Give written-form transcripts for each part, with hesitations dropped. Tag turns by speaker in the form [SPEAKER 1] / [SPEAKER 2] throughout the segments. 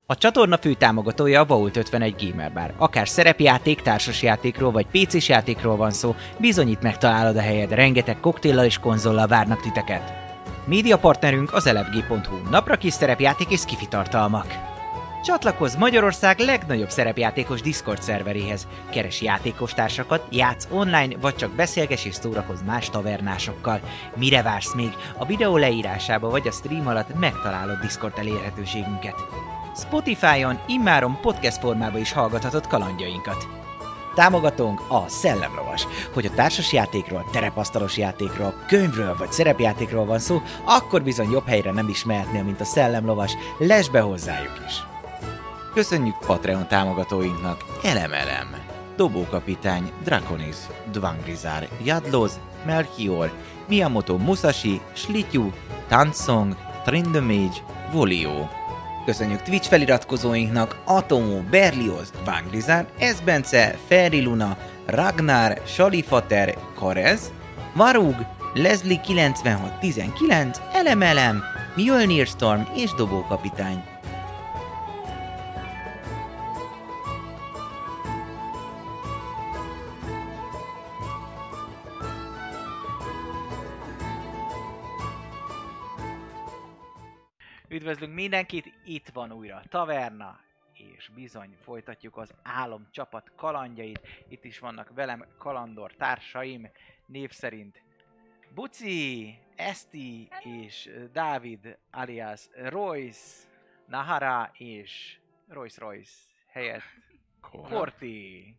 [SPEAKER 1] A csatorna fő támogatója a Vault 51 Gamer Bar. Akár szerepjáték, társasjátékról vagy PC-s játékról van szó, bizony itt megtalálod a helyed, rengeteg koktéllal és konzollal várnak titeket. Média partnerünk az elefg.hu, napra kis szerepjáték és skifi tartalmak. Csatlakozz Magyarország legnagyobb szerepjátékos Discord szerveréhez. Keres játékostársakat, játsz online, vagy csak beszélges és szórakozz más tavernásokkal. Mire vársz még? A videó leírásába vagy a stream alatt megtalálod Discord elérhetőségünket. Spotify-on immáron podcast formában is hallgathatod kalandjainkat. Támogatónk a Szellemlovas. Hogy a társasjátékról, terepasztalos játékról, könyvről vagy szerepjátékról van szó, akkor bizony jobb helyre nem is mehetnél, mint a Szellemlovas. Lesz be hozzájuk is! Köszönjük Patreon támogatóinknak: Elemelem, Dobókapitány, Draconis, Dvangrizár, Jadloz, Melchior, Miyamoto Musashi, Slityu, Tansong, Trindamage, Volio. Köszönjük Twitch feliratkozóinknak: Atomo, Berlioz, Dvangrizár, Esbence, Feri Luna, Ragnar, Salifater, Karez, Varug, Leslie 9619, Elemelem, Mjölnir Storm és Dobókapitány. Üdvözlünk mindenkit, itt van újra a taverna, és bizony folytatjuk az álomcsapat kalandjait. Itt is vannak velem kalandor társaim, név szerint Buci, Eszti és Dávid alias Royce, Nahara és Royce helyett Korti.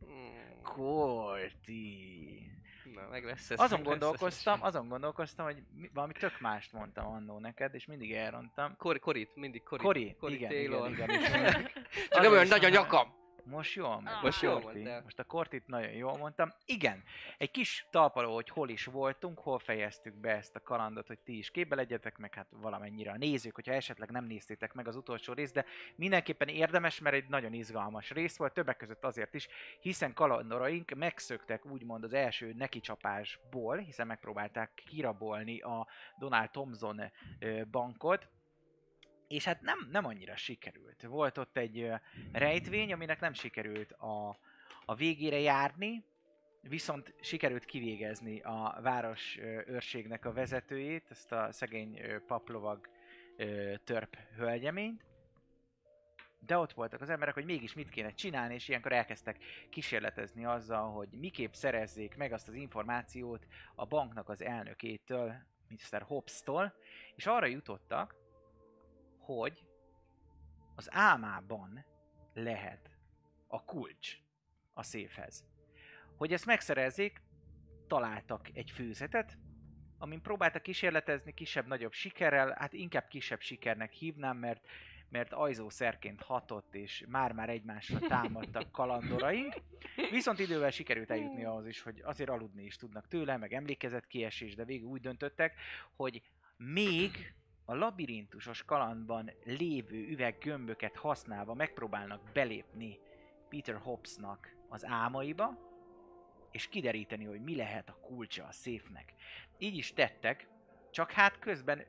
[SPEAKER 2] Na, meg lesz ez.
[SPEAKER 1] Azon gondolkoztam, hogy valami tök mást mondtam annó neked, és mindig elrontam.
[SPEAKER 2] Korit, mindig Kori.
[SPEAKER 1] Igen.
[SPEAKER 2] Csak nem olyan nagy a nyakam.
[SPEAKER 1] Most jól megy.
[SPEAKER 2] Most jól mondtál.
[SPEAKER 1] Most a Kortit nagyon jól mondtam. Igen, egy kis talpaló, hogy hol is voltunk, hol fejeztük be ezt a kalandot, hogy ti is képbe legyetek, meg hát valamennyire a nézők, hogyha esetleg nem néztétek meg az utolsó részt, de mindenképpen érdemes, mert egy nagyon izgalmas rész volt, többek között azért is, hiszen kalandoraink megszöktek úgymond az első nekicsapásból, hiszen megpróbálták kirabolni a Donald Thompson bankot, és hát nem annyira sikerült. Volt ott egy rejtvény, aminek nem sikerült a végére járni, viszont sikerült kivégezni a város őrségnek a vezetőjét, ezt a szegény paplovag törp hölgyeményt. De ott voltak az emberek, hogy mégis mit kéne csinálni, és ilyenkor elkezdtek kísérletezni azzal, hogy miképp szerezzék meg azt az információt a banknak az elnökétől, Mr. Hobbs-tól, és arra jutottak, hogy az álmában lehet a kulcs a széfhez. Hogy ezt megszerezzék, találtak egy főzetet, amin próbáltak kísérletezni kisebb-nagyobb sikerrel, hát inkább kisebb sikernek hívnám, mert ajzószerként hatott, és már-már egymásra támadtak kalandoraink. Viszont idővel sikerült eljutni ahhoz is, hogy azért aludni is tudnak tőle, meg emlékezetkiesés, de végül úgy döntöttek, hogy még a labirintusos kalandban lévő üveggömböket használva megpróbálnak belépni Peter Hobbsnak az álmaiba, és kideríteni, hogy mi lehet a kulcsa a széfnek. Így is tettek, csak hát közben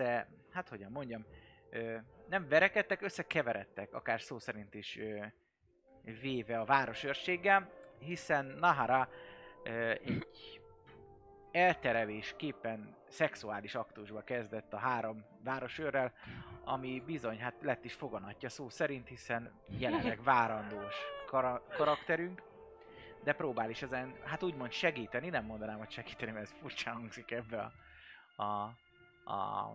[SPEAKER 1] nem verekedtek, összekeveredtek, akár szó szerint is véve a városőrséggel, hiszen Nahara egy elterelésképpen szexuális aktusba kezdett a három városőrrel, ami bizony hát lett is foganatja szó szerint, hiszen jelenleg várandós karakterünk, de próbál is ezen, hát úgymond segíteni, nem mondanám, hogy segíteni, mert ez furcsa hangzik ebbe a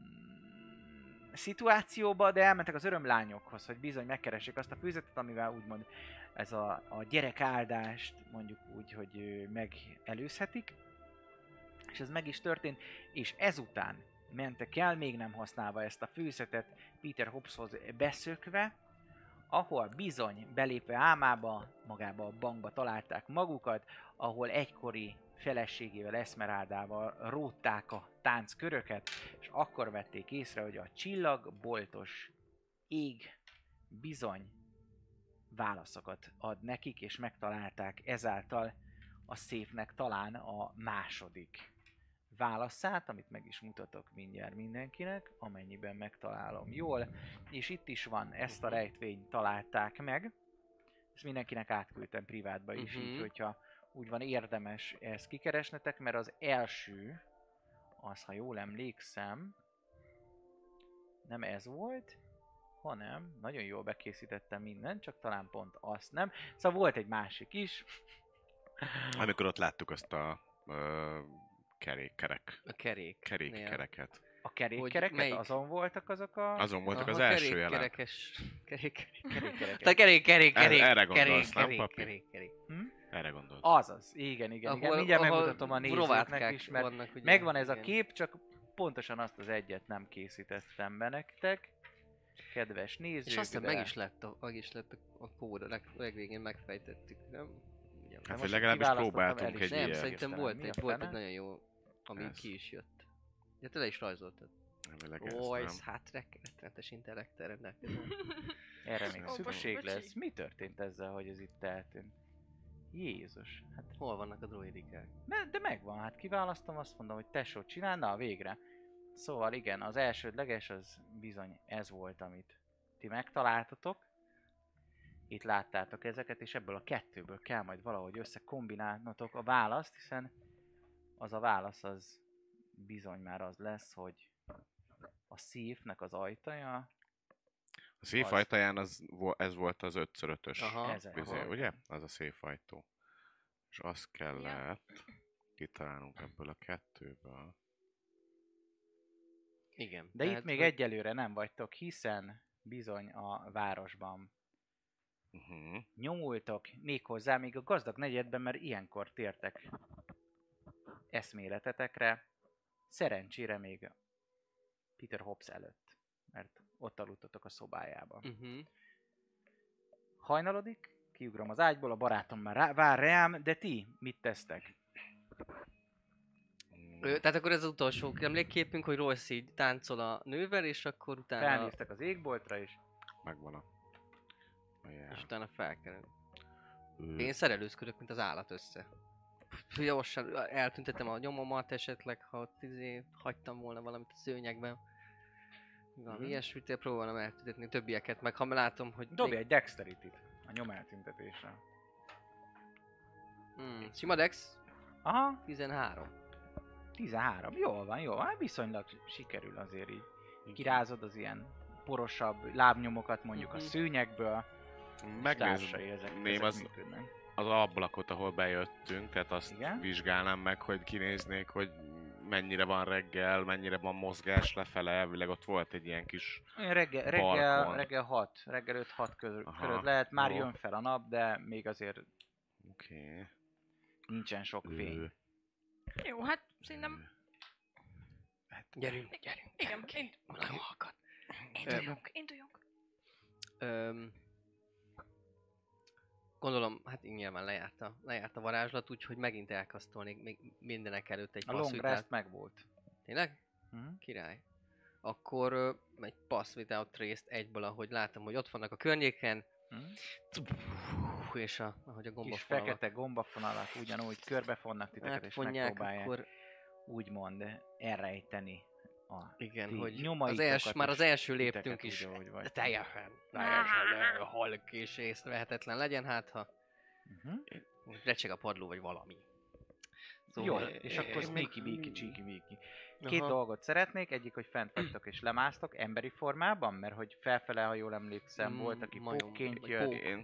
[SPEAKER 1] szituációba, de elmentek az örömlányokhoz, hogy bizony megkeressék azt a fűzetet, amivel úgymond ez a gyerekáldást mondjuk úgy, hogy megelőzhetik. És ez meg is történt, és ezután mentek el, még nem használva ezt a fűzetet, Peter Hobbshoz beszökve, ahol bizony belépve álmába, magába a bankba találták magukat, ahol egykori feleségével, Esmeraldával rótták a táncköröket, és akkor vették észre, hogy a csillagboltos ég bizony válaszokat ad nekik, és megtalálták ezáltal a széfnek talán a második válaszát, amit meg is mutatok mindjárt mindenkinek, amennyiben megtalálom jól. És itt is van, ezt a rejtvényt találták meg. Ezt mindenkinek átküldtem privátba is, így hogyha úgy van érdemes ezt kikeresnetek, mert az első, az ha jól emlékszem, nem ez volt, hanem nagyon jól bekészítettem mindent, csak talán pont azt nem. Szóval volt egy másik is.
[SPEAKER 3] Amikor ott láttuk azt a kereket.
[SPEAKER 1] A kerékkereket? Azon voltak azok a...
[SPEAKER 3] Azon voltak az első jelen.
[SPEAKER 2] Kerék.
[SPEAKER 3] Erre gondolsz, nem, papi? Erre gondolsz.
[SPEAKER 1] Azaz, igen. Mindjárt megmutatom a nézőknek is, mert vannak, megvan ez a kép, csak pontosan azt az egyet nem készítettem be nektek. Kedves nézők,
[SPEAKER 2] és aztán meg is lett a kód, a legvégén megfejtettük, nem?
[SPEAKER 3] Hát vagy legalábbis próbáltunk egy
[SPEAKER 2] ilyen. Nem, szerintem volt egy nagyon jó, ami ki is jött. Ja, te le is rajzoltad. Ez hát rettenetes intellektel rendelkezem.
[SPEAKER 1] Erre még szükség lesz. Mi történt ezzel, hogy ez itt eltűnt? Jézus. Hát...
[SPEAKER 2] Hol vannak a droidikák?
[SPEAKER 1] De megvan, hát kiválasztom, azt mondom, hogy tesó, csinál, na végre. Szóval igen, az elsődleges az bizony ez volt, amit ti megtaláltatok. Itt láttátok ezeket, és ebből a kettőből kell majd valahogy összekombinálnotok a választ, hiszen az a válasz az bizony már az lesz, hogy a szívnek az ajtaja...
[SPEAKER 3] A szép ajtaján ez volt az 5x5-ös
[SPEAKER 1] bizony,
[SPEAKER 3] ugye? Az a szép ajtó. És azt kellett kitalálnunk ebből a kettőből.
[SPEAKER 2] Igen.
[SPEAKER 1] De itt még egyelőre nem vagytok, hiszen bizony a városban nyomultok méghozzá még a gazdag negyedben, mert ilyenkor tértek eszméletetekre. Szerencsére még Peter Hobbs előtt, mert ott aludtatok a szobájában. Hajnalodik, kiugrom az ágyból, a barátom már vár rám, de ti mit tesztek?
[SPEAKER 2] Tehát akkor ez az utolsó emlékképünk, hogy Royce így táncol a nővel, és akkor utána...
[SPEAKER 1] Felnéztek az égboltra is.
[SPEAKER 3] Megvan a
[SPEAKER 2] és utána felkerül. Én szerelőzködök, mint az állat össze. Gyorsan eltüntetem a nyomomat esetleg, ha ott hagytam volna valamit a szőnyegben. Valami ilyesmit, próbálom eltüntetni a többieket, meg ha látom, hogy...
[SPEAKER 1] Dobj egy dexterity-t a nyom eltüntetésre.
[SPEAKER 2] Sima dex?
[SPEAKER 1] Aha.
[SPEAKER 2] 13.
[SPEAKER 1] 13. Jól van. Viszonylag sikerül azért így. Kirázod az ilyen porosabb lábnyomokat mondjuk a szőnyegből.
[SPEAKER 3] Megnézném az ablakot, ahol bejöttünk, tehát azt vizsgálnám meg, hogy kinéznék, hogy mennyire van reggel, mennyire van mozgás lefele, elvileg ott volt egy ilyen kis
[SPEAKER 1] reggel 6, reggel 5-6 körül lehet, már jön fel a nap, de még azért nincsen sok fény.
[SPEAKER 4] Jó, hát szerintem...
[SPEAKER 2] Gyerünk.
[SPEAKER 4] Igen, induljunk.
[SPEAKER 2] Gondolom, hát nyilván lejárt a varázslat, úgyhogy megint elkasztolnék még mindenek előtt egy
[SPEAKER 1] pass. A long rest megvolt.
[SPEAKER 2] Tényleg? Király. Akkor egy pass without trace-t egyből, ahogy látom, hogy ott vannak a környéken. És ahogy a gombafonalak...
[SPEAKER 1] Kis fekete gombafonalak ugyanúgy körbefonnak titeket, és megpróbálják akkor... úgymond elrejteni
[SPEAKER 2] igen, hogy az első léptünk is úgy, teljesen halk és észrevehetetlen legyen, hát ha recseg a padló vagy valami.
[SPEAKER 1] Szóval, jó, és akkor sneaky, cheeky. Két dolgot szeretnék, egyik, hogy fent vagytok és lemásztok emberi formában, mert hogy felfele, ha jól emlékszem, volt, aki pókként jött.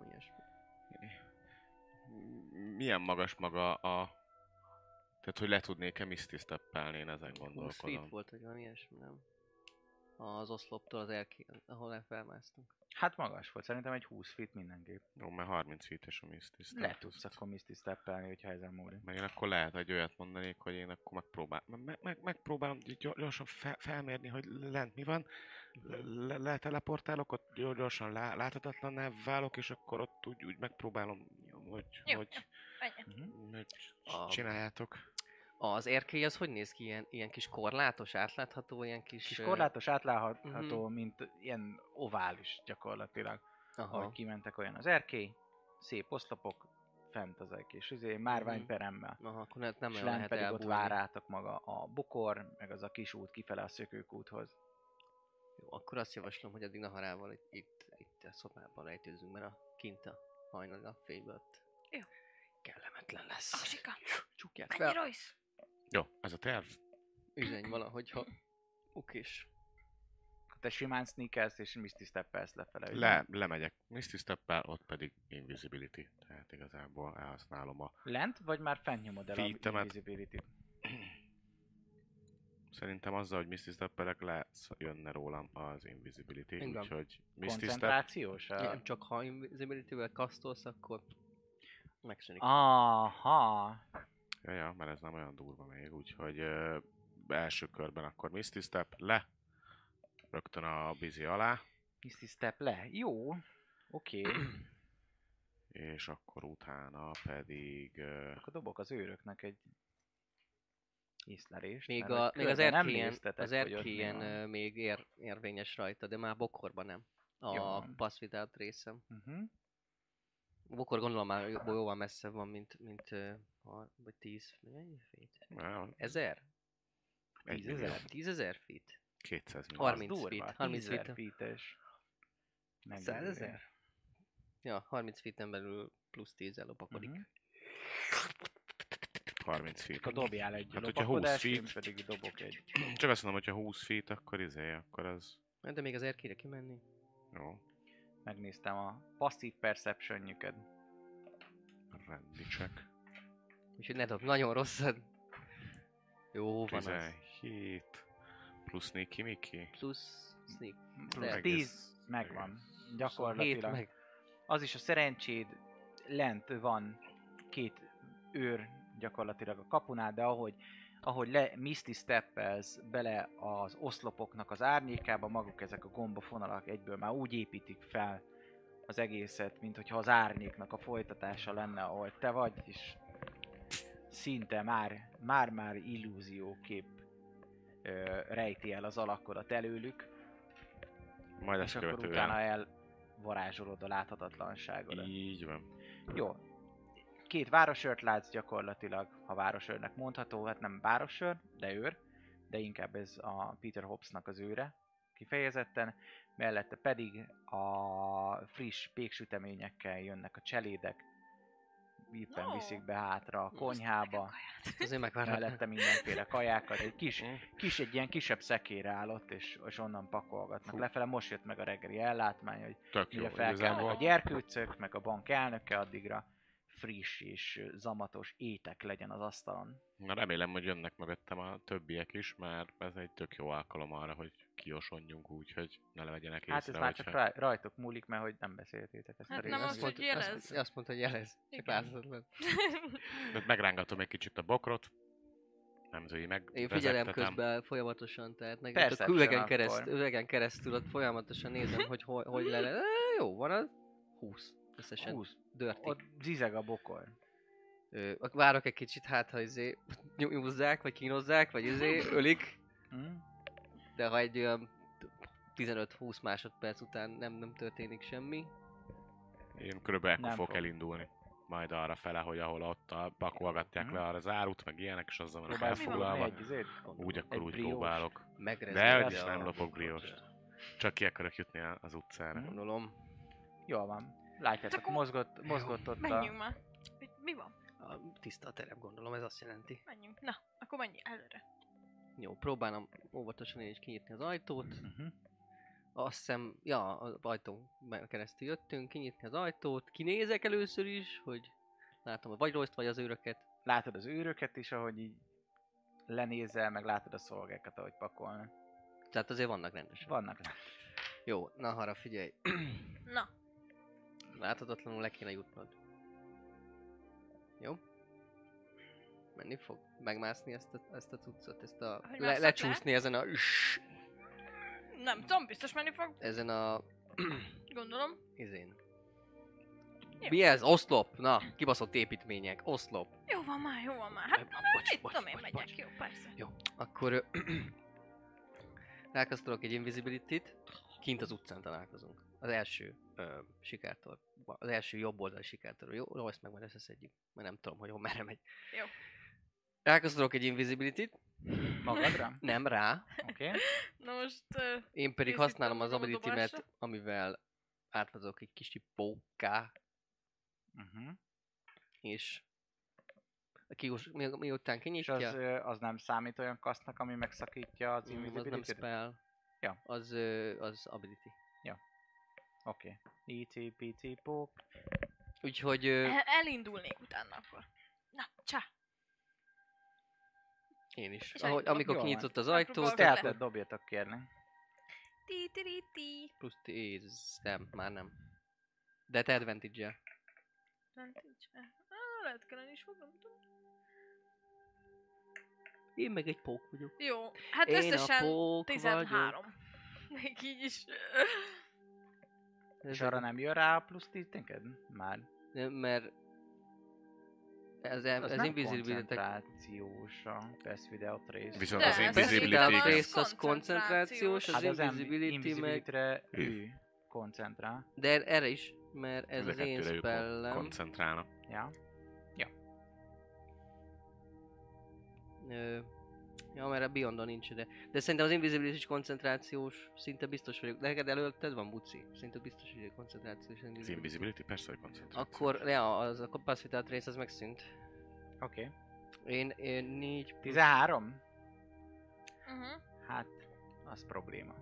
[SPEAKER 3] Milyen magas maga a... Tehát, hogy le tudnék-e Misty Step-elni, én ezen gondolkodom.
[SPEAKER 2] 20 feet volt, hogy van ilyesmi, nem? Az oszloptól az ahol felmásztunk.
[SPEAKER 1] Hát magas volt, szerintem egy 20 feet mindenképp.
[SPEAKER 3] Jó, mert 30 feet-es a Misty Step.
[SPEAKER 1] Le tudsz akkor Misty Step-elni, hogyha ezen múlik.
[SPEAKER 3] Meg én akkor lehet egy olyat mondanék, hogy én akkor megpróbálom gyorsan felmérni, hogy lent mi van. Leteleportálok, ott gyorsan láthatatlanná válok, és akkor ott úgy megpróbálom, hogy csináljátok.
[SPEAKER 2] Az erkély az hogy néz ki? Ilyen kis korlátos, átlátható, ilyen kis
[SPEAKER 1] korlátos, átlátható, mint ilyen ovális gyakorlatilag. Ahogy kimentek, olyan az erkély, szép oszlopok, fent az egy kis márványperemmel.
[SPEAKER 2] Aha, akkor nem
[SPEAKER 1] És
[SPEAKER 2] nagyon
[SPEAKER 1] lent
[SPEAKER 2] lehet
[SPEAKER 1] pedig ott
[SPEAKER 2] elbújni.
[SPEAKER 1] vár rátok maga a bokor, meg az a kis út kifele a szökőkúthoz.
[SPEAKER 2] Jó, akkor azt javaslom, hogy addig Naharával itt a szobában rejtőzzünk, mert kint a hajnali napfényben ott
[SPEAKER 4] Jó.
[SPEAKER 2] kellemetlen lesz.
[SPEAKER 4] Asika,
[SPEAKER 2] Csukják
[SPEAKER 4] menj
[SPEAKER 2] fel.
[SPEAKER 4] Royce!
[SPEAKER 3] Jó, ez a terv.
[SPEAKER 2] Üzenj valahogy, ha okés.
[SPEAKER 1] Te simán sneakelsz és Misty Steppelsz lefele. ugye?
[SPEAKER 3] Lemegyek Misty Steppel, ott pedig Invisibility. Tehát igazából elhasználom a...
[SPEAKER 1] Lent, vagy már fent nyomod el a
[SPEAKER 3] Feet-emet.
[SPEAKER 1] Invisibility-t?
[SPEAKER 3] Szerintem azzal, hogy Misty Steppelek jönne rólam az Invisibility,
[SPEAKER 2] Igen.
[SPEAKER 3] úgyhogy Misty Step...
[SPEAKER 1] Koncentrációs?
[SPEAKER 2] Nem csak ha Invisibility-vel kasztolsz, akkor megszűnik.
[SPEAKER 1] Aha.
[SPEAKER 3] Ja, mert ez nem olyan durva még, úgyhogy első körben akkor Misty Step le, rögtön a Busy alá,
[SPEAKER 1] Misty Step le. Jó. Oké.
[SPEAKER 3] és akkor utána pedig...
[SPEAKER 1] Akkor dobok az őröknek egy észlelést.
[SPEAKER 2] Még,
[SPEAKER 1] mert
[SPEAKER 2] még az
[SPEAKER 1] körben nem
[SPEAKER 2] erkélyen,
[SPEAKER 1] néztetek,
[SPEAKER 2] az
[SPEAKER 1] hogy ott mi
[SPEAKER 2] erkélyen
[SPEAKER 1] van.
[SPEAKER 2] még érvényes rajta, de már bokorban nem.
[SPEAKER 1] Jó
[SPEAKER 2] A
[SPEAKER 1] van.
[SPEAKER 2] pass without részem.
[SPEAKER 1] Uh-huh.
[SPEAKER 2] A bokor gondolom már jóval messzebb van, mint vagy 10, mennyi feet? 1000?
[SPEAKER 3] 1
[SPEAKER 1] 10 000?
[SPEAKER 3] millió,
[SPEAKER 2] 10.000 feet?
[SPEAKER 3] 200 millió.
[SPEAKER 2] 30
[SPEAKER 1] Az durva,
[SPEAKER 2] feet, 30
[SPEAKER 1] 10 000
[SPEAKER 2] feet.
[SPEAKER 1] feet-es.
[SPEAKER 2] 100 000? Ja, 30 feet-en belül plusz 10-el lopakodik.
[SPEAKER 1] Mhm.
[SPEAKER 3] 30 feet.
[SPEAKER 1] Akkor dobjál egy
[SPEAKER 3] Hát, hogyha 20
[SPEAKER 1] lopakodást, én
[SPEAKER 3] feet,
[SPEAKER 1] pedig dobok egy.
[SPEAKER 3] csak azt mondom, hogyha 20 feet, akkor az...
[SPEAKER 2] De még az erkére kimenni?
[SPEAKER 3] Jó,
[SPEAKER 1] Megnéztem a passzív perception-jüket.
[SPEAKER 3] rendi check.
[SPEAKER 2] Úgyhogy ne dob, nagyon rosszad. Jó van az.
[SPEAKER 3] 17 plusz Niki Miki.
[SPEAKER 2] Plusz sneak.
[SPEAKER 1] Plusz
[SPEAKER 2] De
[SPEAKER 1] 10 megvan.
[SPEAKER 2] 7
[SPEAKER 1] Gyakorlatilag.
[SPEAKER 2] meg.
[SPEAKER 1] Az is a szerencséd, lent van két őr gyakorlatilag a kapunál, de ahogy Misty Steppelsz bele az oszlopoknak az árnyékába, maguk ezek a gombafonalak egyből már úgy építik fel az egészet, mint hogyha az árnyéknak a folytatása lenne, ahol te vagy, és szinte már illúziókép rejti el az alakodat előlük,
[SPEAKER 3] Majd
[SPEAKER 1] és
[SPEAKER 3] ezt
[SPEAKER 1] akkor
[SPEAKER 3] követően...
[SPEAKER 1] utána elvarázsolod a láthatatlanságodat.
[SPEAKER 3] Így van.
[SPEAKER 1] Jó. Két városőrt látsz gyakorlatilag, ha városőrnek mondható, hát nem városőr, de őr, de inkább ez a Peter Hobbsnak az őre kifejezetten, mellette pedig a friss péksüteményekkel jönnek a cselédek, éppen
[SPEAKER 4] No.
[SPEAKER 1] viszik be hátra a konyhába,
[SPEAKER 2] Azért megvárhatnám.
[SPEAKER 1] mellette mindenféle kajákat, egy ilyen kisebb szekére állott, és onnan pakolgatnak lefele. Most jött meg a reggeli ellátmány, hogy
[SPEAKER 3] Tök jó,
[SPEAKER 1] mire felkelnek a
[SPEAKER 3] igazából.
[SPEAKER 1] gyerkőcök, meg a bank elnöke, addigra friss és zamatos étek legyen az asztalon.
[SPEAKER 3] Na remélem, hogy jönnek mögöttem a többiek is, mert ez egy tök jó alkalom arra, hogy kiosonjunk úgy, hogy ne legyenek észre,
[SPEAKER 1] Hát ez már csak
[SPEAKER 3] hogyha...
[SPEAKER 1] rajtok múlik, mert hogy nem beszéltétek ezt
[SPEAKER 4] Hát
[SPEAKER 1] a
[SPEAKER 4] nem
[SPEAKER 1] részt.
[SPEAKER 4] az, hogy jelez.
[SPEAKER 2] Azt mondta, hogy jelez. Csak
[SPEAKER 4] Igen.
[SPEAKER 2] láthatatlan.
[SPEAKER 3] Tehát megrángatom egy kicsit a bokrot, nemzői meg
[SPEAKER 2] Én figyelem
[SPEAKER 3] vezettetem.
[SPEAKER 2] közben folyamatosan, tehát meg
[SPEAKER 1] Perception
[SPEAKER 2] a
[SPEAKER 1] akkor.
[SPEAKER 2] üvegen keresztül ott folyamatosan nézem, hogy jó, van az 20 összesen.
[SPEAKER 1] 20.
[SPEAKER 2] Dirty.
[SPEAKER 1] Ott zizeg a bokor.
[SPEAKER 2] Várok egy kicsit, hát ha nyúzzák, vagy kínozzák, vagy ölik,
[SPEAKER 1] Hm?
[SPEAKER 2] de ha egy olyan 15-20 másodperc után nem történik semmi,
[SPEAKER 3] Én körülbelül
[SPEAKER 1] Nem
[SPEAKER 3] ekkor
[SPEAKER 1] fog.
[SPEAKER 3] fogok elindulni. Majd arra fele, hogy ahol ott pakolgatják
[SPEAKER 1] Mhm.
[SPEAKER 3] le arra az árut, meg ilyenek, és azzal vannak
[SPEAKER 1] Próbálsz
[SPEAKER 3] elfoglalva.
[SPEAKER 1] fogni egy izét?
[SPEAKER 3] Úgy akkor
[SPEAKER 1] Egy
[SPEAKER 3] úgy
[SPEAKER 1] briós.
[SPEAKER 3] próbálok.
[SPEAKER 2] megrezdeli
[SPEAKER 3] Dehogy is
[SPEAKER 2] a-
[SPEAKER 3] nem lopok briost. Csak ki akarok jutni az utcára.
[SPEAKER 1] Mhm.
[SPEAKER 2] Gondolom.
[SPEAKER 1] Jól van. Látjátok,
[SPEAKER 4] akkor-
[SPEAKER 1] mozgott ott
[SPEAKER 4] Menjünk
[SPEAKER 1] a...
[SPEAKER 4] már. Mi van?
[SPEAKER 2] Tiszta a terep, gondolom, ez azt jelenti.
[SPEAKER 4] Menjünk. Na, akkor menj előre.
[SPEAKER 2] Jó, próbálom óvatosan én is kinyitni az ajtót.
[SPEAKER 1] Uh-huh.
[SPEAKER 2] Azt hiszem, ja, az ajtón keresztül jöttünk, kinyitni az ajtót. Kinézek először is, hogy látom, hogy vagy Royce-t, vagy az őröket.
[SPEAKER 1] Látod az őröket is, ahogy így lenézel, meg látod a szolgákat, ahogy pakolnak.
[SPEAKER 2] Tehát azért vannak rendesen.
[SPEAKER 1] Vannak.
[SPEAKER 2] Jó, na harra figyelj.
[SPEAKER 4] Na,
[SPEAKER 2] Láthatatlanul le kéne jutnod. Jó? Menni fog? Megmászni ezt a cuccot, ezt a...
[SPEAKER 4] Hogy másszak
[SPEAKER 2] lecsúszni ezen a...
[SPEAKER 4] nem tudom, biztos menni fog.
[SPEAKER 2] Ezen a...
[SPEAKER 4] Gondolom.
[SPEAKER 2] izén.
[SPEAKER 4] Jó.
[SPEAKER 2] Mi ez? Oszlop? Na, kibaszott építmények. Oszlop.
[SPEAKER 4] Jó van már, jó van már. Hát,
[SPEAKER 2] Bocs,
[SPEAKER 4] mit
[SPEAKER 2] bocs,
[SPEAKER 4] tudom én,
[SPEAKER 2] bocs,
[SPEAKER 4] megyek,
[SPEAKER 2] bocs.
[SPEAKER 4] jó, persze.
[SPEAKER 2] Jó, akkor... rákasztolok egy invisibility-t. Kint az utcán találkozunk. Az első sikertor. Az első jobb oldali sikertor. Jó, ezt meg majd összeszedjük. Mert nem tudom, hogy hol merre megy.
[SPEAKER 4] Jó.
[SPEAKER 2] Elkezdődök egy invisibility-t.
[SPEAKER 1] Magadra?
[SPEAKER 2] Nem rá.
[SPEAKER 1] Oké.
[SPEAKER 4] Na most...
[SPEAKER 2] Én pedig
[SPEAKER 4] Készítem
[SPEAKER 2] használom az
[SPEAKER 4] magam a
[SPEAKER 2] ability-met,
[SPEAKER 4] dobásra.
[SPEAKER 2] amivel átvazok egy kicsi pókká. És miután
[SPEAKER 1] És
[SPEAKER 2] kinyitja,
[SPEAKER 1] az nem számít olyan kasznak, ami megszakítja az
[SPEAKER 2] az nem
[SPEAKER 1] invisibility-t?
[SPEAKER 2] spell.
[SPEAKER 1] Ja.
[SPEAKER 2] Az ability.
[SPEAKER 1] Oké. E.T. P.T. Poke.
[SPEAKER 2] Úgyhogy
[SPEAKER 4] Elindulnék utána akkor. Na, csá!
[SPEAKER 2] én is.
[SPEAKER 4] És
[SPEAKER 2] Amikor
[SPEAKER 1] jól
[SPEAKER 2] kinyitott az
[SPEAKER 4] Megpróbálok
[SPEAKER 2] ajtót,
[SPEAKER 4] le.
[SPEAKER 1] Stealth-et dobjatok kérni.
[SPEAKER 4] Ti.
[SPEAKER 2] plusz 10, nem, már nem. De te advantage-el.
[SPEAKER 4] Lehet kellene is fogom, nem tudom.
[SPEAKER 2] Én meg egy pók vagyok.
[SPEAKER 4] Jó, hát
[SPEAKER 2] Én a
[SPEAKER 4] összesen
[SPEAKER 2] pók
[SPEAKER 4] 13. Még így is.
[SPEAKER 1] És arra nem jön rá a plusz 10 neked? Már.
[SPEAKER 2] Mert
[SPEAKER 1] Az
[SPEAKER 2] ez
[SPEAKER 1] nem
[SPEAKER 2] invisibility
[SPEAKER 1] koncentrációs a Pass Without Trace.
[SPEAKER 3] Viszont
[SPEAKER 4] De,
[SPEAKER 3] az
[SPEAKER 4] ez
[SPEAKER 3] invisibility...
[SPEAKER 2] Without
[SPEAKER 4] az
[SPEAKER 2] Trace az koncentrációs,
[SPEAKER 4] koncentrációs.
[SPEAKER 2] az
[SPEAKER 1] Hát az
[SPEAKER 2] invisibility meg...
[SPEAKER 1] invisibility-re ő koncentrál.
[SPEAKER 2] De erre is, mert ez
[SPEAKER 3] Mind a
[SPEAKER 2] az én
[SPEAKER 3] kettőre ők
[SPEAKER 2] spellem.
[SPEAKER 3] koncentrálnak.
[SPEAKER 1] Ja.
[SPEAKER 2] Ja, mert a Beyondon nincs ide. De szerintem az invisibility is koncentrációs, szinte biztos vagyok. De neked előtted van, Buci. Szinte biztos, hogy koncentrációs
[SPEAKER 3] Az
[SPEAKER 2] invisibility.
[SPEAKER 3] invisibility persze, hogy koncentráció.
[SPEAKER 2] Akkor, ja, az a Pass Without Trace az megszűnt.
[SPEAKER 1] Oké.
[SPEAKER 2] Én 4...
[SPEAKER 1] 13?
[SPEAKER 4] Uh-huh.
[SPEAKER 1] Hát, az probléma.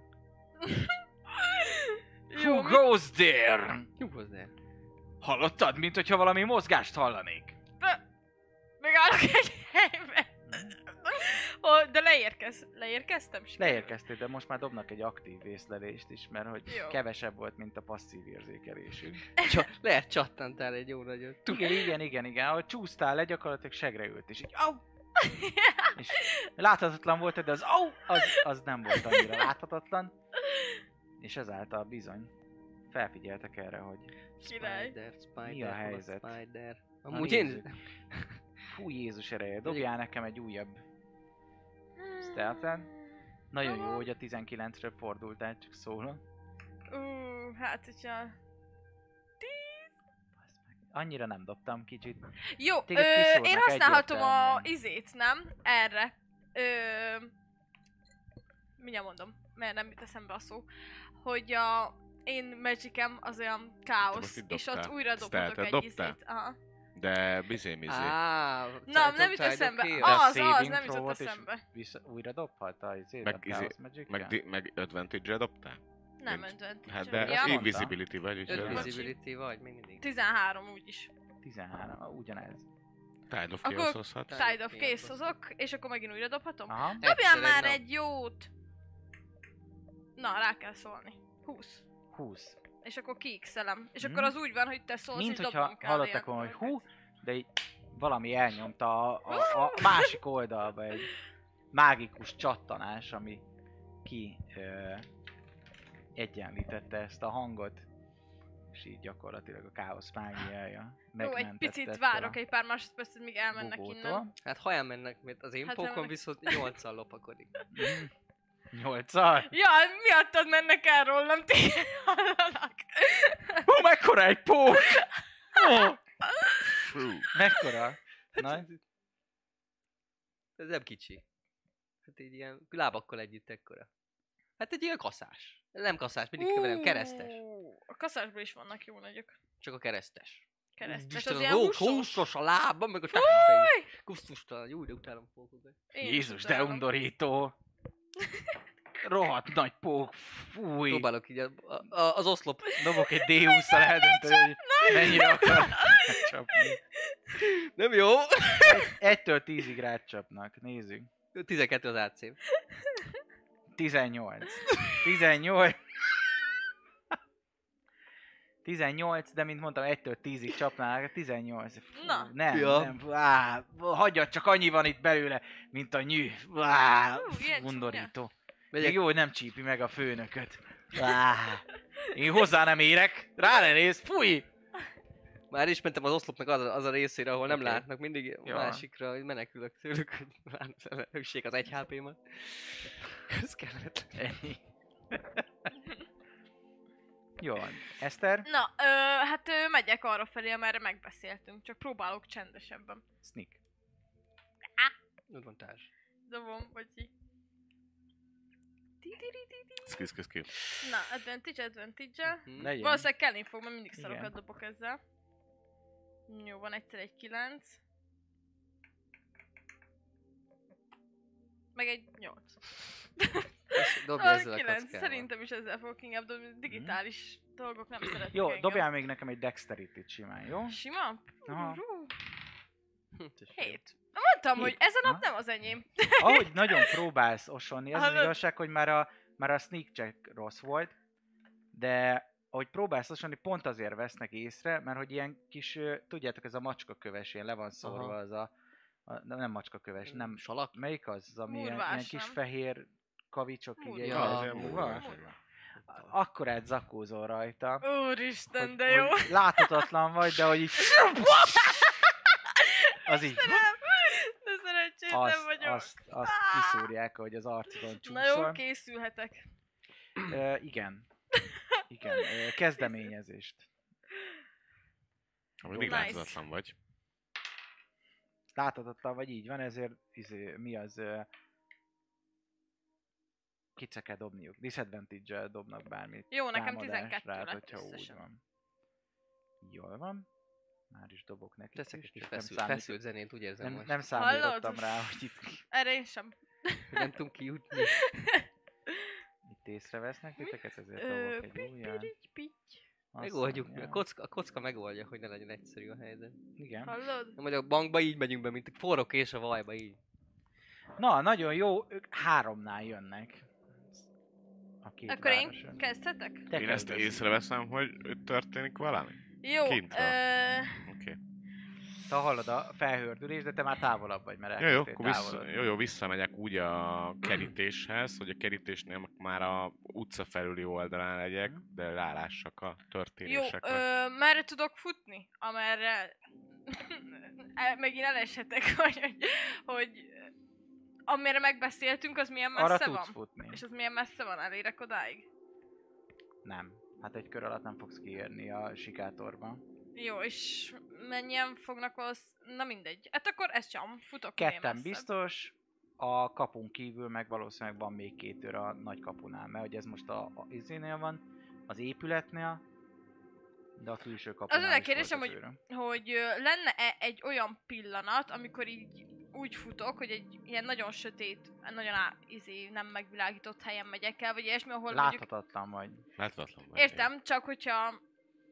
[SPEAKER 4] Jó,
[SPEAKER 1] Who goes there?
[SPEAKER 2] Nyugodj.
[SPEAKER 1] Hallottad, mint hogyha valami mozgást hallanék?
[SPEAKER 4] megállok egy helyben. De leérkeztem?
[SPEAKER 1] Leérkeztél, de most már dobnak egy aktív észlelést is, mert hogy
[SPEAKER 4] Jó.
[SPEAKER 1] kevesebb volt, mint a passzív érzékelésünk.
[SPEAKER 2] Lehet csattantál egy jó nagyot.
[SPEAKER 1] Igen. Ahogy csúsztál le, gyakorlatilag segre ült, és így au! És láthatatlan volt, de az au! Az nem volt annyira láthatatlan. És ezáltal bizony felfigyeltek erre, hogy
[SPEAKER 4] Király.
[SPEAKER 2] Spider,
[SPEAKER 1] Mi a helyzet?
[SPEAKER 2] Spider.
[SPEAKER 1] Na,
[SPEAKER 2] Amúgy
[SPEAKER 1] nézzük.
[SPEAKER 2] én...
[SPEAKER 1] Fú, Jézus ereje, dobjál nekem egy újabb stealth-en. Nagyon jó, hogy a 19-re fordultál, csak szólom.
[SPEAKER 4] Hát hogyha...
[SPEAKER 1] Annyira nem dobtam kicsit.
[SPEAKER 4] Jó,
[SPEAKER 1] Téged kiszórnak
[SPEAKER 4] én használhatom a
[SPEAKER 1] egyértelműen.
[SPEAKER 4] izét, nem? Erre. Mindjárt mondom, mert nem jut eszembe a szó. Hogy a én Magicem az olyan
[SPEAKER 3] most
[SPEAKER 4] káosz,
[SPEAKER 3] mit
[SPEAKER 4] és ott
[SPEAKER 3] dobtál?
[SPEAKER 4] újra dobhatok
[SPEAKER 3] Stealth-et
[SPEAKER 4] egy
[SPEAKER 3] dobtál?
[SPEAKER 4] izét. Aha.
[SPEAKER 3] De bizém.
[SPEAKER 4] Nem jut eszembe.
[SPEAKER 1] De a
[SPEAKER 4] Az,
[SPEAKER 1] saving
[SPEAKER 4] nem jutott
[SPEAKER 1] throw-ot is
[SPEAKER 4] eszembe.
[SPEAKER 1] újra dobhat a izét,
[SPEAKER 3] Meg
[SPEAKER 1] a Chaos Magic-kel?
[SPEAKER 3] meg advantage-re dobtál?
[SPEAKER 4] Nem
[SPEAKER 3] Mint-
[SPEAKER 4] öntött.
[SPEAKER 3] Hát de
[SPEAKER 4] Ja.
[SPEAKER 3] az
[SPEAKER 1] mondta.
[SPEAKER 3] invisibility vagy, úgyhogy...
[SPEAKER 2] Invisibility vagy, még mindig.
[SPEAKER 4] 13 úgyis.
[SPEAKER 1] 13, ugyanez.
[SPEAKER 3] Tide of
[SPEAKER 4] Akkor-
[SPEAKER 3] Chaos hozhat.
[SPEAKER 4] Tide of Chaos hozok, és akkor megint újra dobhatom?
[SPEAKER 1] Aha.
[SPEAKER 4] Dobjál
[SPEAKER 2] Egyszer
[SPEAKER 4] már
[SPEAKER 2] nap.
[SPEAKER 4] egy jót! Na, rá kell szólni. 20.
[SPEAKER 1] 20.
[SPEAKER 4] És akkor kiixelem. És
[SPEAKER 1] Mhm.
[SPEAKER 4] akkor az úgy van, hogy te szólsz,
[SPEAKER 1] Mint
[SPEAKER 4] és
[SPEAKER 1] hogyha
[SPEAKER 4] dobnom kell
[SPEAKER 1] hallottak
[SPEAKER 4] ilyenkor
[SPEAKER 1] volna, hogy
[SPEAKER 4] őket.
[SPEAKER 1] hú, de így valami elnyomta a másik oldalba egy mágikus csattanás, ami ki egyenlítette ezt a hangot, és így gyakorlatilag a káosz mágiája
[SPEAKER 4] Jó, egy picit várok egy pár másodpercet, míg elmennek innen.
[SPEAKER 2] Hát ha elmennek, mert az én
[SPEAKER 4] Hát
[SPEAKER 2] pókom
[SPEAKER 4] elmennek.
[SPEAKER 2] viszont 8-al lopakodik.
[SPEAKER 1] 8-al?
[SPEAKER 4] Ja, miattad mennek el rólam, tényleg hallanak.
[SPEAKER 1] Hú, mekkora egy pók! Ó,
[SPEAKER 3] Fú.
[SPEAKER 1] mekkora? Na,
[SPEAKER 2] Ez nem kicsi. Hát így ilyen lábakkal együtt ekkora. Hát egy ilyen kaszás. Nem kaszás, mindig keverem, keresztes.
[SPEAKER 4] A kaszásból is vannak jó nagyok.
[SPEAKER 2] Csak a keresztes.
[SPEAKER 4] Keresztes,
[SPEAKER 2] Isten,
[SPEAKER 4] az
[SPEAKER 2] a
[SPEAKER 4] ilyen húsos.
[SPEAKER 2] húsos a lába, meg a testei. Kusztustalan, jó, de utálom a pókokat.
[SPEAKER 4] Én is
[SPEAKER 1] Jézus, de
[SPEAKER 4] utálom.
[SPEAKER 1] undorító! Rohadt nagy pók, fúj!
[SPEAKER 2] Próbálok így az oszlop.
[SPEAKER 1] Dobok egy D20-szal eldönteni, hogy mennyire akar csapni.
[SPEAKER 2] Nem jó.
[SPEAKER 1] 1-től 10-ig rácsapnak, nézzük.
[SPEAKER 2] 12 az AC.
[SPEAKER 1] 18. 18. 18, de mint mondtam, 1-től 10-ig csapnál, 18. Fú,
[SPEAKER 4] Na.
[SPEAKER 1] nem,
[SPEAKER 2] Ja.
[SPEAKER 1] nem, hagyjad, csak annyi van itt belőle, mint a nyű.
[SPEAKER 4] ilyen
[SPEAKER 1] Undorító.
[SPEAKER 2] Megyek.
[SPEAKER 1] Még jó, hogy nem csípi meg a főnököt. Én hozzá nem érek, rá ne nézz, fúj!
[SPEAKER 2] Már is mentem az oszlopnak az a részére, ahol nem
[SPEAKER 1] Oké.
[SPEAKER 2] látnak, mindig
[SPEAKER 1] Jó.
[SPEAKER 2] másikra, hogy menekülök tőlük, hogy hüssék az 1 HP-mat. Ez kellemetlen.
[SPEAKER 1] Ennyi. Jó van. Eszter?
[SPEAKER 4] Na, hát megyek arra felé, amerre megbeszéltünk, csak próbálok csendesebben.
[SPEAKER 1] Sneak.
[SPEAKER 2] Advantage.
[SPEAKER 4] Dobom, vagy így.
[SPEAKER 3] Skill.
[SPEAKER 4] Na, advantage-el.
[SPEAKER 1] Legyen.
[SPEAKER 4] Valószínűleg kellni fog, mert mindig
[SPEAKER 1] Igen.
[SPEAKER 4] szarokat dobok ezzel. Jó, van egyszer egy 9. Meg egy 8.
[SPEAKER 2] Dobj
[SPEAKER 4] Szóval
[SPEAKER 2] ezzel a
[SPEAKER 4] 9.
[SPEAKER 2] kockával.
[SPEAKER 4] Szerintem is ezzel fogok inkább dobni. Digitális dolgok nem szeretnek
[SPEAKER 1] Jó,
[SPEAKER 4] engem.
[SPEAKER 1] dobjál még nekem egy dexterity-t simán, jó?
[SPEAKER 4] Sima?
[SPEAKER 1] Aha.
[SPEAKER 4] 7. Mondtam,
[SPEAKER 1] Hét.
[SPEAKER 4] hogy ez a nap
[SPEAKER 1] Aha.
[SPEAKER 4] nem az enyém.
[SPEAKER 1] Ahogy nagyon próbálsz osonni, ez az
[SPEAKER 4] Hallod?
[SPEAKER 1] igazság, hogy már a sneak check rossz volt, de ahogy próbálsz osonni, pont azért vesznek észre, mert hogy ilyen kis, tudjátok, ez a macskaköves, ilyen le van szórva
[SPEAKER 2] Aha.
[SPEAKER 1] az nem macskaköves, nem,
[SPEAKER 2] Salak?
[SPEAKER 1] melyik az, ami ilyen
[SPEAKER 4] Murvás,
[SPEAKER 1] kis
[SPEAKER 4] nem?
[SPEAKER 1] fehér kavicsok, így
[SPEAKER 4] Murvás.
[SPEAKER 1] egy
[SPEAKER 2] Ja,
[SPEAKER 3] Ez ilyen
[SPEAKER 1] murvás?
[SPEAKER 3] múlva.
[SPEAKER 1] Akkor át zakózol rajta.
[SPEAKER 4] Úristen, de jó.
[SPEAKER 1] Hogy láthatatlan vagy, de hogy így... Az így...
[SPEAKER 4] De szerencsétlen vagyok.
[SPEAKER 1] Azt kiszúrják, hogy az arcodon
[SPEAKER 4] Na jó,
[SPEAKER 1] csúszol.
[SPEAKER 4] készülhetek.
[SPEAKER 1] Igen. Igen. Kezdeményezést.
[SPEAKER 3] Mindig
[SPEAKER 4] Nice.
[SPEAKER 3] láthatatlan vagy.
[SPEAKER 1] Láthatatlan vagy, így van, ezért mi az... Kicse kell dobniuk. Disadvantage-el dobnak bármit.
[SPEAKER 4] Jó, nekem
[SPEAKER 1] támadást
[SPEAKER 4] 12
[SPEAKER 1] rád,
[SPEAKER 4] lett
[SPEAKER 1] hogyha úgy
[SPEAKER 4] összesen.
[SPEAKER 1] van. Jól van. Már is dobok neki.
[SPEAKER 2] Teszek egy kis
[SPEAKER 1] csak
[SPEAKER 2] feszült zenét, úgy érzem most.
[SPEAKER 1] nem számítottam
[SPEAKER 4] Hallod?
[SPEAKER 1] rá, hogy itt
[SPEAKER 4] Erre én sem.
[SPEAKER 2] Nem tudunk kijutni.
[SPEAKER 1] itt észrevesznek titeket, ezért dobok egy újjal.
[SPEAKER 4] Pitty.
[SPEAKER 1] Azt
[SPEAKER 2] Megoldjuk.
[SPEAKER 1] mondja.
[SPEAKER 2] A kocka megoldja, hogy ne legyen egyszerű a helyzet.
[SPEAKER 1] Igen.
[SPEAKER 4] Hallod?
[SPEAKER 2] Nem, hogy a bankba így megyünk be, mint a forró kés a vajba így.
[SPEAKER 1] Na, nagyon jó, ők 3-nál jönnek. A két
[SPEAKER 4] Akkor én
[SPEAKER 1] város jön.
[SPEAKER 4] kezdhetek?
[SPEAKER 1] Te
[SPEAKER 3] Én ezt
[SPEAKER 1] kezdesz.
[SPEAKER 3] észreveszem, hogy itt történik valami.
[SPEAKER 4] Jó,
[SPEAKER 3] Kintről. Oké.
[SPEAKER 1] Te hallod a felhördülést, de te már távolabb vagy, mert
[SPEAKER 3] Jó,
[SPEAKER 1] elkezdtél
[SPEAKER 3] akkor
[SPEAKER 1] távolodni.
[SPEAKER 3] visszamegyek úgy a kerítéshez, hogy a kerítésnél már a utca felüli oldalán legyek, de rálássak a
[SPEAKER 4] jó,
[SPEAKER 3] történésekre.
[SPEAKER 4] merre tudok futni? Amerre megint eleshetek, hogy amire megbeszéltünk, az milyen
[SPEAKER 1] Arra
[SPEAKER 4] messze
[SPEAKER 1] tudsz
[SPEAKER 4] van?
[SPEAKER 1] futni.
[SPEAKER 4] És az milyen messze van? Elérek odáig?
[SPEAKER 1] Nem. Hát egy kör alatt nem fogsz kiérni a sikátorba.
[SPEAKER 4] Jó, és mennyien fognak na mindegy. Hát akkor ez sem, futok minél
[SPEAKER 1] Ketten
[SPEAKER 4] messzebb.
[SPEAKER 1] biztos, a kapun kívül meg valószínűleg van még 2 őr a nagy kapunál, mert hogy ez most a izénél van, az épületnél, de a külső kapunál
[SPEAKER 4] Az a
[SPEAKER 1] is
[SPEAKER 4] kérdésem,
[SPEAKER 1] volt az
[SPEAKER 4] hogy,
[SPEAKER 1] őröm.
[SPEAKER 4] hogy lenne-e egy olyan pillanat, amikor így úgy futok, hogy egy ilyen nagyon sötét, nagyon nem megvilágított helyen megyek el, vagy ilyesmi, ahol mondjuk...
[SPEAKER 1] Láthatatlan vagy.
[SPEAKER 3] Láthatatlan vagy.
[SPEAKER 4] Értem, csak hogyha...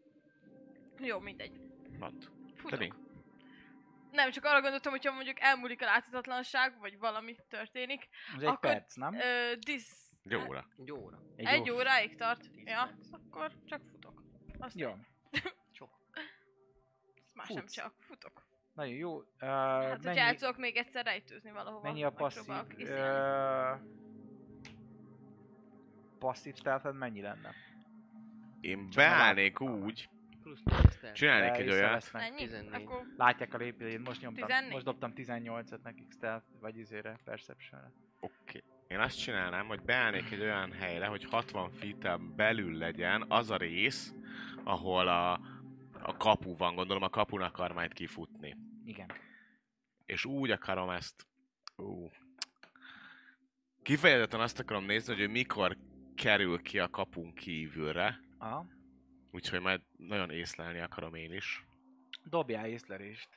[SPEAKER 4] Jó, mindegy.
[SPEAKER 3] Mondd.
[SPEAKER 4] Futok.
[SPEAKER 3] Pedig.
[SPEAKER 4] Nem, csak arra gondoltam, hogyha mondjuk elmúlik a láthatatlanság, vagy valami történik,
[SPEAKER 1] Ez egy
[SPEAKER 4] Akkor-
[SPEAKER 1] perc, nem?
[SPEAKER 3] Egy óra.
[SPEAKER 2] Egy óra.
[SPEAKER 4] egy óráig tart.
[SPEAKER 2] 10
[SPEAKER 4] Ja,
[SPEAKER 2] perc.
[SPEAKER 4] akkor csak futok. Azt
[SPEAKER 1] Jó.
[SPEAKER 2] Sok.
[SPEAKER 4] már sem
[SPEAKER 1] Futsz.
[SPEAKER 4] csak futok.
[SPEAKER 1] Nagyon jó.
[SPEAKER 4] Hát, hogyha el tudok még egyszer rejtőzni valahova.
[SPEAKER 1] Mennyi a
[SPEAKER 4] megpróbálok
[SPEAKER 1] passzív...
[SPEAKER 4] izélni.
[SPEAKER 1] passzív stealth mennyi lenne?
[SPEAKER 3] Én
[SPEAKER 1] Csak
[SPEAKER 3] beállnék
[SPEAKER 1] már
[SPEAKER 3] úgy,
[SPEAKER 2] Plusz 10
[SPEAKER 3] csinálnék egy olyat,
[SPEAKER 1] Észrevesznek.
[SPEAKER 4] Mennyi?
[SPEAKER 2] 14.
[SPEAKER 4] Akkor
[SPEAKER 1] Látják a lépést, most nyomtam,
[SPEAKER 4] 14?
[SPEAKER 1] most dobtam 18-et nekik stealth, vagy izére, perceptionre.
[SPEAKER 3] oké. Én azt csinálnám, hogy beállnék egy olyan helyre, hogy 60 feet belül legyen az a rész, ahol a kapu van, gondolom a kapun akar majd kifutni.
[SPEAKER 1] Igen.
[SPEAKER 3] És úgy akarom ezt... Kifejezetten azt akarom nézni, hogy ő mikor kerül ki a kapun kívülre.
[SPEAKER 1] Aha.
[SPEAKER 3] Úgyhogy majd nagyon észlelni akarom én is.
[SPEAKER 1] Dobjál észlelést.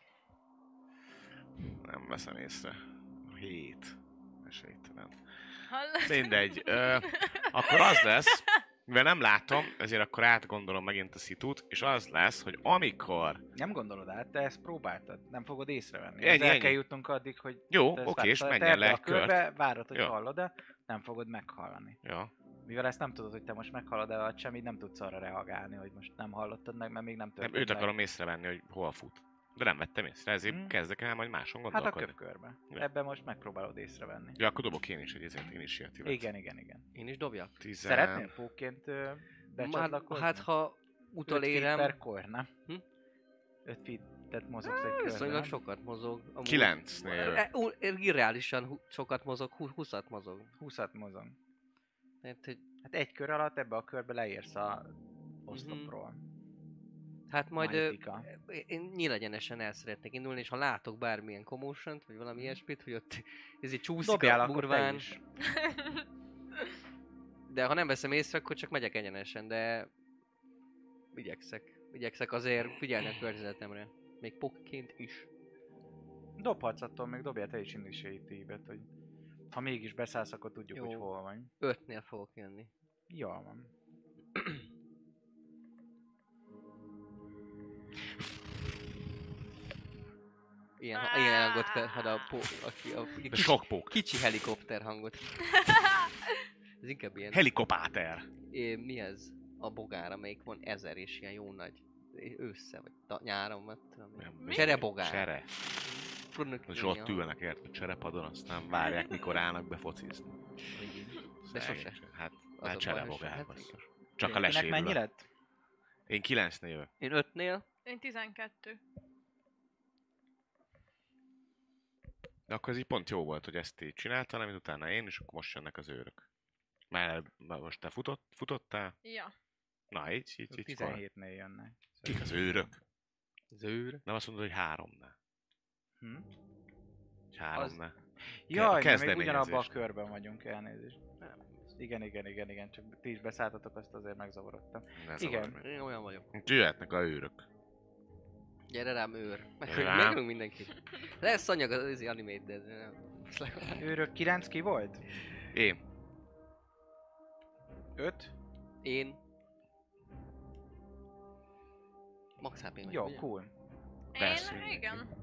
[SPEAKER 3] Nem veszem észre. 7. Esélytelen.
[SPEAKER 4] hallod?
[SPEAKER 3] Mindegy. Akkor az lesz, mivel nem látom, ezért akkor átgondolom megint a szitut, és az lesz, hogy amikor...
[SPEAKER 1] Nem gondolod át, te ezt próbáltad, nem fogod észrevenni.
[SPEAKER 3] Ennyi,
[SPEAKER 1] El
[SPEAKER 3] ennyi.
[SPEAKER 1] kell jutnunk addig, hogy...
[SPEAKER 3] Jó,
[SPEAKER 1] te ezt
[SPEAKER 3] oké, és
[SPEAKER 1] látod. Te
[SPEAKER 3] menjen
[SPEAKER 1] ebbe
[SPEAKER 3] le
[SPEAKER 1] a
[SPEAKER 3] egy kört.
[SPEAKER 1] körbe, várod, hogy
[SPEAKER 3] Jó.
[SPEAKER 1] hallod, de nem fogod meghallani.
[SPEAKER 3] Ja.
[SPEAKER 1] Mivel ezt nem tudod, hogy te most meghallod-e vagy sem, így nem tudsz arra reagálni, hogy most nem hallottad meg, mert még nem történt
[SPEAKER 3] Nem, őt
[SPEAKER 1] meg.
[SPEAKER 3] akarom észrevenni, hogy hol fut. De nem vettem észre, ezért
[SPEAKER 1] Hmm.
[SPEAKER 3] kezdek el majd máson
[SPEAKER 1] Hát a
[SPEAKER 3] gondolkodni.
[SPEAKER 1] kövkörbe.
[SPEAKER 3] Ja.
[SPEAKER 1] Ebben most megpróbálod észrevenni.
[SPEAKER 3] Ja, akkor dobok én is egy ezért, én is sietivet.
[SPEAKER 1] Igen.
[SPEAKER 2] Én is dobjak?
[SPEAKER 1] Szeretnél pókként
[SPEAKER 2] Már,
[SPEAKER 1] becsatlakozni?
[SPEAKER 2] hát ha
[SPEAKER 1] 5
[SPEAKER 2] utolérem...
[SPEAKER 1] feet per kör, nem?
[SPEAKER 2] Hm?
[SPEAKER 1] 5 feet, tehát mozogsz egy körben.
[SPEAKER 2] Viszonylag
[SPEAKER 1] nem?
[SPEAKER 2] sokat mozog. Amúgy-
[SPEAKER 3] 9-nél.
[SPEAKER 2] Irreálisan sokat mozog, 20-at mozog.
[SPEAKER 1] 20-at mozog.
[SPEAKER 2] Tehát, hogy
[SPEAKER 1] Hát egy kör alatt ebbe a körbe leérsz a oszlopról.
[SPEAKER 2] Hát majd
[SPEAKER 1] Magnetika.
[SPEAKER 2] én nyílegyenesen el szeretnék indulni, és ha látok bármilyen commotion-t, vagy valami ilyesmit, hogy ott ez így csúszik
[SPEAKER 1] Dobjál
[SPEAKER 2] a
[SPEAKER 1] akkor te
[SPEAKER 2] burván.
[SPEAKER 1] is.
[SPEAKER 2] De ha nem veszem észre, akkor csak megyek egyenesen, de igyekszek azért figyelni a környezetemre. Még pokként is.
[SPEAKER 1] Dobhatsz attól, még dobjál te is initiatívet, hogy ha mégis beszállsz, akkor tudjuk,
[SPEAKER 2] Jó.
[SPEAKER 1] hogy hol vagy.
[SPEAKER 2] 5-nél fogok jönni.
[SPEAKER 1] Jól van.
[SPEAKER 2] Ilyen hangot had a
[SPEAKER 3] Sok pók.
[SPEAKER 2] kicsi helikopter hangot. Ez inkább ilyen...
[SPEAKER 3] Helikopáter.
[SPEAKER 2] Mi ez? A bogár, amelyik van 1000 és ilyen jó nagy. Össze, vagy nyáron, vagy tudom.
[SPEAKER 4] Mi?
[SPEAKER 2] Cserebogár.
[SPEAKER 3] Csere.
[SPEAKER 2] Tudnak
[SPEAKER 3] És ott ülnek ért a cserepadon, aztán várják, mikor állnak be focizni.
[SPEAKER 2] De sose.
[SPEAKER 3] Hát,
[SPEAKER 2] Az
[SPEAKER 3] hát
[SPEAKER 2] a
[SPEAKER 3] cserebogár
[SPEAKER 2] baj,
[SPEAKER 3] basszus. Csak a
[SPEAKER 1] Kinek
[SPEAKER 3] lesérül.
[SPEAKER 1] mennyi lett?
[SPEAKER 3] Én 9-nél jövök.
[SPEAKER 2] Én 5-nél.
[SPEAKER 4] Én 12.
[SPEAKER 3] De akkor ez így pont jó volt, hogy ezt így csináltam, amit utána én, és akkor most jönnek az őrök. Már most te futottál?
[SPEAKER 4] Ja.
[SPEAKER 3] Na, így.
[SPEAKER 1] 17-nél jönnek.
[SPEAKER 3] Kik az őrök?
[SPEAKER 2] Az őr.
[SPEAKER 3] Nem azt mondod, hogy 3-nál.
[SPEAKER 1] Hm?
[SPEAKER 3] 3-nál.
[SPEAKER 1] Jaj, még
[SPEAKER 3] kezdeményezés.
[SPEAKER 1] ugyanabban a körben vagyunk, elnézést. Igen, csak ti is beszálltatok, azt azért megzavarodtam.
[SPEAKER 3] Ne
[SPEAKER 1] Igen.
[SPEAKER 3] zavarj meg.
[SPEAKER 2] Én olyan vagyok.
[SPEAKER 3] Jöhetnek a őrök.
[SPEAKER 2] Gyere rám őr.
[SPEAKER 3] Gyere rám.
[SPEAKER 2] Megölünk mindenkit. Lesz anyag az animét, de nem.
[SPEAKER 1] Őrök 9 ki volt?
[SPEAKER 3] Én.
[SPEAKER 1] 5?
[SPEAKER 2] Én. Max HP meg,
[SPEAKER 1] Jó,
[SPEAKER 2] ugye?
[SPEAKER 1] cool.
[SPEAKER 3] Persze,
[SPEAKER 4] Én, igen.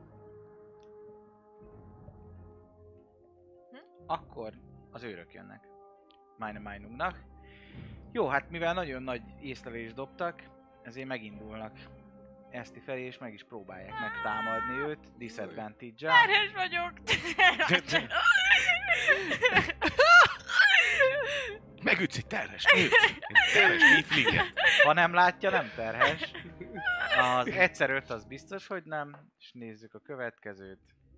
[SPEAKER 1] Akkor az őrök jönnek. Mine-Mine-ungnak. Jó, hát mivel nagyon nagy észlelést dobtak, ezért megindulnak Eszti felé, és meg is próbálják megtámadni őt, disadvantage-el.
[SPEAKER 4] Terhes vagyok.
[SPEAKER 3] Megütsz egy terhes nőt! Egy terhes tieflinget!
[SPEAKER 1] Ha nem látja, nem terhes. Az 1x5 az biztos, hogy nem. És nézzük a következőt.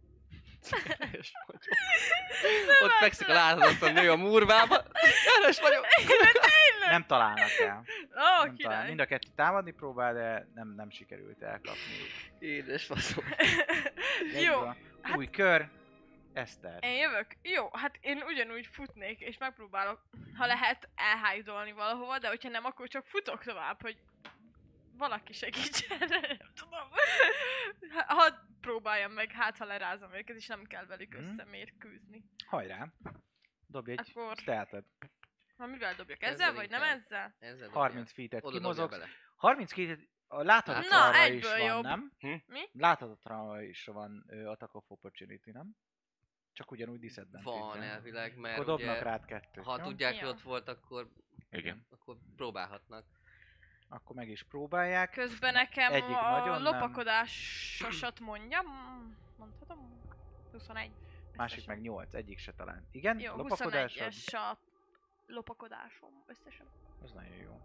[SPEAKER 2] Ott fekszik a láthatatlan nő a murvába. Terhes vagyok.
[SPEAKER 1] Nem találnak el.
[SPEAKER 4] Ó,
[SPEAKER 1] Nem talál.
[SPEAKER 4] király.
[SPEAKER 1] Mind a kettő támadni próbál, de nem sikerült elkapni.
[SPEAKER 2] Édes faszom.
[SPEAKER 4] Jó.
[SPEAKER 1] Van. Új kör. Eszter.
[SPEAKER 4] Én jövök? Jó, hát én ugyanúgy futnék, és megpróbálok, ha lehet, elhájdolni valahova, de hogyha nem, akkor csak futok tovább, hogy valaki segítsen, nem tudom. Hadd próbáljam meg, hát ha lerázom őket, és nem kell velük összemérkőzni.
[SPEAKER 1] Hajrá. Dobj egy
[SPEAKER 4] Akkor-
[SPEAKER 1] stealth-et.
[SPEAKER 4] Na mivel dobjak?
[SPEAKER 2] Ezzel
[SPEAKER 4] Ezzel vagy nem
[SPEAKER 2] inkább.
[SPEAKER 4] ezzel?
[SPEAKER 2] Ezzel
[SPEAKER 1] 30 feet-et
[SPEAKER 2] Oda dobja
[SPEAKER 1] kimozogsz.
[SPEAKER 2] bele.
[SPEAKER 1] 32 a láthatatlanra
[SPEAKER 4] Na,
[SPEAKER 1] is
[SPEAKER 4] egyből
[SPEAKER 1] van,
[SPEAKER 4] jobb.
[SPEAKER 1] nem?
[SPEAKER 4] Mi?
[SPEAKER 1] Láthatatlanra is van attack of opportunity, nem? Csak ugyanúgy disadvantage.
[SPEAKER 2] Van elvileg, mert
[SPEAKER 1] Akkor dobnak
[SPEAKER 2] ugye,
[SPEAKER 1] rád kettőt,
[SPEAKER 2] ha
[SPEAKER 1] jó?
[SPEAKER 2] tudják, hogy
[SPEAKER 4] Jó.
[SPEAKER 2] ott volt, akkor,
[SPEAKER 3] Igen.
[SPEAKER 2] akkor próbálhatnak.
[SPEAKER 1] Akkor meg is próbálják.
[SPEAKER 4] Közben nekem
[SPEAKER 1] Egyik
[SPEAKER 4] a
[SPEAKER 1] nagyon nem.
[SPEAKER 4] lopakodásosat mondjam. Mondhatom? 21.
[SPEAKER 1] Másik
[SPEAKER 4] összesen.
[SPEAKER 1] meg 8, egyik se talán. Igen?
[SPEAKER 4] Jó,
[SPEAKER 1] Lopakodásod?
[SPEAKER 4] 21-es a lopakodásom összesen.
[SPEAKER 1] Az nagyon jó.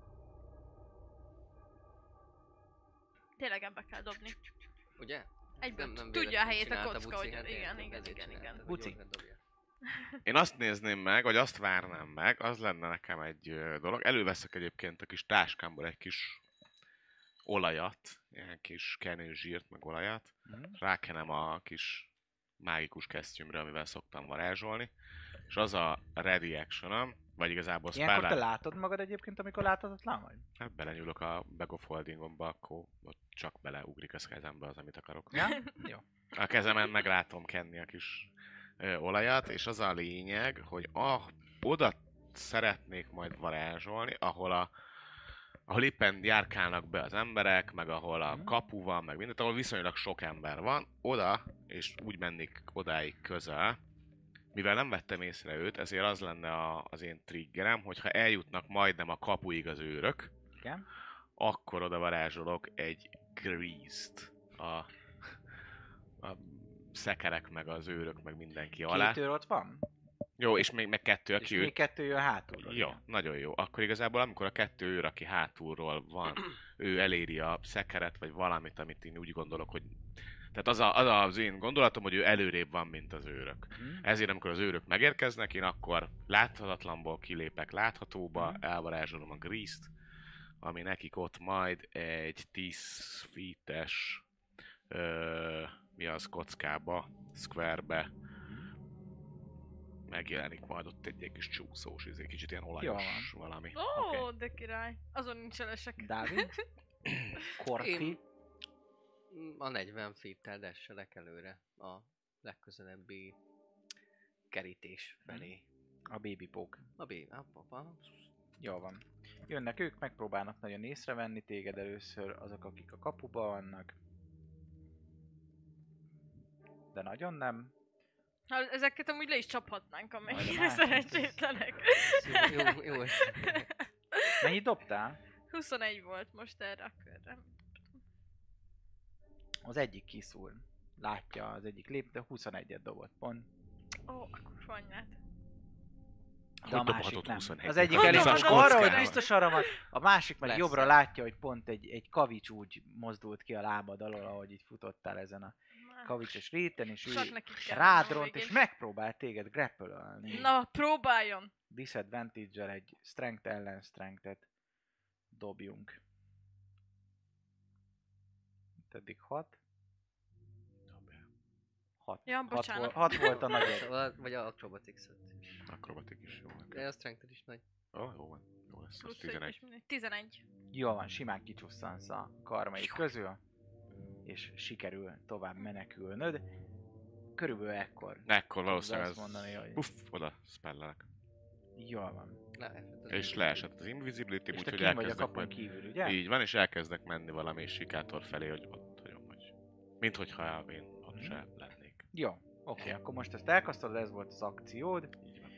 [SPEAKER 4] Tényleg ebbe kell dobni.
[SPEAKER 2] Ugye?
[SPEAKER 4] Egyből
[SPEAKER 2] Nem
[SPEAKER 4] tudja a
[SPEAKER 2] véletlenül
[SPEAKER 4] helyét a
[SPEAKER 2] csinálta
[SPEAKER 4] kocka,
[SPEAKER 2] Buci,
[SPEAKER 4] hogy
[SPEAKER 2] hát
[SPEAKER 4] igen,
[SPEAKER 2] érted,
[SPEAKER 4] igen,
[SPEAKER 2] ezért
[SPEAKER 4] igen,
[SPEAKER 2] csinálta,
[SPEAKER 4] igen.
[SPEAKER 2] hogy
[SPEAKER 1] Buci.
[SPEAKER 2] gyorsan dobja.
[SPEAKER 3] Én azt nézném meg, vagy azt várnám meg, az lenne nekem egy dolog. Előveszek egyébként a kis táskámból egy kis olajat, ilyen kis kenőzsírt, meg olajat.
[SPEAKER 1] Mhm.
[SPEAKER 3] Rákenem a kis mágikus kesztyűmre, amivel szoktam varázsolni. És az a ready action-om, vagy igazából
[SPEAKER 1] Ilyenkor te
[SPEAKER 3] spell
[SPEAKER 1] látod magad egyébként, amikor láthatatlan vagy?
[SPEAKER 3] hát belenyúlok a bag of holdingomba, akkor ott csak beleugrik a kezembe az, amit akarok.
[SPEAKER 1] Ja? Jó.
[SPEAKER 3] A kezemen meg látom kenni a kis olajat, és az a lényeg, hogy oda szeretnék majd varázsolni, ahol éppen járkálnak be az emberek, meg ahol a kapu van, meg mindent, ahol viszonylag sok ember van, oda, és úgy mennék odáig közel, mivel nem vettem észre őt, ezért az lenne az én triggerem, hogyha eljutnak majdnem a kapuig az őrök,
[SPEAKER 1] Igen.
[SPEAKER 3] akkor oda varázsolok egy greased a szekerek, meg az őrök, meg mindenki alá.
[SPEAKER 1] 2 őr ott van?
[SPEAKER 3] Jó, és még meg 2,
[SPEAKER 1] És
[SPEAKER 3] aki
[SPEAKER 1] még 2 jön hátulról.
[SPEAKER 3] Jó, nagyon jó. Akkor igazából amikor a 2 őr, aki hátulról van, ő eléri a szekeret, vagy valamit, amit én úgy gondolok, hogy... Tehát az én gondolatom, hogy ő előrébb van, mint az őrök. Ezért amikor az őrök megérkeznek, én akkor láthatatlanból kilépek láthatóba, elvarázsolom a grease-t, ami nekik ott majd egy 10 feet-es mi az kockába, square-be megjelenik majd ott egy kis csúszós, egy kicsit ilyen olajos valami.
[SPEAKER 4] Ó,
[SPEAKER 1] Oké.
[SPEAKER 4] de király. Azon nincsenesek.
[SPEAKER 1] Dávid? Korti?
[SPEAKER 2] Én a 40 feet-tel desselek előre a legközelebbi kerítés felé.
[SPEAKER 1] A baby pók.
[SPEAKER 2] Jó.
[SPEAKER 1] Jó van. Jönnek ők, megpróbálnak nagyon észrevenni téged először azok, akik a kapuba vannak. De nagyon nem.
[SPEAKER 4] Ha ezeket amúgy le is csaphatnánk,
[SPEAKER 1] Majd a
[SPEAKER 4] amennyire
[SPEAKER 1] másik.
[SPEAKER 4] szerencsétlenek.
[SPEAKER 2] Jó.
[SPEAKER 1] Mennyit dobtál?
[SPEAKER 4] 21 volt most erre a körre.
[SPEAKER 1] Az egyik kiszúr. Látja az egyik lép, de 21-et dobott pont.
[SPEAKER 4] Ó, akkor fanyát.
[SPEAKER 1] De a
[SPEAKER 3] Hogy
[SPEAKER 1] másik
[SPEAKER 3] dobhatod
[SPEAKER 1] nem.
[SPEAKER 3] 21-et?
[SPEAKER 1] Az egyik
[SPEAKER 4] Hogy
[SPEAKER 1] elég
[SPEAKER 4] dobhatod
[SPEAKER 1] arra, hogy
[SPEAKER 4] 21-et?
[SPEAKER 1] biztos arra van, a másik meg
[SPEAKER 2] Lesz.
[SPEAKER 1] jobbra látja, hogy pont egy kavics úgy mozdult ki a lábad alól, ahogy így futottál ezen a kavicsos réten, és ő
[SPEAKER 4] Csak nekik kell
[SPEAKER 1] rád
[SPEAKER 4] mennem a
[SPEAKER 1] ront, és
[SPEAKER 4] végén.
[SPEAKER 1] megpróbál téged grapple-ölni.
[SPEAKER 4] Na, próbáljon!
[SPEAKER 1] Disadvantage-el egy strength ellen strength-et dobjunk. Itt eddig 6. 6.
[SPEAKER 4] Ja, bocsánat.
[SPEAKER 1] 6 volt a nagyobb.
[SPEAKER 2] Vagy a acrobatics-et.
[SPEAKER 3] Akrobatik is jó van.
[SPEAKER 2] De a strength is nagy.
[SPEAKER 3] Jó van. Jó lesz, az
[SPEAKER 4] Plusz
[SPEAKER 3] 11.
[SPEAKER 4] 11.
[SPEAKER 1] Jó van, simán kicsusszansz a karmaid közül, és sikerül tovább menekülnöd. Körülbelül ekkor.
[SPEAKER 3] Ekkor
[SPEAKER 1] tudod
[SPEAKER 3] valószínűleg
[SPEAKER 1] azt mondani, hogy
[SPEAKER 3] puff, oda spellelek.
[SPEAKER 1] jól van.
[SPEAKER 3] És leesett az invisibility,
[SPEAKER 1] És te
[SPEAKER 3] úgyhogy
[SPEAKER 1] kim vagy a
[SPEAKER 3] elkezdek
[SPEAKER 1] kapun
[SPEAKER 3] majd...
[SPEAKER 1] kívül, ugye?
[SPEAKER 3] Így van, és elkezdek menni valami sikátor felé, hogy ott vagyok, hogy... Mint hogyha én ott
[SPEAKER 1] Mhm.
[SPEAKER 3] se lennék.
[SPEAKER 1] Jó, oké, akkor most ezt elkasztod, ez volt az akciód.
[SPEAKER 3] Így van.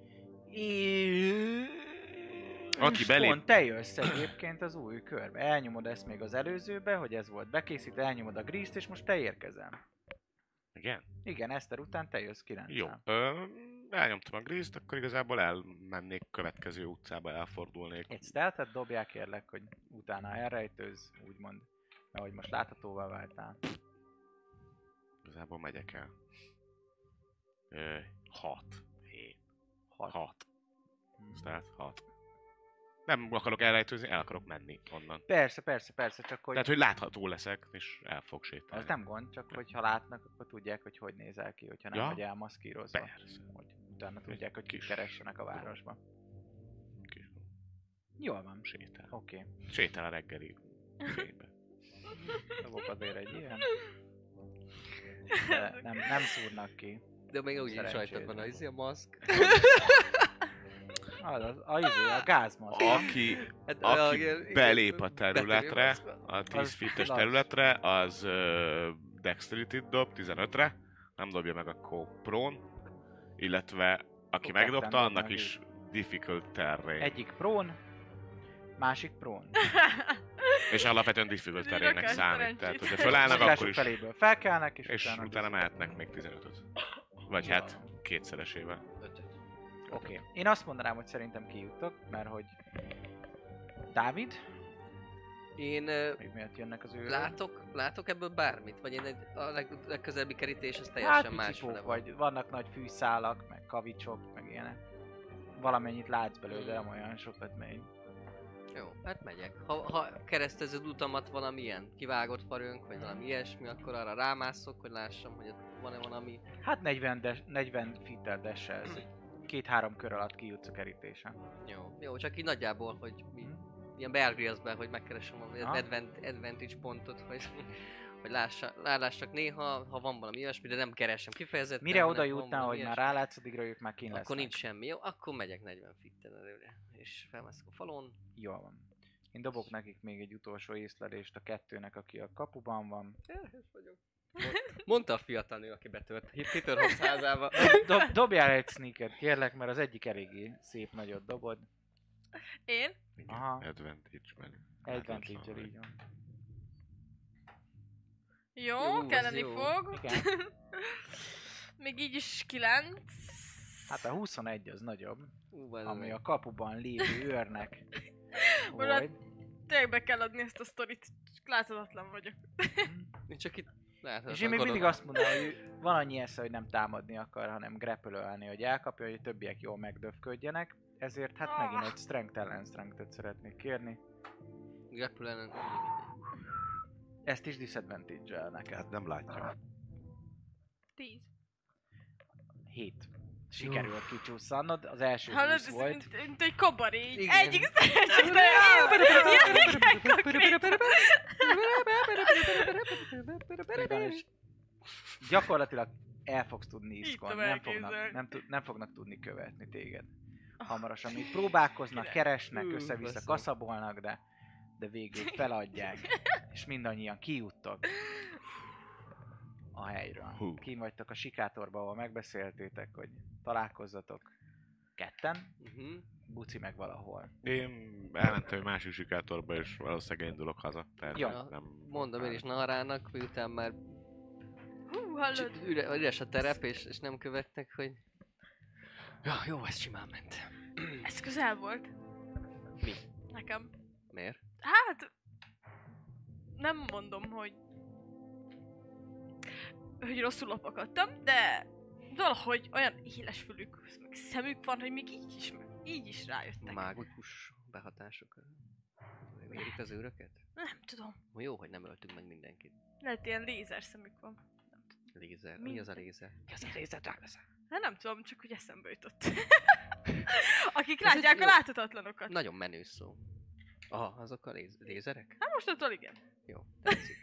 [SPEAKER 1] És
[SPEAKER 3] Aki belép-
[SPEAKER 1] pont te jössz egyébként az új körbe. Elnyomod ezt még az előzőbe, hogy ez volt bekészítve, elnyomod a grease-t, és most te érkezel.
[SPEAKER 3] Igen?
[SPEAKER 1] Igen, Eszter után te jössz 9.
[SPEAKER 3] Jó. Elnyomtam a grease-t, akkor igazából elmennék következő utcába, elfordulnék.
[SPEAKER 1] Egy stealth-et dobják, kérlek, hogy utána elrejtőz, úgymond. Ahogy most láthatóvá váltál.
[SPEAKER 3] Igazából megyek el. 6. 7.
[SPEAKER 1] 6.
[SPEAKER 3] 6. Tehát 6. Nem akarok elrejtőzni, el akarok menni onnan.
[SPEAKER 1] Persze, csak hogy...
[SPEAKER 3] Tehát, hogy látható leszek, és el fog sétálni.
[SPEAKER 1] Az nem gond, csak hogy ha látnak, akkor tudják, hogy hogy nézel ki, hogyha nem
[SPEAKER 3] Ja?
[SPEAKER 1] vagy elmaszkírozva.
[SPEAKER 3] Persze.
[SPEAKER 1] Hogy utána tudják, hogy kit
[SPEAKER 3] kis-
[SPEAKER 1] keressenek a városba.
[SPEAKER 3] Kis
[SPEAKER 1] Jól van.
[SPEAKER 3] sétál.
[SPEAKER 1] Oké.
[SPEAKER 3] Sétál a reggeli fénybe.
[SPEAKER 1] Dobok azért egy ilyen. De nem szúrnak ki.
[SPEAKER 2] De még úgy is
[SPEAKER 1] Szerencsét.
[SPEAKER 2] rajtad van a maszk.
[SPEAKER 1] A gázmaszk.
[SPEAKER 3] Aki
[SPEAKER 2] Hát,
[SPEAKER 3] Aki belép a területre, a 10
[SPEAKER 1] Az
[SPEAKER 3] feet-es
[SPEAKER 1] lass.
[SPEAKER 3] területre, az Dexterity-t dob 15-re, nem dobja meg a prone, illetve aki
[SPEAKER 1] Ketten
[SPEAKER 3] megdobta,
[SPEAKER 1] dobnak
[SPEAKER 3] annak
[SPEAKER 1] így.
[SPEAKER 3] is difficult terrain.
[SPEAKER 1] Egyik prón, másik prón.
[SPEAKER 3] És alapvetően difficult terrainnek
[SPEAKER 4] Rakás
[SPEAKER 3] számít.
[SPEAKER 4] szerencsét.
[SPEAKER 3] Tehát, hogyha fölállnak, akkor is,
[SPEAKER 1] feléből felkelnek,
[SPEAKER 3] és utána mehetnek még 15-öt. Vagy hát kétszeresével.
[SPEAKER 1] Oké. Én azt mondanám, hogy szerintem kijuttok, mert hogy Dávid,
[SPEAKER 2] Én
[SPEAKER 1] még miért jönnek az ő...
[SPEAKER 2] látok ebből bármit? Vagy én a legközelebbi kerítés az teljesen
[SPEAKER 1] Hát
[SPEAKER 2] más
[SPEAKER 1] picikók
[SPEAKER 2] vele van.
[SPEAKER 1] vagy, vannak nagy fűszálak, meg kavicsok, meg ilyenek. Valamennyit látsz belőle, de nem olyan sokat még.
[SPEAKER 2] Jó, hát megyek. Ha keresztezed utamat valamilyen kivágott farönk, vagy valami ilyesmi, akkor arra rámászok, hogy lássam, hogy ott van-e valami...
[SPEAKER 1] Hát 40 feet-tel dash-elsz, 2-3 kör alatt kijutsz a kerítésen.
[SPEAKER 2] Jó, csak így nagyjából, hogy mi...
[SPEAKER 1] Mhm.
[SPEAKER 2] Ilyen Bear Grylls-ben, hogy megkeresem az
[SPEAKER 1] Aha.
[SPEAKER 2] advantage pontot, hogy lássak néha, ha van valami olyasmi, de nem keresem kifejezetten.
[SPEAKER 1] Mire
[SPEAKER 2] hanem
[SPEAKER 1] oda
[SPEAKER 2] van
[SPEAKER 1] jutnál,
[SPEAKER 2] valami
[SPEAKER 1] hogy már
[SPEAKER 2] ilyesmi.
[SPEAKER 1] rálátsz, addigra ők már kín lesznek.
[SPEAKER 2] Akkor nincs semmi. Jó, akkor megyek 40 fitten előre. És felmászok a falon.
[SPEAKER 1] Jól van. Én dobok nekik még egy utolsó észlelést a kettőnek, aki a kapuban van.
[SPEAKER 2] Elhes vagyok. Mondta a fiatal nő, aki betört Peter Hobbs házába.
[SPEAKER 1] Dobjál egy sneaket, kérlek, mert az egyik eléggé szép nagyot dobod.
[SPEAKER 4] Én?
[SPEAKER 3] Igen,
[SPEAKER 1] Aha.
[SPEAKER 3] advantage-ben.
[SPEAKER 1] Advantage-el így van.
[SPEAKER 4] Jó,
[SPEAKER 2] Jó, az
[SPEAKER 4] kelleni
[SPEAKER 2] jó.
[SPEAKER 4] fog.
[SPEAKER 1] Igen.
[SPEAKER 4] Még így is 9.
[SPEAKER 1] Hát a 21 az nagyobb,
[SPEAKER 2] Bazd
[SPEAKER 1] ami
[SPEAKER 2] meg.
[SPEAKER 1] a kapuban lévő őrnek
[SPEAKER 4] Urat,
[SPEAKER 1] volt.
[SPEAKER 4] tényleg be kell adni ezt a sztorit, csak láthatatlan vagyok.
[SPEAKER 2] Én csak itt láthatom.
[SPEAKER 1] És én még mindig azt mondom, hogy van annyi esze, hogy nem támadni akar, hanem grapple-ölni, hogy elkapja, hogy a többiek jól megdöfködjenek. Ezért hát megint egy strength ellen strength-et szeretnék kérni.
[SPEAKER 2] Grapple ellen mindegy.
[SPEAKER 1] Ezt is disadvantage-el neked.
[SPEAKER 3] Hát nem látja.
[SPEAKER 4] 10.
[SPEAKER 1] 7. Sikerült kicsusszannod, az első
[SPEAKER 4] Hallod,
[SPEAKER 1] 20
[SPEAKER 4] ez
[SPEAKER 1] volt.
[SPEAKER 4] mint egy kabaré.
[SPEAKER 2] Igen.
[SPEAKER 4] Egyik szerencsék, de
[SPEAKER 1] Így van, és gyakorlatilag el fogsz tudni
[SPEAKER 4] Így
[SPEAKER 1] iszkolni,
[SPEAKER 4] tudom
[SPEAKER 1] nem fognak,
[SPEAKER 4] elképzelni.
[SPEAKER 1] nem fognak tudni követni téged. Hamarosan még próbálkoznak, keresnek, össze-vissza
[SPEAKER 2] basszus.
[SPEAKER 1] kaszabolnak, de végül feladják, és mindannyian kijuttok a helyről.
[SPEAKER 3] Hú.
[SPEAKER 1] Kim vagytok a sikátorba, ahol megbeszéltétek, hogy találkozzatok ketten, Buci meg valahol.
[SPEAKER 3] Én elmentem egy másik sikátorba, és valószínűleg indulok haza. Tehát
[SPEAKER 1] Jó.
[SPEAKER 3] nem
[SPEAKER 2] Mondom én is Naharának, miután már
[SPEAKER 4] Hú, hallod?
[SPEAKER 2] üres a terep, és nem követnek, hogy... Ja, jó, ez simán ment.
[SPEAKER 4] Ez közel volt.
[SPEAKER 2] Mi?
[SPEAKER 4] Nekem.
[SPEAKER 2] Miért?
[SPEAKER 4] Hát... Nem mondom, hogy rosszul lopakadtam, de valahogy olyan éles fülük, meg szemük van, hogy még így is rájöttek.
[SPEAKER 2] Mágikus behatások. Érik az őröket?
[SPEAKER 4] Nem tudom.
[SPEAKER 2] Jó, hogy nem öltünk meg mindenkit.
[SPEAKER 4] Lehet ilyen lézer szemük van.
[SPEAKER 2] Lézer.
[SPEAKER 4] Mi?
[SPEAKER 2] Mi az a lézer?
[SPEAKER 4] Hát nem tudom, csak hogy eszembe jutott. Akik
[SPEAKER 2] Ez
[SPEAKER 4] látják
[SPEAKER 2] egy
[SPEAKER 4] a
[SPEAKER 2] jó-
[SPEAKER 4] láthatatlaноkat.
[SPEAKER 2] Nagyon menő szó. Aha, azok a lézerek?
[SPEAKER 4] Hát mostantól igen.
[SPEAKER 2] Jó, tetszik.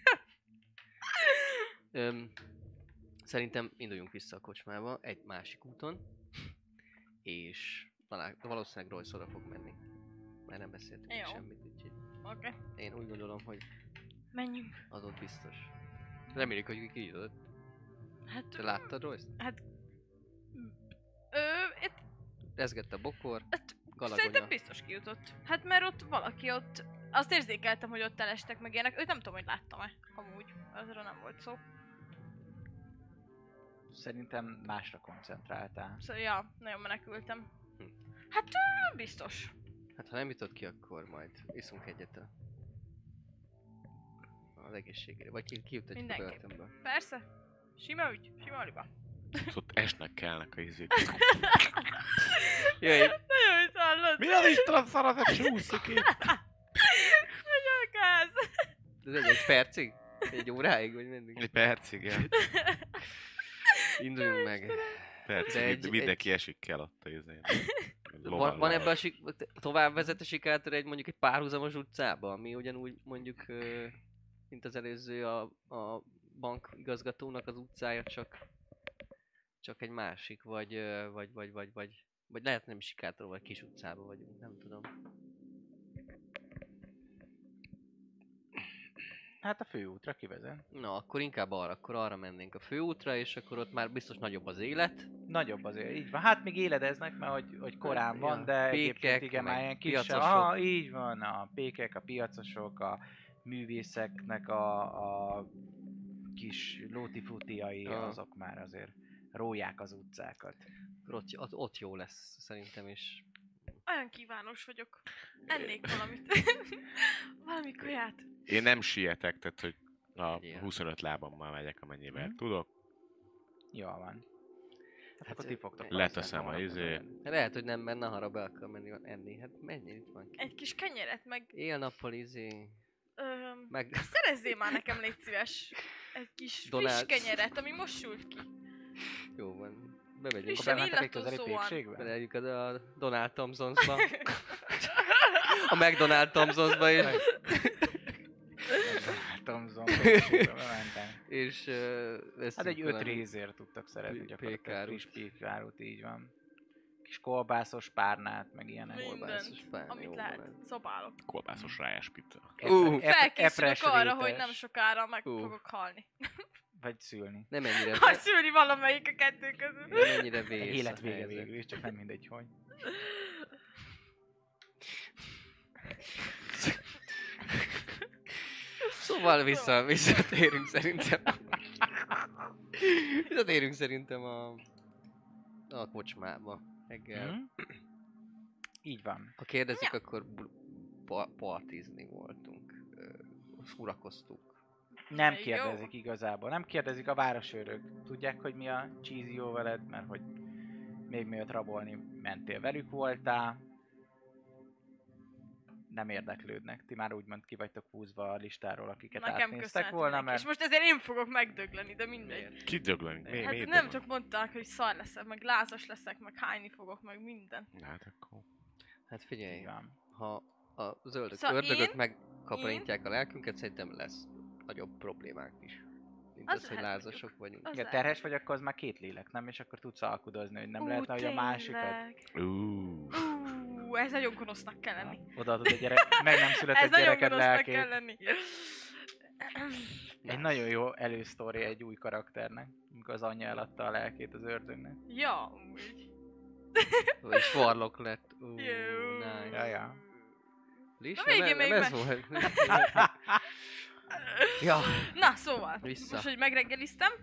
[SPEAKER 2] Szerintem induljunk vissza a kocsmába egy másik úton, és valószínűleg Royce-ra fog menni. Mert nem beszéltünk még
[SPEAKER 4] Jó.
[SPEAKER 2] semmit, úgyhogy
[SPEAKER 4] Oké.
[SPEAKER 2] én úgy gondolom, hogy
[SPEAKER 4] Menjünk.
[SPEAKER 2] az ott biztos. Reméljük, hogy kijutod.
[SPEAKER 4] Hát...
[SPEAKER 2] Te láttad Royce-t?
[SPEAKER 4] Itt
[SPEAKER 2] Rezgett a bokor,
[SPEAKER 4] szerintem
[SPEAKER 2] galagonya.
[SPEAKER 4] biztos kijutott. Hát mert ott valaki ott... Azt érzékeltem, hogy ott elestek meg ilyenek. Őt nem tudom, hogy láttam-e. Amúgy. Azra nem volt szó.
[SPEAKER 1] Szerintem másra koncentráltál.
[SPEAKER 4] Szóval, ja, nagyon menekültem.
[SPEAKER 2] Hm.
[SPEAKER 4] Hát biztos.
[SPEAKER 2] Hát ha nem jutott ki, akkor majd iszunk egyet az egészségére. Vagy kijutatjuk a
[SPEAKER 4] Mindenképp.
[SPEAKER 2] börtönből.
[SPEAKER 4] Persze. Sima ügy. Sima liba.
[SPEAKER 3] Ott esnek kellnek a izék.
[SPEAKER 2] Jöjj!
[SPEAKER 4] Nagyon is hallod.
[SPEAKER 3] Mi az Isten szar, ez csúszik itt?
[SPEAKER 4] Nagyon gáz.
[SPEAKER 2] Ez egy percig? Egy óráig, vagy mindig?
[SPEAKER 3] Egy percig, ja.
[SPEAKER 2] Induljunk meg. De
[SPEAKER 3] Percig, mindenki esik kell ott a izén.
[SPEAKER 2] Van ebben tovább vezet a sikátor mondjuk egy párhuzamos utcába, ami ugyanúgy mondjuk, mint az előző a bank igazgatónak az utcája, csak egy másik, vagy lehet nem sikátor, vagy kis utcába vagyunk, nem tudom.
[SPEAKER 1] Hát a főútra kivezet.
[SPEAKER 2] Na, akkor inkább arra mennénk a főútra, és akkor ott már biztos nagyobb az élet.
[SPEAKER 1] Nagyobb azért, így van. Hát még éledeznek, mert hogy korán van,
[SPEAKER 2] Ja,
[SPEAKER 1] de
[SPEAKER 2] pékek,
[SPEAKER 1] egyébként igen,
[SPEAKER 2] meg
[SPEAKER 1] már ilyen kisebb.
[SPEAKER 2] piacosok.
[SPEAKER 1] Aha, így van, a pékek, a piacosok, a művészeknek a kis lótifutiai, azok már azért róják az utcákat.
[SPEAKER 2] Ott jó lesz szerintem is.
[SPEAKER 4] Olyan kívános vagyok. Ennék valamit. Valami kaját.
[SPEAKER 3] Én nem sietek, tehát hogy a
[SPEAKER 2] Igen.
[SPEAKER 3] 25 lábammal megyek, amennyivel tudok.
[SPEAKER 1] Jól van. Hát akkor ti fogtok
[SPEAKER 3] leteszem
[SPEAKER 1] valószínűleg
[SPEAKER 3] a
[SPEAKER 1] hamarabb menni.
[SPEAKER 2] Lehet, hogy nem menne, arra be akar menni enni. Hát menjél, itt van ki.
[SPEAKER 4] Egy kis kenyeret, meg...
[SPEAKER 2] Éjjel-nappal meg
[SPEAKER 4] Szerezzél már nekem, légy szíves. Egy kis
[SPEAKER 2] Donald.
[SPEAKER 4] friss kenyeret, ami most sült ki.
[SPEAKER 2] jó van. Bemegyünk.
[SPEAKER 1] Akkor
[SPEAKER 4] Frissen
[SPEAKER 1] bementek egy közeli
[SPEAKER 4] illatozóan.
[SPEAKER 1] pékségbe?
[SPEAKER 2] Bemegyünk a Donald Thompsonsba. A McDonald Thompsonsba is.
[SPEAKER 1] Thompson pékségbe bementem.
[SPEAKER 2] És
[SPEAKER 1] Hát egy 5 rézért tudtak szeretni gyakorlatilag
[SPEAKER 2] pékárút.
[SPEAKER 1] friss pékárút, így van. Kis kolbászos párnát, meg ilyenek.
[SPEAKER 2] Kolbászos pár,
[SPEAKER 4] Amit
[SPEAKER 2] jó
[SPEAKER 4] lehet.
[SPEAKER 2] van ez.
[SPEAKER 4] Szobálok.
[SPEAKER 3] Kolbászos rájás pizza.
[SPEAKER 4] Felkészülök arra, hogy nem sokára meg fogok halni.
[SPEAKER 1] Vagy szülni.
[SPEAKER 2] Nem ennyire,
[SPEAKER 4] Ha szülni valamelyik a kettő közül.
[SPEAKER 2] nem ennyire vész
[SPEAKER 1] Élet
[SPEAKER 2] a
[SPEAKER 1] vége
[SPEAKER 2] helyzet.
[SPEAKER 1] végül is, csak nem mindegy, hogy.
[SPEAKER 2] Szóval visszatérünk szerintem. Visszatérünk szerintem a kocsmába reggel.
[SPEAKER 1] Mhm. Így van.
[SPEAKER 2] Ha kérdezik, akkor partizni voltunk. Szórakoztunk.
[SPEAKER 1] Nem
[SPEAKER 4] Jó.
[SPEAKER 1] kérdezik igazából. Nem kérdezik a városőrök. Tudják, hogy mi a csízió veled, mert hogy még mielőtt rabolni mentél velük voltál. nem érdeklődnek. Ti már úgymond ki vagytok húzva a listáról, akiket
[SPEAKER 4] Nekem
[SPEAKER 1] átnéztek
[SPEAKER 4] köszönhetőnek.
[SPEAKER 1] volna, mert
[SPEAKER 4] És most ezért én fogok megdögleni, de mindegy.
[SPEAKER 3] Kidöglünk.
[SPEAKER 4] Hát nem csak mondták, hogy szar leszek, meg lázas leszek, meg hányni fogok, meg minden.
[SPEAKER 3] Hát akkor...
[SPEAKER 2] Hát figyelj,
[SPEAKER 1] így van.
[SPEAKER 2] ha a zöldök
[SPEAKER 4] Szóval
[SPEAKER 2] ördögök
[SPEAKER 4] én-
[SPEAKER 2] megkaparintják a lelkünket, szerintem lesz nagyobb problémánk is. Mint
[SPEAKER 4] Az
[SPEAKER 2] az, hogy
[SPEAKER 4] lehet,
[SPEAKER 2] lázasok vagyunk.
[SPEAKER 4] Az
[SPEAKER 1] Igen,
[SPEAKER 4] lehet.
[SPEAKER 1] terhes vagy, akkor az már 2 lélek, nem? És akkor tudsz alkudozni, hogy nem lehetne, hogy a másikat
[SPEAKER 4] tényleg. Ez nagyon gonosznak kell lenni.
[SPEAKER 1] odaadod a gyerek, meg nem született
[SPEAKER 4] Ez nagyon
[SPEAKER 1] gyereked
[SPEAKER 4] gonosznak
[SPEAKER 1] lelkét.
[SPEAKER 4] kell lenni.
[SPEAKER 1] Egy nagyon jó elősztória egy új karakternek, amikor az anyja eladta a lelkét az ördögnek.
[SPEAKER 4] Ja, úgy.
[SPEAKER 2] És varlok lett.
[SPEAKER 4] Jó.
[SPEAKER 2] Nice.
[SPEAKER 1] Ja, ja.
[SPEAKER 2] Lis,
[SPEAKER 4] A végén még
[SPEAKER 2] ez
[SPEAKER 4] meg-
[SPEAKER 2] volt. Ja.
[SPEAKER 4] Na, szóval.
[SPEAKER 2] Vissza.
[SPEAKER 4] Most, hogy megreggeliztem,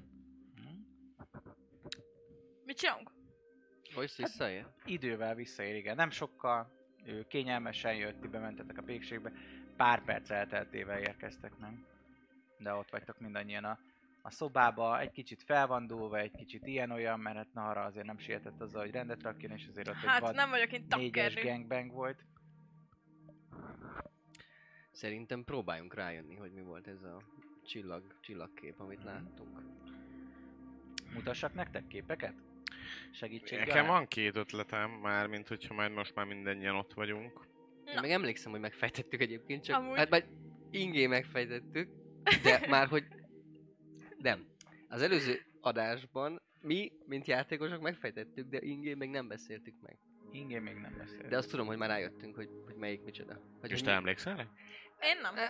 [SPEAKER 4] mit csinálunk?
[SPEAKER 2] Hogy visszaér?
[SPEAKER 1] Idővel visszaér, igen. Nem sokkal, ő kényelmesen jött, ti bementetek a pékségbe. Pár perc elteltével érkeztek meg. De ott vagytok mindannyian a szobába, egy kicsit felvandulva, egy kicsit ilyen-olyan, mert hát Nahara azért nem sietett azzal, hogy rendet rakjon, és azért ott egy
[SPEAKER 4] Hát
[SPEAKER 1] vad
[SPEAKER 4] nem vagyok én
[SPEAKER 1] 4-es
[SPEAKER 4] takkernő.
[SPEAKER 1] gangbang volt.
[SPEAKER 2] Szerintem próbáljunk rájönni, hogy mi volt ez a csillagkép, amit láttunk.
[SPEAKER 1] Mutassak nektek képeket? Segítség.
[SPEAKER 3] Nekem van 2 ötletem már, mint hogyha majd most már mindannyian ott vagyunk.
[SPEAKER 2] Én meg emlékszem, hogy megfejtettük egyébként, csak
[SPEAKER 4] Amúgy.
[SPEAKER 2] hát már ingé megfejtettük, de már hogy nem. Az előző adásban mi, mint játékosok megfejtettük, de ingé még nem beszéltük meg.
[SPEAKER 1] Ingén még nem beszél.
[SPEAKER 2] De azt tudom, hogy már rájöttünk, hogy melyik micsoda. Vagy
[SPEAKER 3] És
[SPEAKER 2] hogy
[SPEAKER 3] te
[SPEAKER 2] mi-
[SPEAKER 3] emlékszel rá?
[SPEAKER 4] Én nem.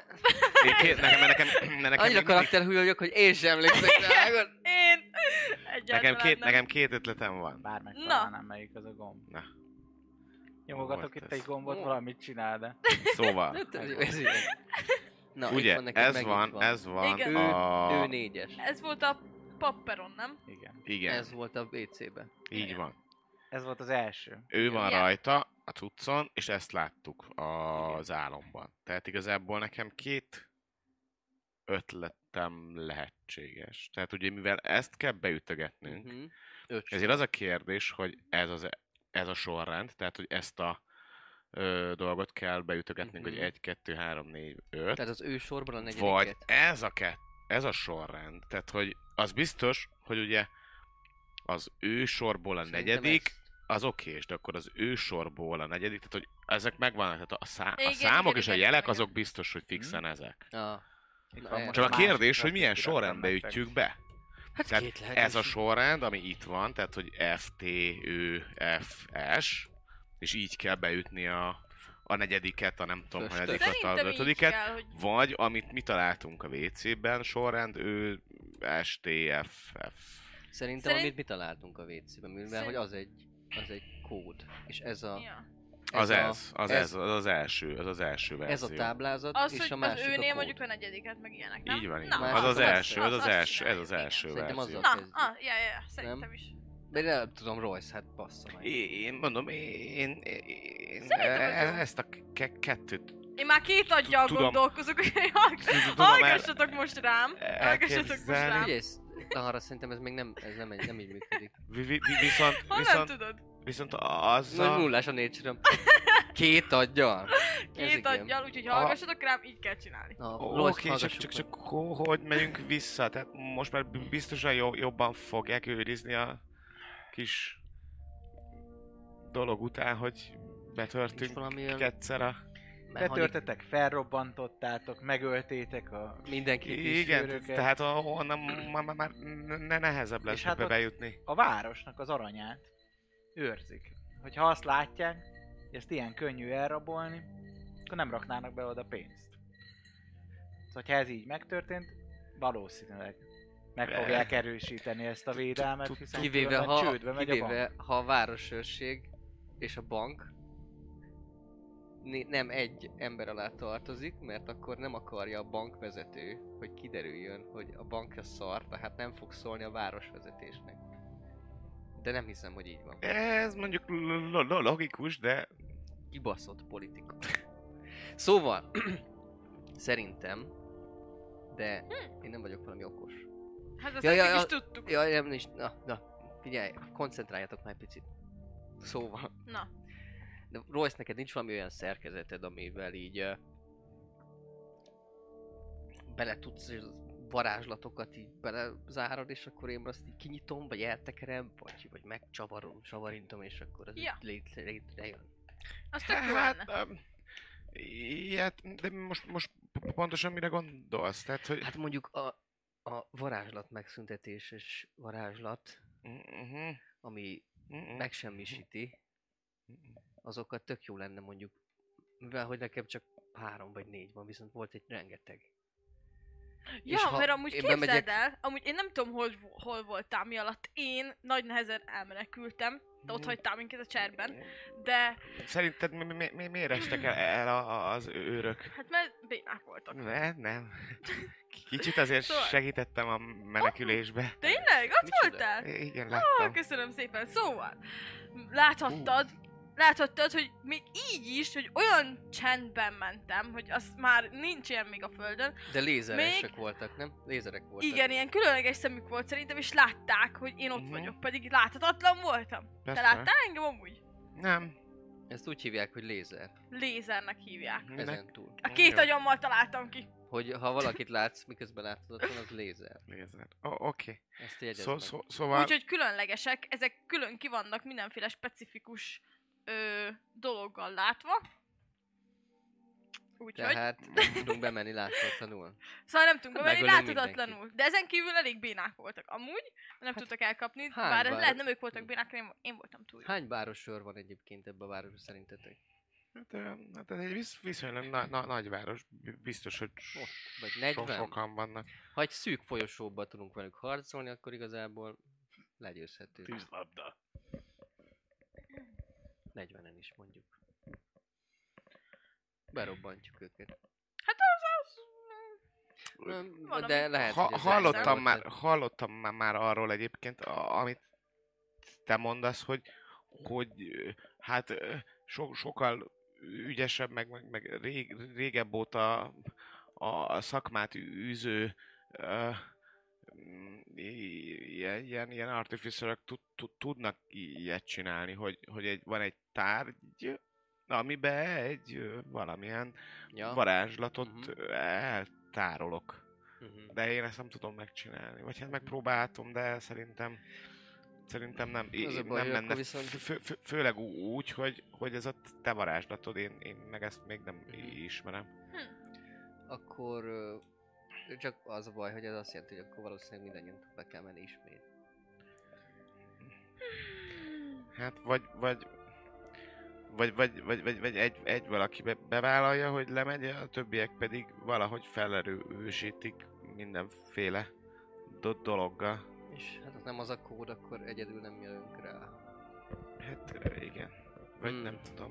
[SPEAKER 3] Nekem
[SPEAKER 2] Annyira karakterhű vagyok, hogy én sem emlékszem rá.
[SPEAKER 4] Én egyáltalán nem.
[SPEAKER 3] nekem 2 ötletem van.
[SPEAKER 1] Bár megtalálnám, melyik az a gomb.
[SPEAKER 3] Na.
[SPEAKER 1] Nyomogatok
[SPEAKER 3] Volt
[SPEAKER 1] itt
[SPEAKER 3] ez.
[SPEAKER 1] egy gombot,
[SPEAKER 2] Ó.
[SPEAKER 1] valamit csinál, de...
[SPEAKER 3] Szóval,
[SPEAKER 2] Ez ilyen. Na, itt
[SPEAKER 3] ugye,
[SPEAKER 2] van nekem,
[SPEAKER 3] ez
[SPEAKER 2] megint
[SPEAKER 3] van
[SPEAKER 4] Igen.
[SPEAKER 2] Ő
[SPEAKER 3] a...
[SPEAKER 2] 4-es.
[SPEAKER 4] Ez volt a papperon, nem?
[SPEAKER 1] Igen.
[SPEAKER 3] Igen,
[SPEAKER 2] Ez volt a WC-be.
[SPEAKER 3] így van.
[SPEAKER 1] Ez volt az első.
[SPEAKER 3] Ő van
[SPEAKER 4] Igen.
[SPEAKER 3] rajta a cuccon, és ezt láttuk az álomban. Tehát igazából nekem 2 ötletem lehetséges. Tehát ugye mivel ezt kell beütögetnünk,
[SPEAKER 2] Mhm. 5.
[SPEAKER 3] ezért az a kérdés, hogy ez a sorrend, tehát hogy ezt a dolgot kell beütögetnünk,
[SPEAKER 2] Mhm.
[SPEAKER 3] hogy 1, 2, 3, 4, 5,
[SPEAKER 2] Tehát az ő sorban a
[SPEAKER 3] vagy
[SPEAKER 2] negyediket.
[SPEAKER 3] ez a sorrend. Tehát hogy az biztos, hogy ugye az ő sorból a
[SPEAKER 2] Szerintem
[SPEAKER 3] negyedik,
[SPEAKER 2] ezt-
[SPEAKER 3] az okés, de akkor az ő sorból a negyedik, tehát hogy ezek megvannak, tehát a
[SPEAKER 4] Igen,
[SPEAKER 3] számok
[SPEAKER 4] igen,
[SPEAKER 3] és a
[SPEAKER 4] igen,
[SPEAKER 3] jelek
[SPEAKER 4] igen.
[SPEAKER 3] azok biztos, hogy fixen ezek.
[SPEAKER 2] Ah.
[SPEAKER 1] Itt
[SPEAKER 2] Na,
[SPEAKER 1] van
[SPEAKER 2] ez-
[SPEAKER 1] most
[SPEAKER 3] Csak a
[SPEAKER 1] másik
[SPEAKER 3] kérdés, hogy milyen
[SPEAKER 1] perspektívát
[SPEAKER 3] sorrendbe
[SPEAKER 1] nektek.
[SPEAKER 3] ütjük be.
[SPEAKER 2] Hát
[SPEAKER 3] Tehát
[SPEAKER 2] két
[SPEAKER 3] ez a
[SPEAKER 2] lehetőség.
[SPEAKER 3] sorrend, ami itt van, tehát hogy F, T, Ö, F, S, és így kell beütni a negyediket, a nem tudom,
[SPEAKER 2] Föstöt.
[SPEAKER 3] hanyadikat, a
[SPEAKER 4] Szerintem így
[SPEAKER 3] ötödiket,
[SPEAKER 4] kell, hogy...
[SPEAKER 3] vagy amit mi találtunk a WC-ben, sorrend, ő, S, T, F, F.
[SPEAKER 2] Szerintem,
[SPEAKER 4] Szerint-
[SPEAKER 2] amit mi találtunk a WC-ben, mivel hogy az egy kód. És ez a...
[SPEAKER 4] Ja.
[SPEAKER 3] Az
[SPEAKER 2] ez
[SPEAKER 3] az első verzió.
[SPEAKER 2] Ez a táblázat,
[SPEAKER 4] Az,
[SPEAKER 2] és
[SPEAKER 4] hogy
[SPEAKER 2] a
[SPEAKER 4] az
[SPEAKER 2] másik a
[SPEAKER 4] őnél
[SPEAKER 2] kód.
[SPEAKER 4] mondjuk a negyediket, meg ilyenek, nem?
[SPEAKER 3] Így van, így
[SPEAKER 4] Na,
[SPEAKER 3] van.
[SPEAKER 2] másik
[SPEAKER 3] Az az
[SPEAKER 2] az
[SPEAKER 3] első,
[SPEAKER 2] az,
[SPEAKER 3] az
[SPEAKER 4] azt
[SPEAKER 3] első, ez
[SPEAKER 4] csináljuk,
[SPEAKER 3] az
[SPEAKER 4] igen.
[SPEAKER 3] első
[SPEAKER 2] Szerintem
[SPEAKER 3] verzió.
[SPEAKER 2] azzal
[SPEAKER 4] Na,
[SPEAKER 2] kezdjük.
[SPEAKER 4] ja, szerintem is.
[SPEAKER 2] De nem tudom, Royce, hát bassza meg.
[SPEAKER 3] Én mondom, én
[SPEAKER 4] Szerintem az jó.
[SPEAKER 3] ezt a kettőt
[SPEAKER 4] Én már 2 aggyal
[SPEAKER 3] Tudom.
[SPEAKER 4] gondolkozok, hogy
[SPEAKER 3] tudom
[SPEAKER 4] hallgassatok most rám. Hallgassatok most
[SPEAKER 3] elképzelni.
[SPEAKER 4] rám.
[SPEAKER 2] Figyelj, arra szerintem ez még nem így működik.
[SPEAKER 3] Viszont,
[SPEAKER 4] Honnan
[SPEAKER 3] viszont,
[SPEAKER 4] tudod?
[SPEAKER 3] viszont
[SPEAKER 2] Nagy
[SPEAKER 3] azzal...
[SPEAKER 2] nullás a nature 2 aggyal. Ez
[SPEAKER 4] 2
[SPEAKER 2] igen.
[SPEAKER 4] aggyal, úgyhogy hallgassatok rám, így kell csinálni.
[SPEAKER 2] Na, Royce,
[SPEAKER 3] Oké,
[SPEAKER 2] hallgassuk
[SPEAKER 3] csak
[SPEAKER 2] meg.
[SPEAKER 3] hogy megyünk vissza? Tehát most már biztosan jobban fogják őrizni a kis dolog után, hogy
[SPEAKER 2] És
[SPEAKER 3] betörtünk
[SPEAKER 2] valamilyen
[SPEAKER 3] egyszer a...
[SPEAKER 1] Betörtetek, felrobbantottátok, megöltétek a...
[SPEAKER 2] Mindenkit
[SPEAKER 1] is
[SPEAKER 3] Igen,
[SPEAKER 1] őröket.
[SPEAKER 3] tehát onnan már nehezebb lesz
[SPEAKER 1] És hát ott-
[SPEAKER 3] bejutni.
[SPEAKER 1] A városnak az aranyát őrzik. Hogyha azt látják, hogy ezt ilyen könnyű elrabolni, akkor nem raknának be oda pénzt. Szóval, ha ez így megtörtént, valószínűleg meg fogják erősíteni ezt a védelmet, hiszen
[SPEAKER 2] Kivéve
[SPEAKER 1] különben csődbe megy a bank.
[SPEAKER 2] ha a városőrség és a bank nem egy ember alá tartozik, mert akkor nem akarja a bankvezető, hogy kiderüljön, hogy a bank a szar, tehát nem fog szólni a városvezetésnek. De nem hiszem, hogy így van.
[SPEAKER 3] Ez mondjuk logikus, de
[SPEAKER 2] Kibaszott politika. Szóval, szerintem, de én nem vagyok valami okos.
[SPEAKER 4] Hát azt
[SPEAKER 2] Ja, ja,
[SPEAKER 4] eddig
[SPEAKER 2] ja.
[SPEAKER 4] is tudtuk.
[SPEAKER 2] Jaj, nem is. Na, figyelj, koncentráljatok már egy picit. Szóval,
[SPEAKER 4] Na,
[SPEAKER 2] De Royce, neked nincs valami olyan szerkezeted, amivel így bele tudsz varázslatokat így belezárod, és akkor én azt így kinyitom, vagy eltekerem, vagy megcsavarom, savarintom, és akkor az
[SPEAKER 4] Ja.
[SPEAKER 2] létrejön.
[SPEAKER 4] Az tök jó
[SPEAKER 3] Hát,
[SPEAKER 4] lenne.
[SPEAKER 3] ilyet, de most pontosan mire gondolsz? Tehát, hogy...
[SPEAKER 2] Hát mondjuk a varázslat megszüntetéses varázslat,
[SPEAKER 3] Mhm,
[SPEAKER 2] ami
[SPEAKER 3] mhm,
[SPEAKER 2] megsemmisíti, azokat tök jó lenne mondjuk, mivel hogy nekem csak 3 vagy 4 van, viszont volt egy rengeteg. és
[SPEAKER 4] Ja,
[SPEAKER 2] ha
[SPEAKER 4] mert amúgy
[SPEAKER 2] én
[SPEAKER 4] képzeld
[SPEAKER 2] bemegyek-
[SPEAKER 4] el, amúgy én nem tudom, hol voltál mi alatt. Én nagy nehezen elmenekültem, de ott hagytál minket a cserben, de
[SPEAKER 3] Szerinted miért estek el az őrök?
[SPEAKER 4] hát mert bénák voltak.
[SPEAKER 3] Nem. Kicsit azért
[SPEAKER 4] Szóval-
[SPEAKER 3] segítettem a menekülésbe.
[SPEAKER 4] Tényleg? Ott
[SPEAKER 2] Micsoda?
[SPEAKER 4] voltál?
[SPEAKER 3] Igen,
[SPEAKER 4] Ó,
[SPEAKER 3] láttam.
[SPEAKER 4] köszönöm szépen. Szóval, láthattad, hogy még így is, hogy olyan csendben mentem, hogy az már nincs ilyen még a földön.
[SPEAKER 2] De lézeresek voltak, nem? Lézerek voltak.
[SPEAKER 4] Igen, ilyen különleges szemük volt szerintem, és látták, hogy én ott
[SPEAKER 3] Mhm.
[SPEAKER 4] vagyok, pedig láthatatlan voltam. Te
[SPEAKER 3] Persze.
[SPEAKER 4] láttál engem amúgy?
[SPEAKER 3] Nem.
[SPEAKER 2] Ezt úgy hívják, hogy lézer.
[SPEAKER 4] Lézernek hívják.
[SPEAKER 3] Minek?
[SPEAKER 2] Ezen túl.
[SPEAKER 4] A két
[SPEAKER 3] Jó.
[SPEAKER 4] agyammal találtam ki.
[SPEAKER 2] Hogy ha valakit látsz, miközben láthatatlan, az lézer.
[SPEAKER 3] Lézer. Oké.
[SPEAKER 2] Ezt jegyezd meg.
[SPEAKER 3] Szóval...
[SPEAKER 4] Úgyhogy különlegesek, ezek külön ki vannak mindenféle specifikus dologgal látva. Úgyhogy,
[SPEAKER 2] Tehát nem tudunk bemenni láthatatlanul.
[SPEAKER 4] szóval nem tudunk bemenni
[SPEAKER 2] Megölünk
[SPEAKER 4] láthatatlanul. De ezen kívül elég bénák voltak. Amúgy nem tudtak elkapni,
[SPEAKER 2] hány
[SPEAKER 4] bár ez
[SPEAKER 2] bár-
[SPEAKER 4] lehet nem ők voltak bénák, én voltam túl.
[SPEAKER 2] Hány báros sör van egyébként ebben a városban szerintetek?
[SPEAKER 3] Hát ez egy viszonylag nagyváros. Biztos, hogy
[SPEAKER 2] Vagy 40?
[SPEAKER 3] sokan vannak.
[SPEAKER 2] Ha egy szűk folyosóba tudunk velük harcolni, akkor igazából legyőzhető.
[SPEAKER 5] Tűzlabda.
[SPEAKER 2] 40-en is mondjuk. Berobbantjuk őket.
[SPEAKER 4] Hát az... valami-
[SPEAKER 2] De lehet, hogy ez
[SPEAKER 3] Hallottam már arról egyébként, amit te mondasz, hogy hát sokkal ügyesebb, meg régebb óta a szakmát űző ilyen artificerek tudnak ilyet csinálni, hogy van egy tárgy, amiben egy valamilyen varázslatot eltárolok. De én ezt nem tudom megcsinálni. Vagy hát megpróbáltam, de szerintem nem,
[SPEAKER 2] Az a baj,
[SPEAKER 3] nem
[SPEAKER 2] akkor
[SPEAKER 3] menne.
[SPEAKER 2] viszont-
[SPEAKER 3] Főleg úgy, hogy ez a te varázslatod, én meg ezt még nem ismerem.
[SPEAKER 2] Akkor csak az a baj, hogy ez azt jelenti, hogy akkor valószínűleg mindannyian be kell menni ismét.
[SPEAKER 3] Hát vagy egy valaki bevállalja, hogy lemegy, a többiek pedig valahogy felerősítik mindenféle dologgal.
[SPEAKER 2] És hát az nem az a kód, akkor egyedül nem jövünk rá.
[SPEAKER 3] Hát igen. Vagy nem tudom.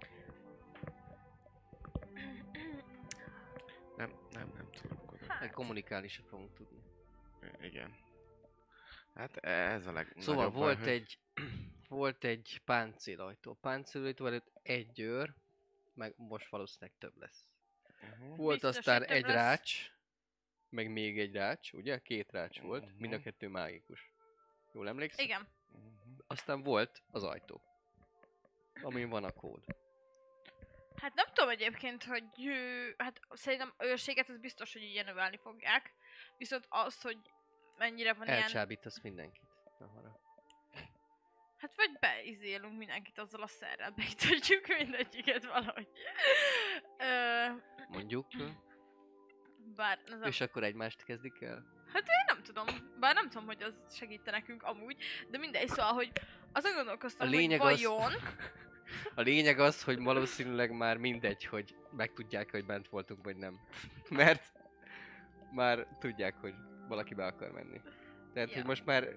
[SPEAKER 3] Nem tudom.
[SPEAKER 2] Hát kommunikálni sem fogunk tudni.
[SPEAKER 3] Igen. Hát ez a legnagyobb
[SPEAKER 2] Szóval
[SPEAKER 3] baj,
[SPEAKER 2] volt egy páncélajtó. A páncélajtó előtt egy őr, meg most valószínűleg több lesz. Volt
[SPEAKER 4] Biztos,
[SPEAKER 2] aztán
[SPEAKER 4] hogy több
[SPEAKER 2] egy
[SPEAKER 4] lesz.
[SPEAKER 2] rács, meg még egy rács, ugye? 2 rács volt, mind a 2 mágikus. Jól emlékszem?
[SPEAKER 4] Igen.
[SPEAKER 2] Aztán volt az ajtó, amin van a kód.
[SPEAKER 4] Hát nem tudom egyébként, hogy hát szerintem őrséget az biztos, hogy így növelni fogják. Viszont az, hogy mennyire van ilyen...
[SPEAKER 2] Elcsábítasz mindenkit. Ahara.
[SPEAKER 4] Hát vagy beizélünk mindenkit azzal a szerrel, beítatjuk mindegyiket valahogy.
[SPEAKER 2] Mondjuk,
[SPEAKER 4] Bár ez
[SPEAKER 2] és akkor egymást kezdik el.
[SPEAKER 4] nem tudom, bár nem tudom, hogy az segít nekünk amúgy, de mindegy, szóval, hogy azon gondolkoztam,
[SPEAKER 2] A lényeg
[SPEAKER 4] hogy
[SPEAKER 2] az-
[SPEAKER 4] vajon...
[SPEAKER 2] A lényeg az, hogy valószínűleg már mindegy, hogy megtudják, hogy bent voltunk, vagy nem. Mert már tudják, hogy valaki be akar menni. Tehát,
[SPEAKER 4] Ja.
[SPEAKER 2] hogy most már...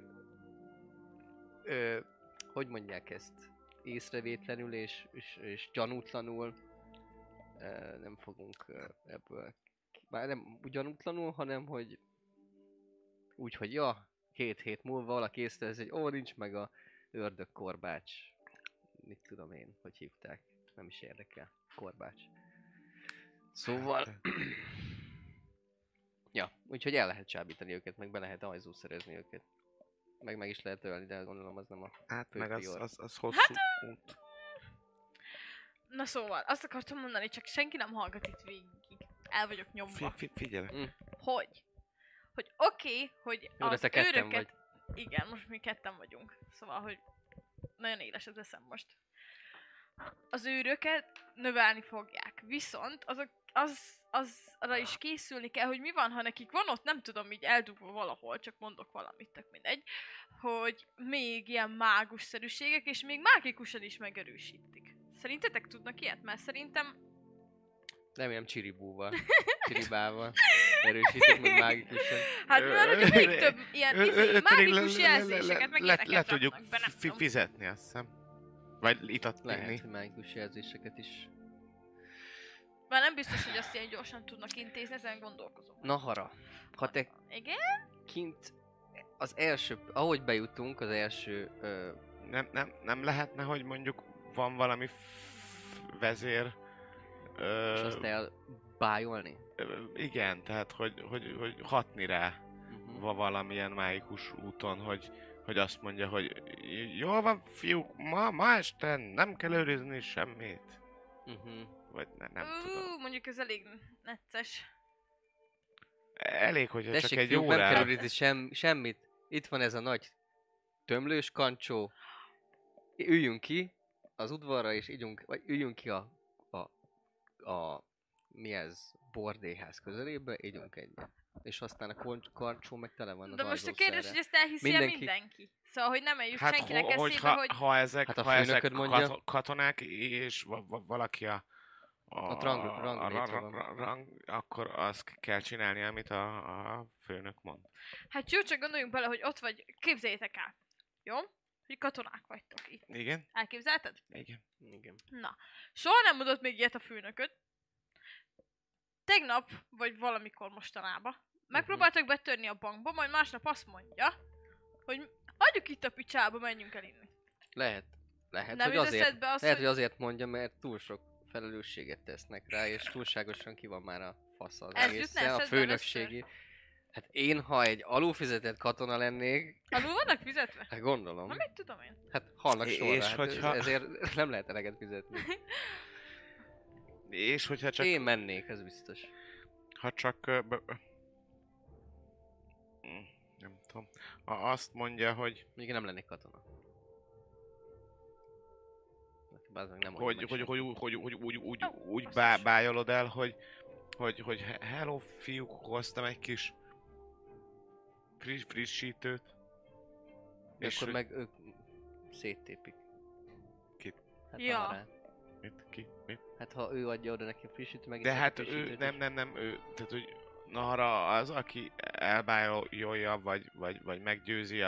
[SPEAKER 2] hogy mondják ezt? Észrevétlenül és gyanútlanul nem fogunk ebből... Már nem gyanútlanul, hanem hogy... Úgy, hogy ja, 2 hét múlva valaki észrevesz, hogy nincs meg a ördögkorbács. Mit tudom én, hogy hívták. Nem is érdekel. Korbács. Szóval... ja, úgyhogy el lehet csábítani őket, meg be lehet ajzó szerezni őket. Meg is lehet ölni, de gondolom az nem a
[SPEAKER 3] Hát
[SPEAKER 2] fő
[SPEAKER 3] meg
[SPEAKER 2] prior.
[SPEAKER 3] az hosszú út.
[SPEAKER 4] Na szóval, azt akartam mondani, csak senki nem hallgat itt végig. El vagyok nyomva.
[SPEAKER 3] Figyelj.
[SPEAKER 4] Hogy oké, hogy
[SPEAKER 2] Jó, de
[SPEAKER 4] az
[SPEAKER 2] te ketten
[SPEAKER 4] őröket... Igen, most mi ketten vagyunk. Szóval, hogy nagyon éles az eszem most. Az őröket növelni fogják. Viszont azra is készülni kell, hogy mi van, ha nekik van ott, nem tudom, így eldugva valahol, csak mondok valamit, tök mindegy, hogy még ilyen mágusszerűségek, és még mágikusan is megerősítik. Szerintetek tudnak ilyet? Mert szerintem...
[SPEAKER 2] Remélem Csiribúval. Csiribával. Erősítik meg mágikusan.
[SPEAKER 4] Hát mert hogy még több ilyen mágikus jelzéseket, meg ilyeneket
[SPEAKER 3] le tudjuk
[SPEAKER 4] raknak be, nem tudom.
[SPEAKER 3] fizetni, azt hiszem. Vagy itat
[SPEAKER 2] Lehet,
[SPEAKER 3] inni.
[SPEAKER 2] hogy mágikus jelzéseket is.
[SPEAKER 4] Már nem biztos, hogy azt ilyen gyorsan tudnak intézni, ezen gondolkozom.
[SPEAKER 2] Nahara. Ha te
[SPEAKER 4] Igen?
[SPEAKER 2] kint az első, ahogy bejutunk, az első...
[SPEAKER 3] Nem lehetne, hogy mondjuk van valami vezér...
[SPEAKER 2] és azt elbájolni?
[SPEAKER 3] Igen, tehát hogy hatni rá valamilyen mágikus úton, hogy azt mondja, hogy jól van fiúk, ma este nem kell őrizni semmit. Vagy nem tudom.
[SPEAKER 4] Mondjuk ez elég necces.
[SPEAKER 3] Elég, hogyha
[SPEAKER 2] Tessék,
[SPEAKER 3] csak egy
[SPEAKER 2] fiúk, nem kell
[SPEAKER 3] órá...
[SPEAKER 2] őrizni semmit. Itt van ez a nagy tömlős kancsó. Üljünk ki az udvarra és ígyunk, vagy üljünk ki a mi ez, bordéház közelébe, ígyunk egyet. És aztán a kancsó meg tele van az
[SPEAKER 4] De most a
[SPEAKER 2] alzószerrel.
[SPEAKER 4] kérdés, hogy ezt elhiszi mindenki. Szóval, hogy nem eljut senkinek eszébe, hogy...
[SPEAKER 3] Ha ezek,
[SPEAKER 2] hát a
[SPEAKER 3] ha ezek
[SPEAKER 2] főnököd mondja.
[SPEAKER 3] katonák, és valaki a rang, akkor azt kell csinálni, amit a főnök mond.
[SPEAKER 4] Hát jó, csak gondoljunk bele, hogy ott vagy, képzeljétek el. Jó? Hogy katonák vagytok itt.
[SPEAKER 3] Igen?
[SPEAKER 4] Elképzelted?
[SPEAKER 3] Igen.
[SPEAKER 4] Na, soha nem mondott még ilyet a főnököd. Tegnap, vagy valamikor mostanában megpróbáltak betörni a bankba, majd másnap azt mondja, hogy hagyjuk itt a picsába, menjünk el inni.
[SPEAKER 2] Lehet,
[SPEAKER 4] Nem
[SPEAKER 2] hogy
[SPEAKER 4] jut
[SPEAKER 2] azért,
[SPEAKER 4] eszedbe az,
[SPEAKER 2] lehet, hogy azért mondja, mert túl sok felelősséget tesznek rá, és túlságosan ki van már a fasz az
[SPEAKER 4] Ez jutna
[SPEAKER 2] egészen, a
[SPEAKER 4] eszedbe
[SPEAKER 2] főnökségi. Hát én, ha egy alulfizetett katona lennék,
[SPEAKER 4] alul vannak fizetve?
[SPEAKER 2] hát gondolom.
[SPEAKER 4] Na, mit tudom én?
[SPEAKER 2] Hát halnak sorra,
[SPEAKER 3] És
[SPEAKER 2] hát
[SPEAKER 3] hogyha-
[SPEAKER 2] ezért nem lehet eleget fizetni.
[SPEAKER 3] És hogyha csak...
[SPEAKER 2] Én mennék, ez biztos.
[SPEAKER 3] Ha csak... nem tudom. Azt mondja, hogy...
[SPEAKER 2] Még nem lennék katona. Bázd meg, nem
[SPEAKER 3] úgy bájolod el, hogy hello fiúk, hoztam egy kis frissítőt.
[SPEAKER 2] és
[SPEAKER 3] És
[SPEAKER 2] akkor
[SPEAKER 3] hogy-
[SPEAKER 2] meg ők széttépik.
[SPEAKER 3] Kit?
[SPEAKER 2] Hát
[SPEAKER 4] Ja.
[SPEAKER 2] a barát.
[SPEAKER 3] Mit?
[SPEAKER 2] Hát ha ő adja oda neki a frissítő, meg
[SPEAKER 3] De hát ő, nem, ő, tehát hogy Nahara az, aki elbájolja, vagy meggyőzi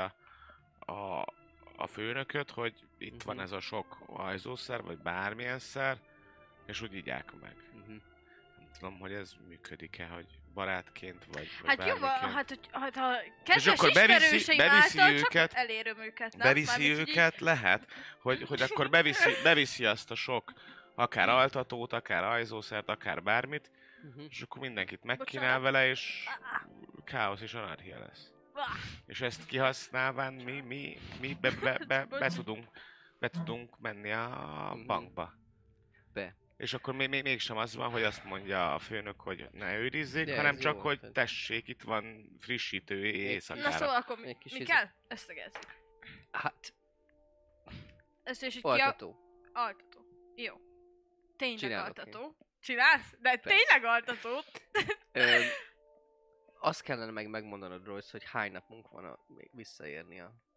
[SPEAKER 3] a főnököt, hogy itt van ez a sok ajzószer, vagy bármilyen szer, és úgy igyák meg. Nem tudom, hogy ez működik-e, hogy barátként, vagy
[SPEAKER 4] Hát jó,
[SPEAKER 3] bármiként.
[SPEAKER 4] hát ha kedves
[SPEAKER 3] akkor
[SPEAKER 4] ismerőseim
[SPEAKER 3] beviszi
[SPEAKER 4] által
[SPEAKER 3] őket-
[SPEAKER 4] csak eléröm őket, nem?
[SPEAKER 3] Beviszi
[SPEAKER 4] Mármint, hogy
[SPEAKER 3] őket, lehet, hogy akkor beviszi azt a sok, akár altatót, akár ajzószert, akár bármit, és akkor mindenkit megkínál
[SPEAKER 4] Bocsánat.
[SPEAKER 3] vele, és káosz és anarchia lesz. És ezt kihasználván mi be tudunk menni a bankba.
[SPEAKER 2] Be.
[SPEAKER 3] És akkor mégsem az van, hogy azt mondja a főnök, hogy ne őrizzék,
[SPEAKER 2] De
[SPEAKER 3] hanem
[SPEAKER 2] ez
[SPEAKER 3] csak,
[SPEAKER 2] jó,
[SPEAKER 3] hogy
[SPEAKER 2] tehát-
[SPEAKER 3] tessék, itt van frissítő éjszakára.
[SPEAKER 4] Na szóval akkor
[SPEAKER 2] Egy kis
[SPEAKER 4] mi
[SPEAKER 2] izé-
[SPEAKER 4] kell? Összegezzük.
[SPEAKER 2] Hát,
[SPEAKER 4] Ezt is, hogy
[SPEAKER 2] altató.
[SPEAKER 4] Altató. Jó. Tényleg
[SPEAKER 2] Csinálok
[SPEAKER 4] altató. Csinálsz? De
[SPEAKER 2] Persze.
[SPEAKER 4] tényleg altató?
[SPEAKER 2] Ö, azt kellene megmondanod, Royce, hogy hány napunk van még visszaérni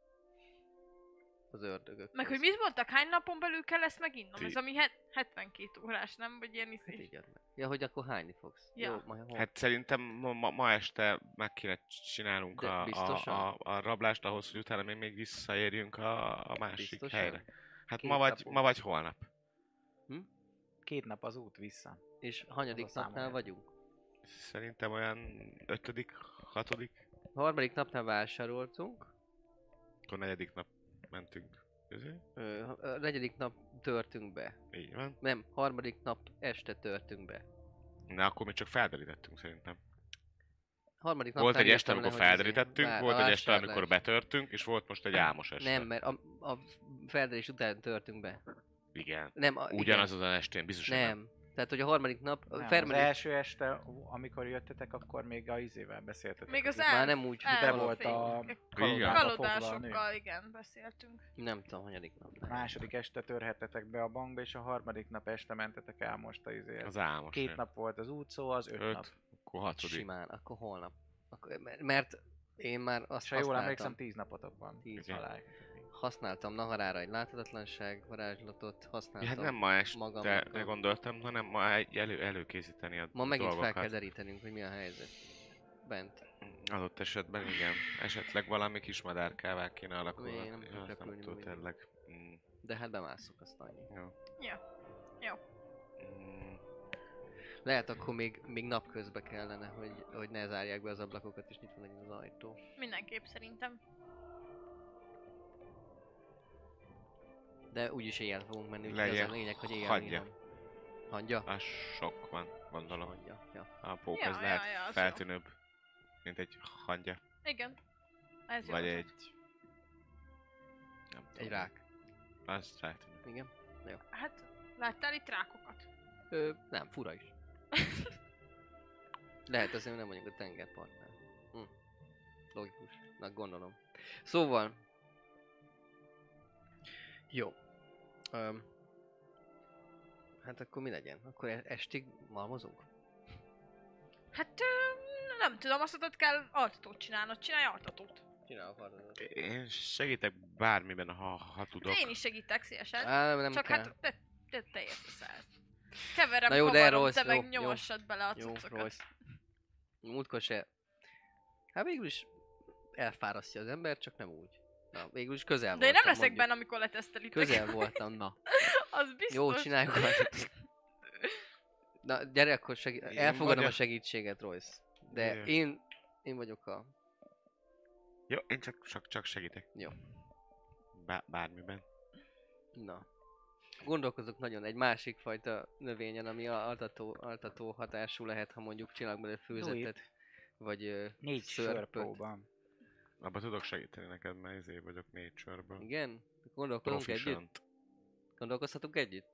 [SPEAKER 2] az ördögök.
[SPEAKER 4] Meg hogy mit mondtak, hány napon belül kell ezt meginnom?
[SPEAKER 3] Ti-
[SPEAKER 4] Ez ami 72 órás, nem? Vagy ilyen
[SPEAKER 2] Hát
[SPEAKER 4] izé.
[SPEAKER 2] így ad meg. Ja, hogy akkor hányni fogsz?
[SPEAKER 4] Ja.
[SPEAKER 2] Jó, majd hol?
[SPEAKER 3] Hát szerintem ma este meg kéne csinálnunk
[SPEAKER 2] De biztosan?
[SPEAKER 3] a rablást ahhoz, hogy utána még visszaérjünk a másik
[SPEAKER 2] Biztosan?
[SPEAKER 3] helyre. Hát
[SPEAKER 2] Két
[SPEAKER 3] ma
[SPEAKER 2] nap
[SPEAKER 3] vagy holnap.
[SPEAKER 1] 2 nap az út vissza.
[SPEAKER 2] És hanyadik
[SPEAKER 1] Az a
[SPEAKER 2] napnál
[SPEAKER 1] számolja.
[SPEAKER 2] vagyunk?
[SPEAKER 3] Szerintem olyan 5., 6.,
[SPEAKER 2] A harmadik napnál vásároltunk.
[SPEAKER 3] akkor 4. nap mentünk közé.
[SPEAKER 2] A negyedik nap törtünk be.
[SPEAKER 3] Így van.
[SPEAKER 2] Nem, harmadik nap este törtünk be.
[SPEAKER 3] Na, akkor mi csak felderítettünk szerintem.
[SPEAKER 2] Harmadik
[SPEAKER 3] Volt
[SPEAKER 2] napnál
[SPEAKER 3] egy este,
[SPEAKER 2] írtam le,
[SPEAKER 3] amikor
[SPEAKER 2] hogy
[SPEAKER 3] felderítettünk,
[SPEAKER 2] izé,
[SPEAKER 3] volt egy este,
[SPEAKER 2] vásárlás.
[SPEAKER 3] amikor betörtünk, és volt most egy álmos este.
[SPEAKER 2] Nem, mert a felderés után törtünk be.
[SPEAKER 3] Igen.
[SPEAKER 2] Nem,
[SPEAKER 3] Ugyanaz az estén, biztos, hogy
[SPEAKER 2] nem. Tehát, hogy a harmadik nap
[SPEAKER 1] Nem, az
[SPEAKER 2] felmerül...
[SPEAKER 1] első este, amikor jöttetek, akkor még a izével beszéltetek.
[SPEAKER 4] Még az
[SPEAKER 2] Már nem úgy,
[SPEAKER 1] De volt a kalodába foglalni.
[SPEAKER 4] kalodásokkal, igen, beszéltünk.
[SPEAKER 2] Nem tudom, hanyadik nap.
[SPEAKER 1] A második este törhettetek be a bankba, és a harmadik nap este mentetek el most a izéhez.
[SPEAKER 3] az álmos.
[SPEAKER 1] 2 nap volt az útszó, az 5 nap.
[SPEAKER 3] Akkor 6.
[SPEAKER 2] Simán, akkor holnap. Akkor, mert én már azt
[SPEAKER 1] És ha jól
[SPEAKER 2] használtam.
[SPEAKER 1] emlékszem, 10 napotok van.
[SPEAKER 2] 10
[SPEAKER 1] alá.
[SPEAKER 2] Használtam Naharára egy láthatatlanság varázslatot, használtam
[SPEAKER 3] Ja, hát nem ma este
[SPEAKER 2] magamnak
[SPEAKER 3] gondoltam, hanem ma előkészíteni a
[SPEAKER 2] Ma megint
[SPEAKER 3] dolgokat.
[SPEAKER 2] fel kell derítenünk, hogy mi a helyzet. Bent.
[SPEAKER 3] Adott esetben igen. Esetleg valami kis madárkává kéne alakulni.
[SPEAKER 2] Én nem tudok repülni
[SPEAKER 3] tudom,
[SPEAKER 2] még.
[SPEAKER 3] tényleg.
[SPEAKER 2] De hát bemászok, azt annyi.
[SPEAKER 4] Jó.
[SPEAKER 2] Lehet akkor még napközben kellene, hogy ne zárják be az ablakokat és nyitva legyen az ajtó.
[SPEAKER 4] Mindenképp szerintem.
[SPEAKER 2] De úgyis éjjel fogunk menni, úgyhogy
[SPEAKER 3] Legyen
[SPEAKER 2] az a lényeg, hogy éjjel
[SPEAKER 3] hangya.
[SPEAKER 2] mi van. Hangya?
[SPEAKER 3] Az sok van, gondolom.
[SPEAKER 2] Hangya, ja.
[SPEAKER 3] A pók
[SPEAKER 4] Ja,
[SPEAKER 3] az
[SPEAKER 4] ja,
[SPEAKER 3] lehet
[SPEAKER 4] ja, az jó.
[SPEAKER 3] feltűnőbb, mint egy hangya.
[SPEAKER 4] Igen. Ez jó.
[SPEAKER 3] Vagy egy... Nem
[SPEAKER 2] Egy
[SPEAKER 3] tudom.
[SPEAKER 2] rák.
[SPEAKER 3] Az feltűnő.
[SPEAKER 2] Igen?
[SPEAKER 4] Hát, láttál itt rákokat?
[SPEAKER 2] Nem, fura is. Lehet azért, nem vagyunk a tengerpartnál. Logikus. Na, gondolom. Szóval... Jó. Hát akkor mi legyen? Akkor estig malmozunk?
[SPEAKER 4] Hát, nem tudom, azt mondod, kell altatót csinálnod. Csinálj altatót.
[SPEAKER 2] Csinálok harcot.
[SPEAKER 3] Én segítek bármiben, ha tudok.
[SPEAKER 4] De én is segítek szívesen.
[SPEAKER 2] Nem
[SPEAKER 4] Csak
[SPEAKER 2] kell.
[SPEAKER 4] hát te értesz el. Keverem,
[SPEAKER 2] Na jó, de
[SPEAKER 4] kavarom,
[SPEAKER 2] Royce,
[SPEAKER 4] te meg
[SPEAKER 2] jó,
[SPEAKER 4] nyomassad bele a
[SPEAKER 2] Jó,
[SPEAKER 4] cuccokat.
[SPEAKER 2] Royce. Múltkor se... Hát végül is elfárasztja az ember, csak nem úgy. Na, végül is közel
[SPEAKER 4] De én
[SPEAKER 2] voltam.
[SPEAKER 4] nem leszek
[SPEAKER 2] mondjuk.
[SPEAKER 4] benne, amikor letesztelitek.
[SPEAKER 2] Közel voltam, na.
[SPEAKER 4] Az biztos.
[SPEAKER 2] Jó, csináljuk azt. Na, gyere, akkor
[SPEAKER 3] Én
[SPEAKER 2] elfogadom
[SPEAKER 3] vagyok.
[SPEAKER 2] a segítséget, Royce. De
[SPEAKER 3] Jó.
[SPEAKER 2] én vagyok a...
[SPEAKER 3] Jó, én csak segítek.
[SPEAKER 2] Jó.
[SPEAKER 3] Bármiben.
[SPEAKER 2] Na. Gondolkozok nagyon egy másik fajta növényen, ami altató hatású lehet, ha mondjuk csinálok belőle főzetet. Vagy
[SPEAKER 1] 4
[SPEAKER 2] szörpöt.
[SPEAKER 1] sörpróban.
[SPEAKER 3] Abba tudok segíteni neked, mert ezért vagyok nature-ből.
[SPEAKER 2] Igen? Gondolkozunk együtt? Gondolkozhatunk együtt?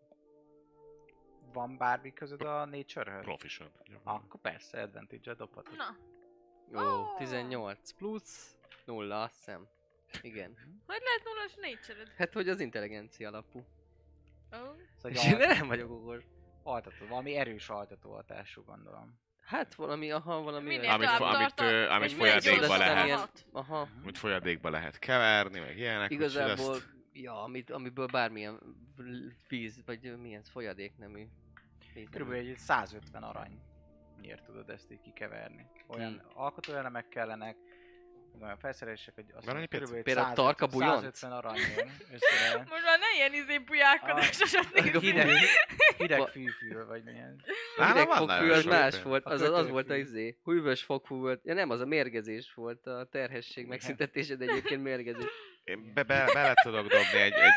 [SPEAKER 1] Van bármi között a nature-höz?
[SPEAKER 3] Proficient.
[SPEAKER 1] Akkor persze, advantage-e dobhatod.
[SPEAKER 4] Na,
[SPEAKER 2] Jó, 18 plusz 0, azt hiszem. Igen.
[SPEAKER 4] hogy lehet nullas nature-ed?
[SPEAKER 2] Hát, hogy az intelligencia alapú.
[SPEAKER 4] Oh.
[SPEAKER 1] Szóval
[SPEAKER 2] És
[SPEAKER 1] egy
[SPEAKER 2] én nem vagyok okos.
[SPEAKER 1] altató, valami erős altató hatású, gondolom.
[SPEAKER 2] Hát valami, valami...
[SPEAKER 4] Minél
[SPEAKER 2] olyan-
[SPEAKER 4] tovább tart,
[SPEAKER 3] amit
[SPEAKER 2] Egy
[SPEAKER 3] folyadékba
[SPEAKER 2] meggyógyulás
[SPEAKER 3] lehet.
[SPEAKER 2] ilyen- Aha.
[SPEAKER 3] Amit folyadékba lehet keverni, meg ilyenek. úgyhogy
[SPEAKER 2] Igazából,
[SPEAKER 3] azt-
[SPEAKER 2] ja, amiből bármilyen víz, vagy milyen folyadék nemű.
[SPEAKER 1] Körülbelül egy 150 arany. Miért tudod ezt így kikeverni? Olyan alkotóelemek kellenek, olyan felszerelések, hogy azt
[SPEAKER 3] Van
[SPEAKER 1] mondom,
[SPEAKER 3] egy pici?
[SPEAKER 1] körülbelül
[SPEAKER 2] Például tarka bujonc?
[SPEAKER 1] 150 arany jön össze.
[SPEAKER 4] Most már ne ilyen bujákodásosat nézzük.
[SPEAKER 1] Hideg fűfű, vagy milyen.
[SPEAKER 2] A
[SPEAKER 3] Nálam
[SPEAKER 2] hideg
[SPEAKER 3] van
[SPEAKER 2] fogfű
[SPEAKER 3] nagyon
[SPEAKER 2] az
[SPEAKER 3] sok
[SPEAKER 2] más
[SPEAKER 3] ilyen.
[SPEAKER 2] volt,
[SPEAKER 1] A
[SPEAKER 2] az volt a
[SPEAKER 1] kötőfű.
[SPEAKER 2] hűvös fogfű volt. Ja nem, az a mérgezés volt, a terhesség megszüntetése, de egyébként mérgezés.
[SPEAKER 3] Én bele tudok dobni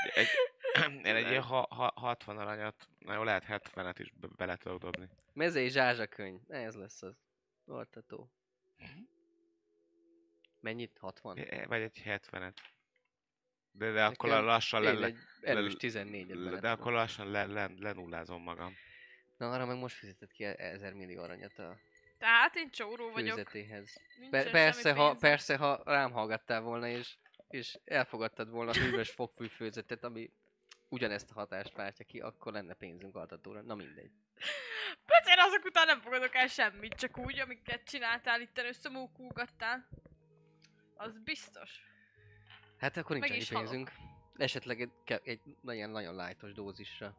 [SPEAKER 3] én egy ilyen 60 aranyat, na jó, lehet 70-et is bele tudok dobni.
[SPEAKER 2] Mezei zsázsakönyv, ez lesz az. Oltató. Mennyit? 60?
[SPEAKER 3] Vagy egy 70-et. De akkor
[SPEAKER 2] Nekem
[SPEAKER 3] lassan
[SPEAKER 2] Én egy erős 14-et
[SPEAKER 3] de akkor lassan lenullázom magam.
[SPEAKER 2] Na arra meg most fizetett ki 1000 millió aranyat a
[SPEAKER 4] Tehát én csóró vagyok.
[SPEAKER 2] főzetéhez.
[SPEAKER 4] Nincsen
[SPEAKER 2] Persze,
[SPEAKER 4] semmi
[SPEAKER 2] ha,
[SPEAKER 4] pénzem.
[SPEAKER 2] persze, ha rám hallgattál volna, és elfogadtad volna a hűvös fogfű főzetet, ami ugyanezt a hatást váltja ki, akkor lenne pénzünk altatóra. Na mindegy.
[SPEAKER 4] Persze én azok után nem fogadok el semmit, csak úgy, amiket csináltál itt először mókúgattál. Az biztos.
[SPEAKER 2] Hát akkor nincs
[SPEAKER 4] Meg
[SPEAKER 2] annyi
[SPEAKER 4] is halok.
[SPEAKER 2] pénzünk. Esetleg egy nagyon lightos dózisra.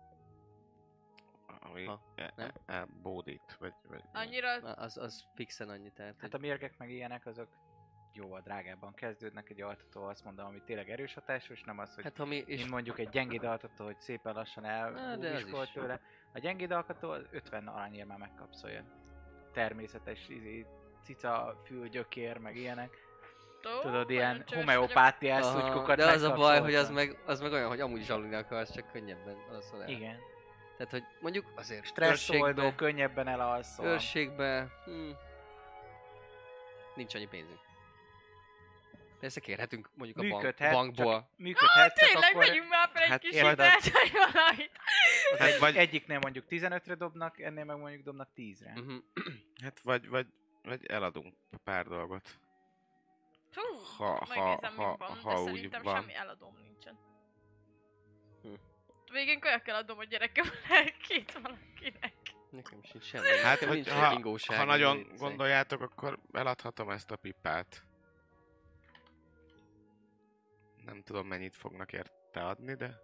[SPEAKER 3] Ami
[SPEAKER 2] Ha, nem?
[SPEAKER 3] bódít, vagy
[SPEAKER 4] Annyira...
[SPEAKER 2] Az fixen annyi, tehát...
[SPEAKER 1] Hát a mérgek meg ilyenek, azok jóval drágábban kezdődnek egy altató, azt mondom, ami tényleg erős hatású, és nem az, hogy
[SPEAKER 2] Hát ha mi is...
[SPEAKER 1] mint mondjuk egy gyengéd altató, hogy szépen lassan
[SPEAKER 2] de az
[SPEAKER 1] elhúgiskolt
[SPEAKER 2] is
[SPEAKER 1] tőle. A gyengéd alkató az 50 aranyért már megkapsz olyan természetes cica, fül, gyökér, meg ilyenek. Tudod, ilyen homeopátiás
[SPEAKER 2] Aha,
[SPEAKER 1] szutykokat
[SPEAKER 2] de az a baj, hogy
[SPEAKER 1] megkapsz
[SPEAKER 2] az meg olyan, hogy amúgy zsalulni akarsz, csak könnyebben alszol el.
[SPEAKER 1] Igen.
[SPEAKER 2] Tehát, hogy mondjuk azért
[SPEAKER 1] Stresszoldó, könnyebben elalszol.
[SPEAKER 2] őrségbe nincs annyi pénzünk. Persze kérhetünk mondjuk a
[SPEAKER 1] Működhet,
[SPEAKER 2] bankból.
[SPEAKER 1] Működhet, csak
[SPEAKER 4] Tényleg,
[SPEAKER 1] akkor...
[SPEAKER 4] megyünk már fel egy
[SPEAKER 3] Hát
[SPEAKER 4] kis
[SPEAKER 1] érted,
[SPEAKER 4] hitelt, vagy valamit.
[SPEAKER 1] Hát
[SPEAKER 3] vagy-
[SPEAKER 1] egyiknél mondjuk 15-re dobnak, ennél meg mondjuk dobnak 10-re.
[SPEAKER 3] Hát vagy eladunk pár dolgot.
[SPEAKER 4] Hú,
[SPEAKER 3] Ha-
[SPEAKER 4] megnézem,
[SPEAKER 3] ha-
[SPEAKER 4] mi van,
[SPEAKER 3] ha
[SPEAKER 4] de
[SPEAKER 3] úgy
[SPEAKER 4] szerintem
[SPEAKER 3] van.
[SPEAKER 4] semmi eladóm nincsen.
[SPEAKER 2] Hm.
[SPEAKER 4] Végén kölyökkel adom a gyerekemnek, két valakinek.
[SPEAKER 2] Nekem sincs semmi.
[SPEAKER 3] Hát,
[SPEAKER 2] Nekem
[SPEAKER 3] hogy
[SPEAKER 2] nincs
[SPEAKER 3] ha,
[SPEAKER 2] ingóság,
[SPEAKER 3] ha nagyon
[SPEAKER 2] viccelj.
[SPEAKER 3] gondoljátok, akkor eladhatom ezt a pipát. Nem tudom, mennyit fognak érte adni, de...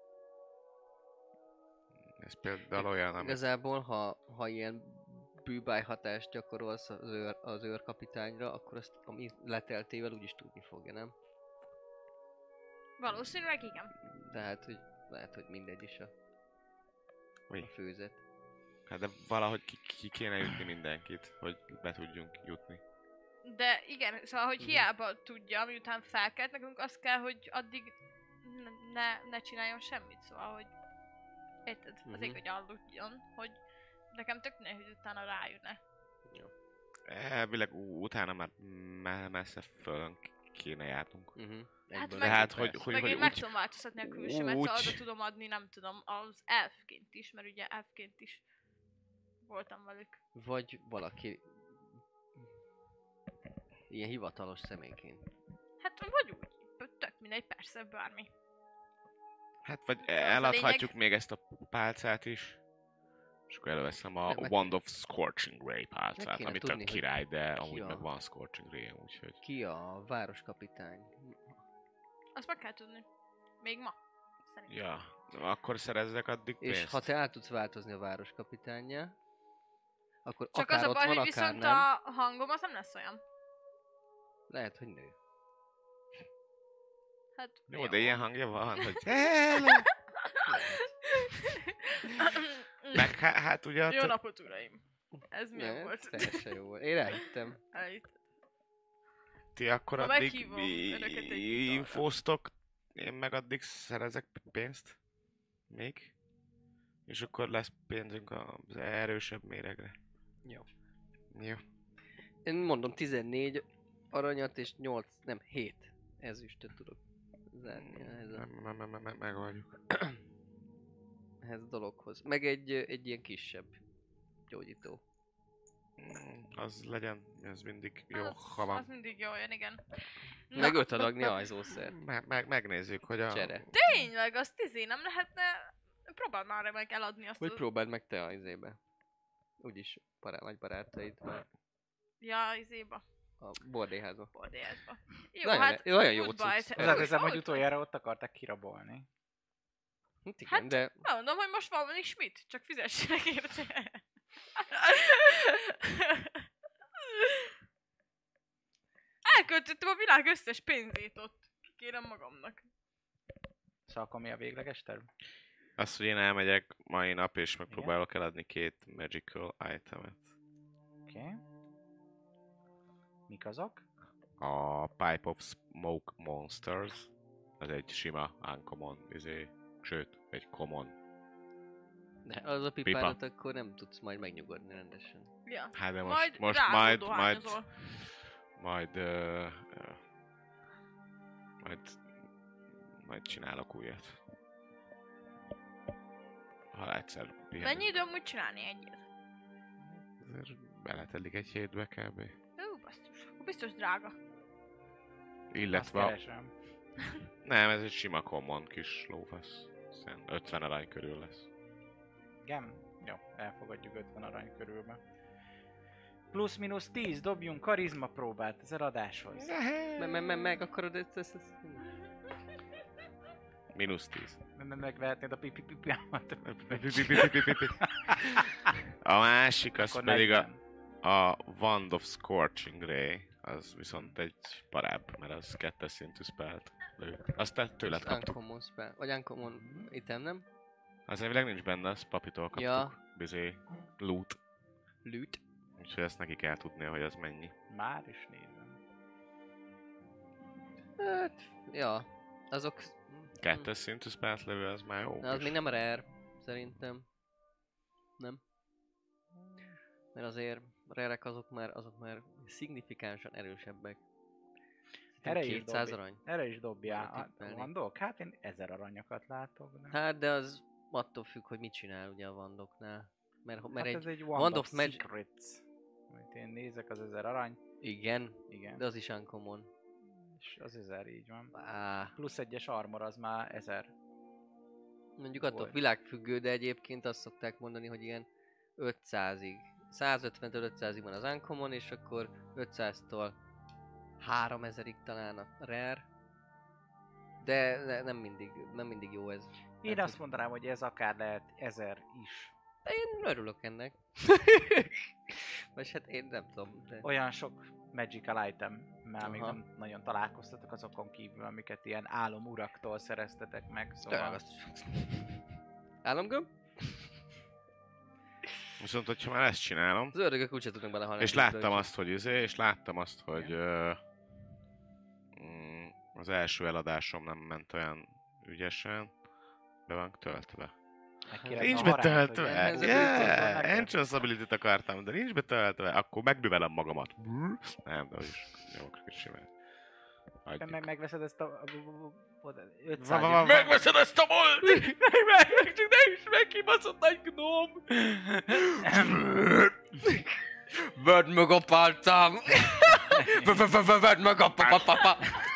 [SPEAKER 3] Ez például olyan, ami...
[SPEAKER 2] Igazából, ha ilyen bűbájhatást gyakorolsz az őrkapitányra, akkor azt ami leteltével úgyis tudni fogja, nem?
[SPEAKER 4] Valószínűleg igen.
[SPEAKER 2] De hát, hogy lehet, hogy mindegy is
[SPEAKER 3] Mi?
[SPEAKER 2] a főzet.
[SPEAKER 3] Hát de valahogy ki kéne jutni mindenkit, hogy be tudjunk jutni.
[SPEAKER 4] De igen, szóval, hogy hiába tudja, miután felkelt nekünk, az kell, hogy addig ne csináljon semmit, szóval, hogy érted? Azért, hogy aludjon, hogy nekem tök nehéz, hogy utána rájönne.
[SPEAKER 3] Elvileg utána már messze fölön kéne járnunk.
[SPEAKER 4] Hát
[SPEAKER 3] De
[SPEAKER 4] meg,
[SPEAKER 3] hát, hogy
[SPEAKER 4] meg én
[SPEAKER 3] úgy-
[SPEAKER 4] meg tudom változtatni a külsőmet,
[SPEAKER 3] úgy-
[SPEAKER 4] szóval oda tudom adni, nem tudom, az elfként is, mert ugye elfként is voltam velük.
[SPEAKER 2] Vagy valaki ilyen hivatalos személyként.
[SPEAKER 4] Hát vagy úgy, tök mindegy, persze, bármi.
[SPEAKER 3] Hát vagy
[SPEAKER 4] a
[SPEAKER 3] eladhatjuk
[SPEAKER 4] lényeg.
[SPEAKER 3] még ezt a pálcát is. És akkor előveszem a
[SPEAKER 2] Meg-
[SPEAKER 3] Wand of Scorching Ray
[SPEAKER 2] meg
[SPEAKER 3] pálcát,
[SPEAKER 2] kéne
[SPEAKER 3] ami tök
[SPEAKER 2] tudni, hogy
[SPEAKER 3] király, de
[SPEAKER 2] ki
[SPEAKER 3] amúgy
[SPEAKER 2] a-
[SPEAKER 3] meg van Scorching Ray, úgyhogy...
[SPEAKER 2] Ki a városkapitány?
[SPEAKER 4] Azt meg kell tudni. Még ma. Szerintem.
[SPEAKER 3] Ja, akkor szerezzek addig
[SPEAKER 2] És
[SPEAKER 3] pénzt.
[SPEAKER 2] ha te át tudsz változni a városkapitánnyá, akkor
[SPEAKER 4] Csak
[SPEAKER 2] akár
[SPEAKER 4] az a
[SPEAKER 2] ott
[SPEAKER 4] baj,
[SPEAKER 2] van,
[SPEAKER 4] hogy
[SPEAKER 2] akár
[SPEAKER 4] viszont
[SPEAKER 2] nem.
[SPEAKER 4] a hangom az nem lesz olyan.
[SPEAKER 2] Lehet, hogy nő.
[SPEAKER 4] Hát,
[SPEAKER 3] Jó, de ilyen hangja van, hogy... Meg hát ugye...
[SPEAKER 4] Jó napot, uraim! Ez milyen
[SPEAKER 2] Nem,
[SPEAKER 4] volt?
[SPEAKER 2] teljesen jó volt. Én elhittem.
[SPEAKER 3] Ti akkor
[SPEAKER 4] Ha
[SPEAKER 3] addig
[SPEAKER 4] meghívom önöket egy italra.
[SPEAKER 3] infóztok, én meg addig szerezek pénzt. Még. És akkor lesz pénzünk az erősebb méregre.
[SPEAKER 2] Jó.
[SPEAKER 3] Jó.
[SPEAKER 2] Én mondom 14 aranyat és 8, nem 7 ezüstöt tudok zárni
[SPEAKER 3] Megoldjuk.
[SPEAKER 2] ehhez a dologhoz. Meg egy ilyen kisebb gyógyító.
[SPEAKER 3] Az legyen, ez mindig jó, ha
[SPEAKER 4] Az
[SPEAKER 3] van.
[SPEAKER 4] mindig jó jön, igen.
[SPEAKER 2] Meg 5 adagni ajzószer.
[SPEAKER 3] Megnézzük, hogy a...
[SPEAKER 2] Csere.
[SPEAKER 4] Tényleg, azt nem lehetne... Próbáld már meg eladni azt
[SPEAKER 2] Vagy próbáld meg te a izébe. Úgyis nagy barátaid már
[SPEAKER 4] Ja, izéba.
[SPEAKER 2] a bordéházba.
[SPEAKER 4] Bordélyázba. Jó,
[SPEAKER 2] Nagyon-
[SPEAKER 4] hát...
[SPEAKER 2] nagyon jó
[SPEAKER 4] goodbye.
[SPEAKER 2] cucc.
[SPEAKER 1] Hozzáteszem, hogy utoljára ott akarták kirabolni.
[SPEAKER 2] Hát igen,
[SPEAKER 4] Hát-
[SPEAKER 2] de
[SPEAKER 4] Mondom, hogy most van is mit, csak fizessenek érte. Elköltöttem a világ összes pénzét ott. Kérem magamnak.
[SPEAKER 1] Szóval akkor mi a végleges terv?
[SPEAKER 3] Azt, hogy én elmegyek mai nap, és megpróbálok eladni 2 magical itemet.
[SPEAKER 1] Oké. Mik azok?
[SPEAKER 3] A Pipe of Smoke Monsters, az egy sima uncommon, sőt, egy common.
[SPEAKER 2] de az a pipádat akkor nem tudsz majd megnyugodni rendesen.
[SPEAKER 4] Ja.
[SPEAKER 3] Hát de
[SPEAKER 4] Majd
[SPEAKER 3] most
[SPEAKER 4] rázol,
[SPEAKER 3] majd,
[SPEAKER 4] dohányozol.
[SPEAKER 3] majd csinálok újat. Ha egyszer pihenünk.
[SPEAKER 4] Mennyi időm úgy csinálni egyet?
[SPEAKER 3] Azért beletelik egy hétbe kb.
[SPEAKER 4] Ó, basszus. Biztos drága.
[SPEAKER 1] Azt
[SPEAKER 3] Illetve,
[SPEAKER 1] keresem.
[SPEAKER 3] nem, ez egy sima common kis lófasz. Hiszen 50 arany körül lesz.
[SPEAKER 1] Igen? Jó, elfogadjuk 50 arany körülbe. Plusz-minusz 10, dobjunk karizma próbát az eladáshoz.
[SPEAKER 2] Meg akarod ezt...
[SPEAKER 3] Mínusz 10.
[SPEAKER 1] Megvehetnéd a pipipipiámat.
[SPEAKER 3] A másik az
[SPEAKER 1] Akkor
[SPEAKER 3] pedig
[SPEAKER 1] 40.
[SPEAKER 3] a Wand of Scorching Ray, az viszont egy parább, mert az 2 szintű spellt lő. Azt tőled kaptuk.
[SPEAKER 2] Uncommon spell. Vagy uncommon item, nem?
[SPEAKER 3] Az elvileg nincs benne, azt papitól kaptuk.
[SPEAKER 2] Ja.
[SPEAKER 3] Loot.
[SPEAKER 2] Lűt.
[SPEAKER 3] Úgyhogy ezt neki kell tudnia, hogy az mennyi.
[SPEAKER 1] Már is nézem.
[SPEAKER 2] Hát, ja. Azok...
[SPEAKER 3] 2 szintű spellt lövő, az már jó.
[SPEAKER 2] De az
[SPEAKER 3] kis.
[SPEAKER 2] még nem rare, szerintem. Nem? Mert azért rarek azok már szignifikánsan erősebbek.
[SPEAKER 1] Erre is
[SPEAKER 2] 200
[SPEAKER 1] dobj.
[SPEAKER 2] arany?
[SPEAKER 1] Erre is dobjál.
[SPEAKER 2] Van tippelni.
[SPEAKER 1] Van dolg? Hát én 1000 aranyakat látok. Nem?
[SPEAKER 2] Hát de az attól függ, hogy mit csinál ugye a Vandoknál. Mert
[SPEAKER 1] Hát
[SPEAKER 2] egy...
[SPEAKER 1] ez egy
[SPEAKER 2] Wand
[SPEAKER 1] Wand
[SPEAKER 2] of
[SPEAKER 1] of
[SPEAKER 2] Magic-
[SPEAKER 1] Secrets. Amit én nézek, az 1000 arany.
[SPEAKER 2] Igen,
[SPEAKER 1] Igen.
[SPEAKER 2] de az is uncommon.
[SPEAKER 1] És az 1000 így van.
[SPEAKER 2] Á,
[SPEAKER 1] Plusz egyes armor az már 1000.
[SPEAKER 2] mondjuk attól
[SPEAKER 1] Volt.
[SPEAKER 2] világfüggő, de egyébként azt szokták mondani, hogy ilyen 500-ig. 150-től 500-ig van az uncommon, és akkor 500-tól 3000-ig talán a rare. De nem mindig jó ez.
[SPEAKER 1] Én
[SPEAKER 2] Hát,
[SPEAKER 1] azt mondanám, hogy ez akár lehet 1000 is.
[SPEAKER 2] Én örülök ennek. Vagy hát én nem tudom. De...
[SPEAKER 1] Olyan sok magical item, már még
[SPEAKER 2] Aha.
[SPEAKER 1] nem nagyon találkoztatok azokon kívül, amiket ilyen álomuraktól szereztetek meg, szóval...
[SPEAKER 2] Államgömb?
[SPEAKER 3] Viszont, hogyha már ezt csinálom,
[SPEAKER 2] Az ördögök úgyse tudnak belehalni.
[SPEAKER 3] és láttam azt, hogy és láttam azt, hogy az első eladásom nem ment olyan ügyesen, be van töltve.
[SPEAKER 1] Megkérem
[SPEAKER 3] Nincs
[SPEAKER 1] a haránt,
[SPEAKER 3] betöltve!
[SPEAKER 1] hogy
[SPEAKER 2] enhez a
[SPEAKER 3] Yeah!
[SPEAKER 1] neked.
[SPEAKER 3] Entrance ability-t akartam, de nincs betöltve, akkor megnövelem magamat. Nem, de úgyis jó, simán. Adjuk.
[SPEAKER 1] Megveszed ezt a 500
[SPEAKER 3] Megveszed ezt a volt!
[SPEAKER 1] csak ne is meg, kibaszott nagy gnóm!
[SPEAKER 2] Vedd meg a pálcám! Vedd meg a papa!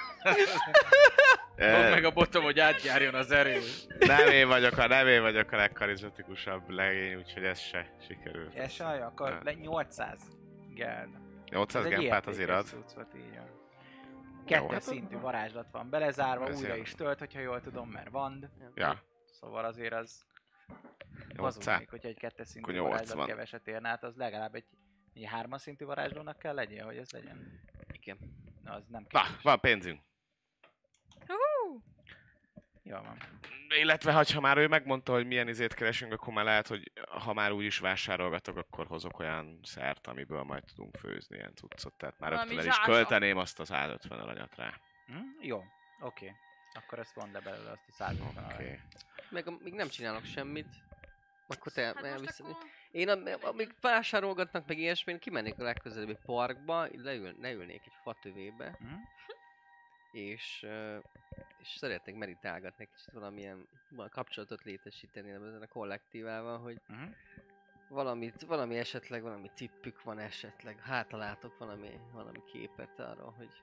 [SPEAKER 1] Mondd meg a botom, hogy átjárjon az erő.
[SPEAKER 3] Nem én vagyok a legkarizmatikusabb legény, úgyhogy ez se sikerült.
[SPEAKER 1] Ez saj, akkor
[SPEAKER 3] Nem.
[SPEAKER 1] le 800 geld.
[SPEAKER 3] 800
[SPEAKER 1] Ez egy
[SPEAKER 3] gempát azért ad.
[SPEAKER 1] értékes cucc volt, így van.
[SPEAKER 3] Jó,
[SPEAKER 1] Kettes
[SPEAKER 3] hát-
[SPEAKER 1] szintű varázslat van belezárva,
[SPEAKER 3] Ez
[SPEAKER 1] újra
[SPEAKER 3] jó.
[SPEAKER 1] is tölt, hogyha jól tudom, mert van.
[SPEAKER 3] Ja,
[SPEAKER 1] Szóval azért az
[SPEAKER 3] 800.
[SPEAKER 1] hazudnék, hogyha egy kettes szintű
[SPEAKER 3] Akkor 80.
[SPEAKER 1] varázslat keveset érne, hát az legalább egy 3-as szintű varázslónak kell legyen, hogy ez legyen.
[SPEAKER 2] Igen.
[SPEAKER 1] Na, az nem
[SPEAKER 3] Na,
[SPEAKER 1] kevés.
[SPEAKER 3] van pénzünk.
[SPEAKER 4] Hú!
[SPEAKER 1] Jó van.
[SPEAKER 3] Illetve, ha már ő megmondta, hogy milyen izét keresünk, akkor már lehet, hogy ha már úgyis vásárolgatok, akkor hozok olyan szert, amiből majd tudunk főzni ilyen cuccot. Tehát már
[SPEAKER 4] Valami
[SPEAKER 3] rögtön el is
[SPEAKER 4] zsákot.
[SPEAKER 3] költeném azt a 150 aranyat rá.
[SPEAKER 1] Jó, oké. Akkor ezt vond le belőle azt a 150
[SPEAKER 3] Oké.
[SPEAKER 1] aranyat.
[SPEAKER 2] Meg még nem csinálok semmit. Akkor te
[SPEAKER 4] Hát most
[SPEAKER 2] elviszed.
[SPEAKER 4] akkor...
[SPEAKER 2] Én amíg vásárolgatnak meg ilyesmi, én kimennék a legközelebbi parkba, így leülnék egy fatövébe,
[SPEAKER 1] Hm? és
[SPEAKER 2] és szeretnék meditálgatni, kicsit valamilyen kapcsolatot létesíteni ezen a kollektívával, hogy valami esetleg, valami tippük van esetleg, hátra látok valami képet arról, hogy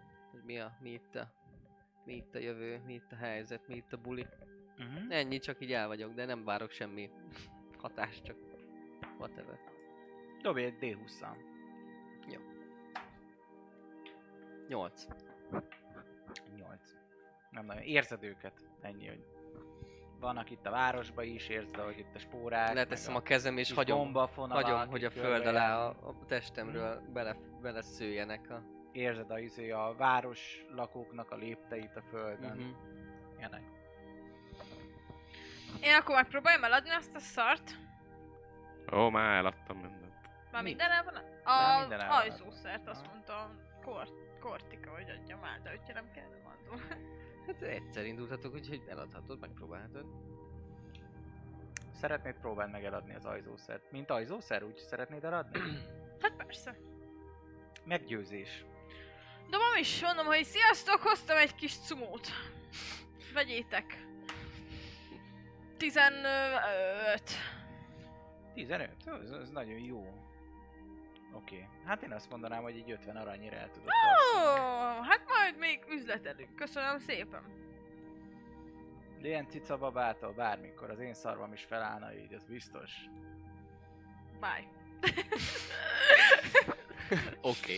[SPEAKER 2] mi itt a jövő, mi itt a helyzet, mi itt a buli. Ennyi, csak így el vagyok, de nem várok semmi hatást, csak whatever.
[SPEAKER 1] Dobj egy D20-szal.
[SPEAKER 2] 8.
[SPEAKER 1] 8. Nem nagyon. Érzed őket. Ennyi, hogy vannak itt a városba is, érzed, hogy itt a spórák.
[SPEAKER 2] Leteszem
[SPEAKER 1] meg
[SPEAKER 2] a kezem és
[SPEAKER 1] kis
[SPEAKER 2] hagyom,
[SPEAKER 1] gombafonalak,
[SPEAKER 2] hogy a
[SPEAKER 1] itt
[SPEAKER 2] föld alá
[SPEAKER 1] körbejárnak.
[SPEAKER 2] a testemről beleszőjenek a...
[SPEAKER 1] Érzed a város lakóknak a lépteit a földön.
[SPEAKER 2] Mhm.
[SPEAKER 1] Ilyenek.
[SPEAKER 4] Én akkor megpróbáljam eladni azt a szart.
[SPEAKER 3] Ó, már eladtam mindent.
[SPEAKER 4] Már
[SPEAKER 1] Mi?
[SPEAKER 4] minden el van?
[SPEAKER 1] Már minden el van.
[SPEAKER 4] Ajzószert, azt mondta Kortika, hogy adja már, de hogyha nem kell, nem adom.
[SPEAKER 2] Hát egyszer indultatok, úgyhogy eladhatod, megpróbálhatod.
[SPEAKER 1] Szeretnéd próbáld meg eladni az ajzószert. Mint ajzószer, úgy szeretnéd eladni?
[SPEAKER 4] Hát persze.
[SPEAKER 1] Meggyőzés.
[SPEAKER 4] Dobom is, mondom, hogy sziasztok, hoztam egy kis cumót. Vegyétek. 15.
[SPEAKER 1] 15? Ez nagyon jó. Oké. Hát én azt mondanám, hogy így 50 aranyira el tudod
[SPEAKER 4] Ó,
[SPEAKER 1] tartani.
[SPEAKER 4] hát majd még üzletelünk. Köszönöm szépen.
[SPEAKER 1] De ilyen cica babától bármikor az én szarvam is felállna így, ez biztos.
[SPEAKER 4] Bye.
[SPEAKER 2] Oké.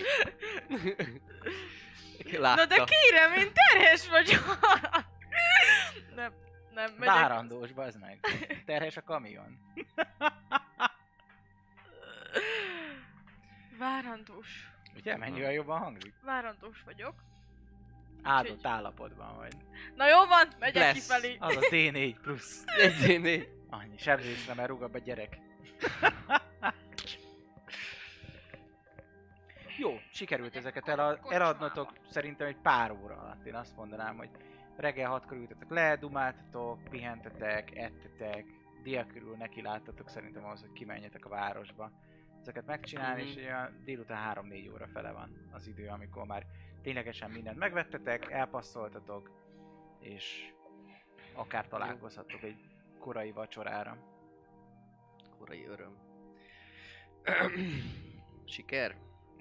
[SPEAKER 4] Na de kérem, én terhes vagyok. Nem megyek.
[SPEAKER 1] Várandós, bazd meg. Terhes a kamion.
[SPEAKER 4] Várandós.
[SPEAKER 1] Ugye? Mennyivel jobban hangzik?
[SPEAKER 4] Várandós vagyok.
[SPEAKER 1] Áldott állapotban vagy.
[SPEAKER 4] Na jó van, megyek
[SPEAKER 2] Lesz.
[SPEAKER 4] kifelé.
[SPEAKER 1] Az a D4 plusz.
[SPEAKER 2] Egyéni.
[SPEAKER 1] Annyi sebzésre, mert rúgabb a gyerek. Jó, sikerült ezeket eladnotok szerintem egy pár óra alatt. Én azt mondanám, hogy reggel 6-kor ültetek le, dumáltatok, pihentetek, ettetek, dél körül neki láttatok szerintem ahhoz, hogy kimenjetek a városba. Ezeket megcsinálni, és olyan délután 3-4 óra fele van az idő, amikor már ténylegesen mindent megvettetek, elpasszoltatok, és akár találkozhattok egy korai vacsorára.
[SPEAKER 2] Korai öröm. Siker?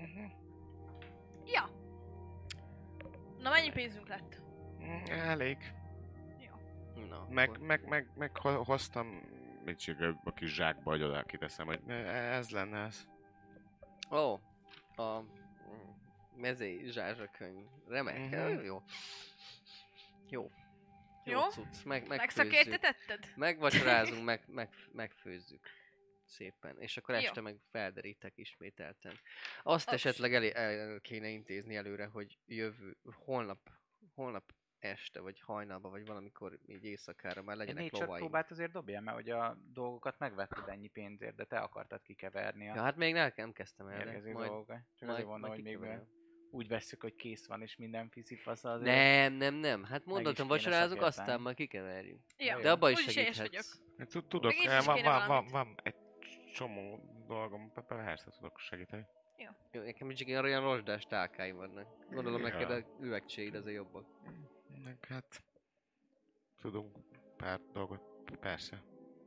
[SPEAKER 4] Ja. Na mennyi pénzünk lett?
[SPEAKER 3] Elég.
[SPEAKER 2] Na,
[SPEAKER 3] Meg hoztam mit csak a kis zsákba, hogy oda kiteszem, hogy ez lenne ez.
[SPEAKER 2] Ó, a mezei zsázsakönyv. Remek. Jó. Jó.
[SPEAKER 4] Jó?
[SPEAKER 2] Cucc.
[SPEAKER 4] Megszakértetetted?
[SPEAKER 2] Megvacsorázunk, megfőzzük. Szépen. És akkor
[SPEAKER 4] Jó.
[SPEAKER 2] este meg felderítek ismételten. Azt esetleg el kéne intézni előre, hogy holnap este, vagy hajnalban, vagy valamikor így éjszakára már
[SPEAKER 1] Egy
[SPEAKER 2] legyenek
[SPEAKER 1] nature
[SPEAKER 2] lovaim.
[SPEAKER 1] próbát azért dobjál, mert hogy a dolgokat megvetted ennyi pénzért, de te akartad kikeverni a
[SPEAKER 2] Ja, hát még nem kezdtem el, de
[SPEAKER 1] mérgező
[SPEAKER 2] majd
[SPEAKER 1] dolgokat. Csak azért mondom, hogy még
[SPEAKER 2] kikeverem.
[SPEAKER 1] úgy vesszük, hogy kész van, és minden fiszifasz azért.
[SPEAKER 2] Nem. Hát mondottam,
[SPEAKER 1] kéne
[SPEAKER 2] vacsorázunk,
[SPEAKER 1] szakérteni.
[SPEAKER 2] aztán majd kikeverjük.
[SPEAKER 4] Ja.
[SPEAKER 2] De abban is
[SPEAKER 4] Úgyis én is
[SPEAKER 2] segíthetsz.
[SPEAKER 3] Tudok,
[SPEAKER 4] Meg én is kéne valamit.
[SPEAKER 3] van egy csomó dolgom, persze tudok segíteni.
[SPEAKER 2] Jó, nekem csak olyan rozsdás tálkáim vannak. Gondolom
[SPEAKER 3] Ja.
[SPEAKER 2] neked a üvegcséid azért jobbak.
[SPEAKER 3] Meg hát tudunk pár dolgot, persze.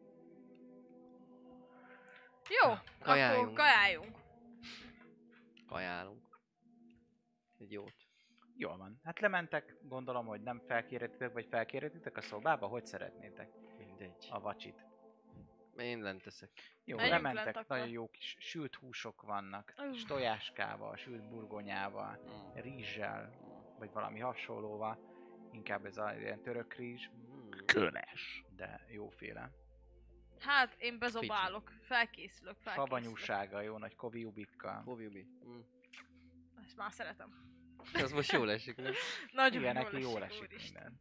[SPEAKER 4] Jó,
[SPEAKER 2] Kajáljunk.
[SPEAKER 4] akkor kajáljunk.
[SPEAKER 2] Ajánlunk. Egy jót.
[SPEAKER 1] Jól van. Hát lementek, gondolom, hogy nem felkérhetitek, vagy felkérhetitek a szobába, hogy szeretnétek
[SPEAKER 2] Mindegy.
[SPEAKER 1] a vacsit.
[SPEAKER 2] Én lent teszek.
[SPEAKER 1] Jó,
[SPEAKER 4] Menjünk lent
[SPEAKER 1] lementek,
[SPEAKER 4] akkor.
[SPEAKER 1] nagyon jó kis sült húsok vannak,
[SPEAKER 4] Uff.
[SPEAKER 1] kis tojáskával, sült burgonyával, rizssel, vagy valami hasonlóval. Inkább ez a ilyen török rizs,
[SPEAKER 3] Köles.
[SPEAKER 1] de jóféle.
[SPEAKER 4] Hát én bezobálok, felkészülök.
[SPEAKER 1] Savanyúsága, jó nagy koviubikkal.
[SPEAKER 2] Hovjubi.
[SPEAKER 4] Ezt már szeretem.
[SPEAKER 2] Az most jól esik, nem?
[SPEAKER 4] Nagyon
[SPEAKER 1] Igen,
[SPEAKER 4] jól
[SPEAKER 1] neki jól esik
[SPEAKER 4] úristen.
[SPEAKER 1] minden.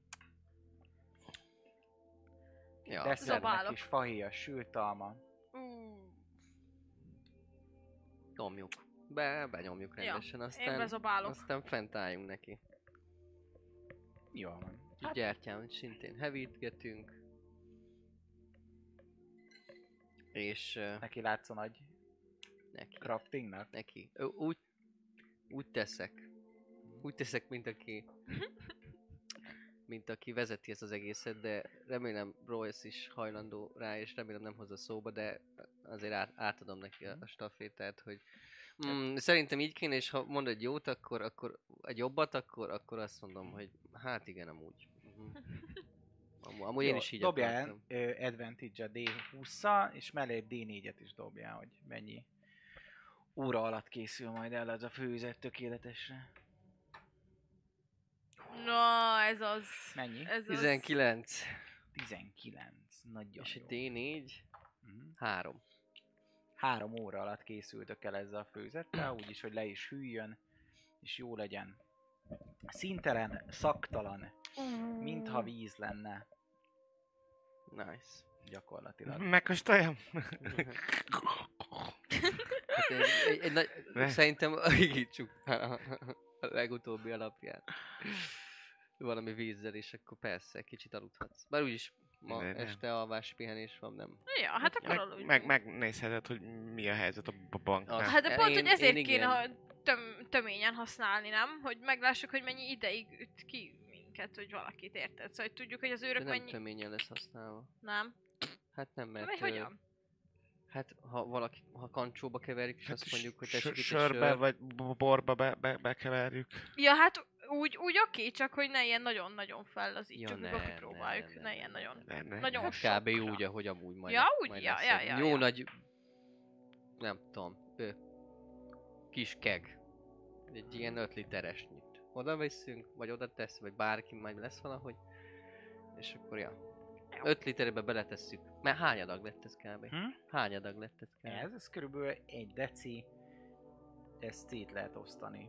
[SPEAKER 2] Ja.
[SPEAKER 1] Desszertnek
[SPEAKER 4] Zabálok.
[SPEAKER 1] is fahéjas, sült alma.
[SPEAKER 2] Nyomjuk. Benyomjuk
[SPEAKER 4] Ja,
[SPEAKER 2] rendesen,
[SPEAKER 4] Én
[SPEAKER 2] aztán
[SPEAKER 4] bezobálok.
[SPEAKER 2] fent álljunk neki.
[SPEAKER 1] Jól van.
[SPEAKER 2] Így gyertyán szintén hevítgetünk. És
[SPEAKER 1] Neki látsz a nagy
[SPEAKER 2] neki.
[SPEAKER 1] craftingnak?
[SPEAKER 2] Neki. Úgy teszek. Úgy teszek, mint aki vezeti ezt az egészet, de remélem Royce is hajlandó rá, és remélem nem hozza szóba, de azért átadom neki a stafétát, hogy szerintem így kéne, és ha mond egy jót, akkor egy jobbat, akkor azt mondom, hogy hát igen, amúgy. Amúgy én is így
[SPEAKER 1] dobjál
[SPEAKER 2] akartam.
[SPEAKER 1] advantage a D20-szal, és mellé egy D4-et is dobjál, hogy mennyi óra alatt készül majd el ez a főzet tökéletesre.
[SPEAKER 4] Na, ez az.
[SPEAKER 1] Mennyi?
[SPEAKER 4] Ez
[SPEAKER 2] 19.
[SPEAKER 1] 19. Nagyon
[SPEAKER 2] És
[SPEAKER 1] jó.
[SPEAKER 2] egy D4.
[SPEAKER 1] Mhm.
[SPEAKER 2] 3.
[SPEAKER 1] 3 óra alatt készültök el ezzel a főzettel, úgyis, hogy le is hűljön, és jó legyen. Színtelen, szaktalan, mintha víz lenne
[SPEAKER 2] Nice.
[SPEAKER 1] gyakorlatilag.
[SPEAKER 3] Megkóstoljam?
[SPEAKER 2] Hát szerintem igítsuk a legutóbbi alapján. Valami vízzel, és akkor persze, kicsit aludhatsz. Bár úgyis ma
[SPEAKER 3] Nem.
[SPEAKER 2] este alvási pihenés van, nem?
[SPEAKER 4] Ja, hát akkor aludjunk.
[SPEAKER 3] Megnézheted, hogy mi a helyzet a banknál.
[SPEAKER 2] Az-
[SPEAKER 4] Hát de pont,
[SPEAKER 2] Én-
[SPEAKER 4] hogy ezért
[SPEAKER 2] én
[SPEAKER 4] kéne
[SPEAKER 2] igen.
[SPEAKER 4] töményen használni, nem? Hogy meglássuk, hogy mennyi ideig üt ki minket, hogy valakit érted. Szóval hogy tudjuk, hogy az
[SPEAKER 2] De
[SPEAKER 4] őrök
[SPEAKER 2] nem
[SPEAKER 4] mennyi...
[SPEAKER 2] töményen lesz használva.
[SPEAKER 4] Nem?
[SPEAKER 2] Hát nem,
[SPEAKER 4] Mert
[SPEAKER 2] mert...
[SPEAKER 4] hogyan?
[SPEAKER 2] Hát ha kancsóba keverjük, és azt mondjuk, hogy tessék itt egy
[SPEAKER 3] Sörbe
[SPEAKER 2] sör.
[SPEAKER 3] vagy borba bekeverjük.
[SPEAKER 4] Ja, hát úgy oké, csak hogy ne ilyen nagyon-nagyon fellazítsuk,
[SPEAKER 2] Ja,
[SPEAKER 4] amikor
[SPEAKER 2] ne,
[SPEAKER 4] kipróbáljuk.
[SPEAKER 2] ne,
[SPEAKER 4] Ne ilyen nagyon...
[SPEAKER 3] Ne.
[SPEAKER 4] Nagyon
[SPEAKER 2] Hát
[SPEAKER 4] sokra.
[SPEAKER 2] kb. Úgy, ahogy amúgy majd.
[SPEAKER 4] Ja, úgy,
[SPEAKER 2] majd
[SPEAKER 4] ja,
[SPEAKER 2] lesz
[SPEAKER 4] ja,
[SPEAKER 2] egy
[SPEAKER 4] ja,
[SPEAKER 2] jó
[SPEAKER 4] ja.
[SPEAKER 2] nagy... Nem tudom, kis keg. Egy ilyen 5 literesnyit. Oda visszünk, vagy oda tesz, vagy bárki majd lesz valahogy. És akkor ja. 5 literbe beletesszük. Mert hány adag lett ez kb? Hány adag lett ez kb?
[SPEAKER 1] Ez körülbelül 1 deci, ezt szét lehet osztani.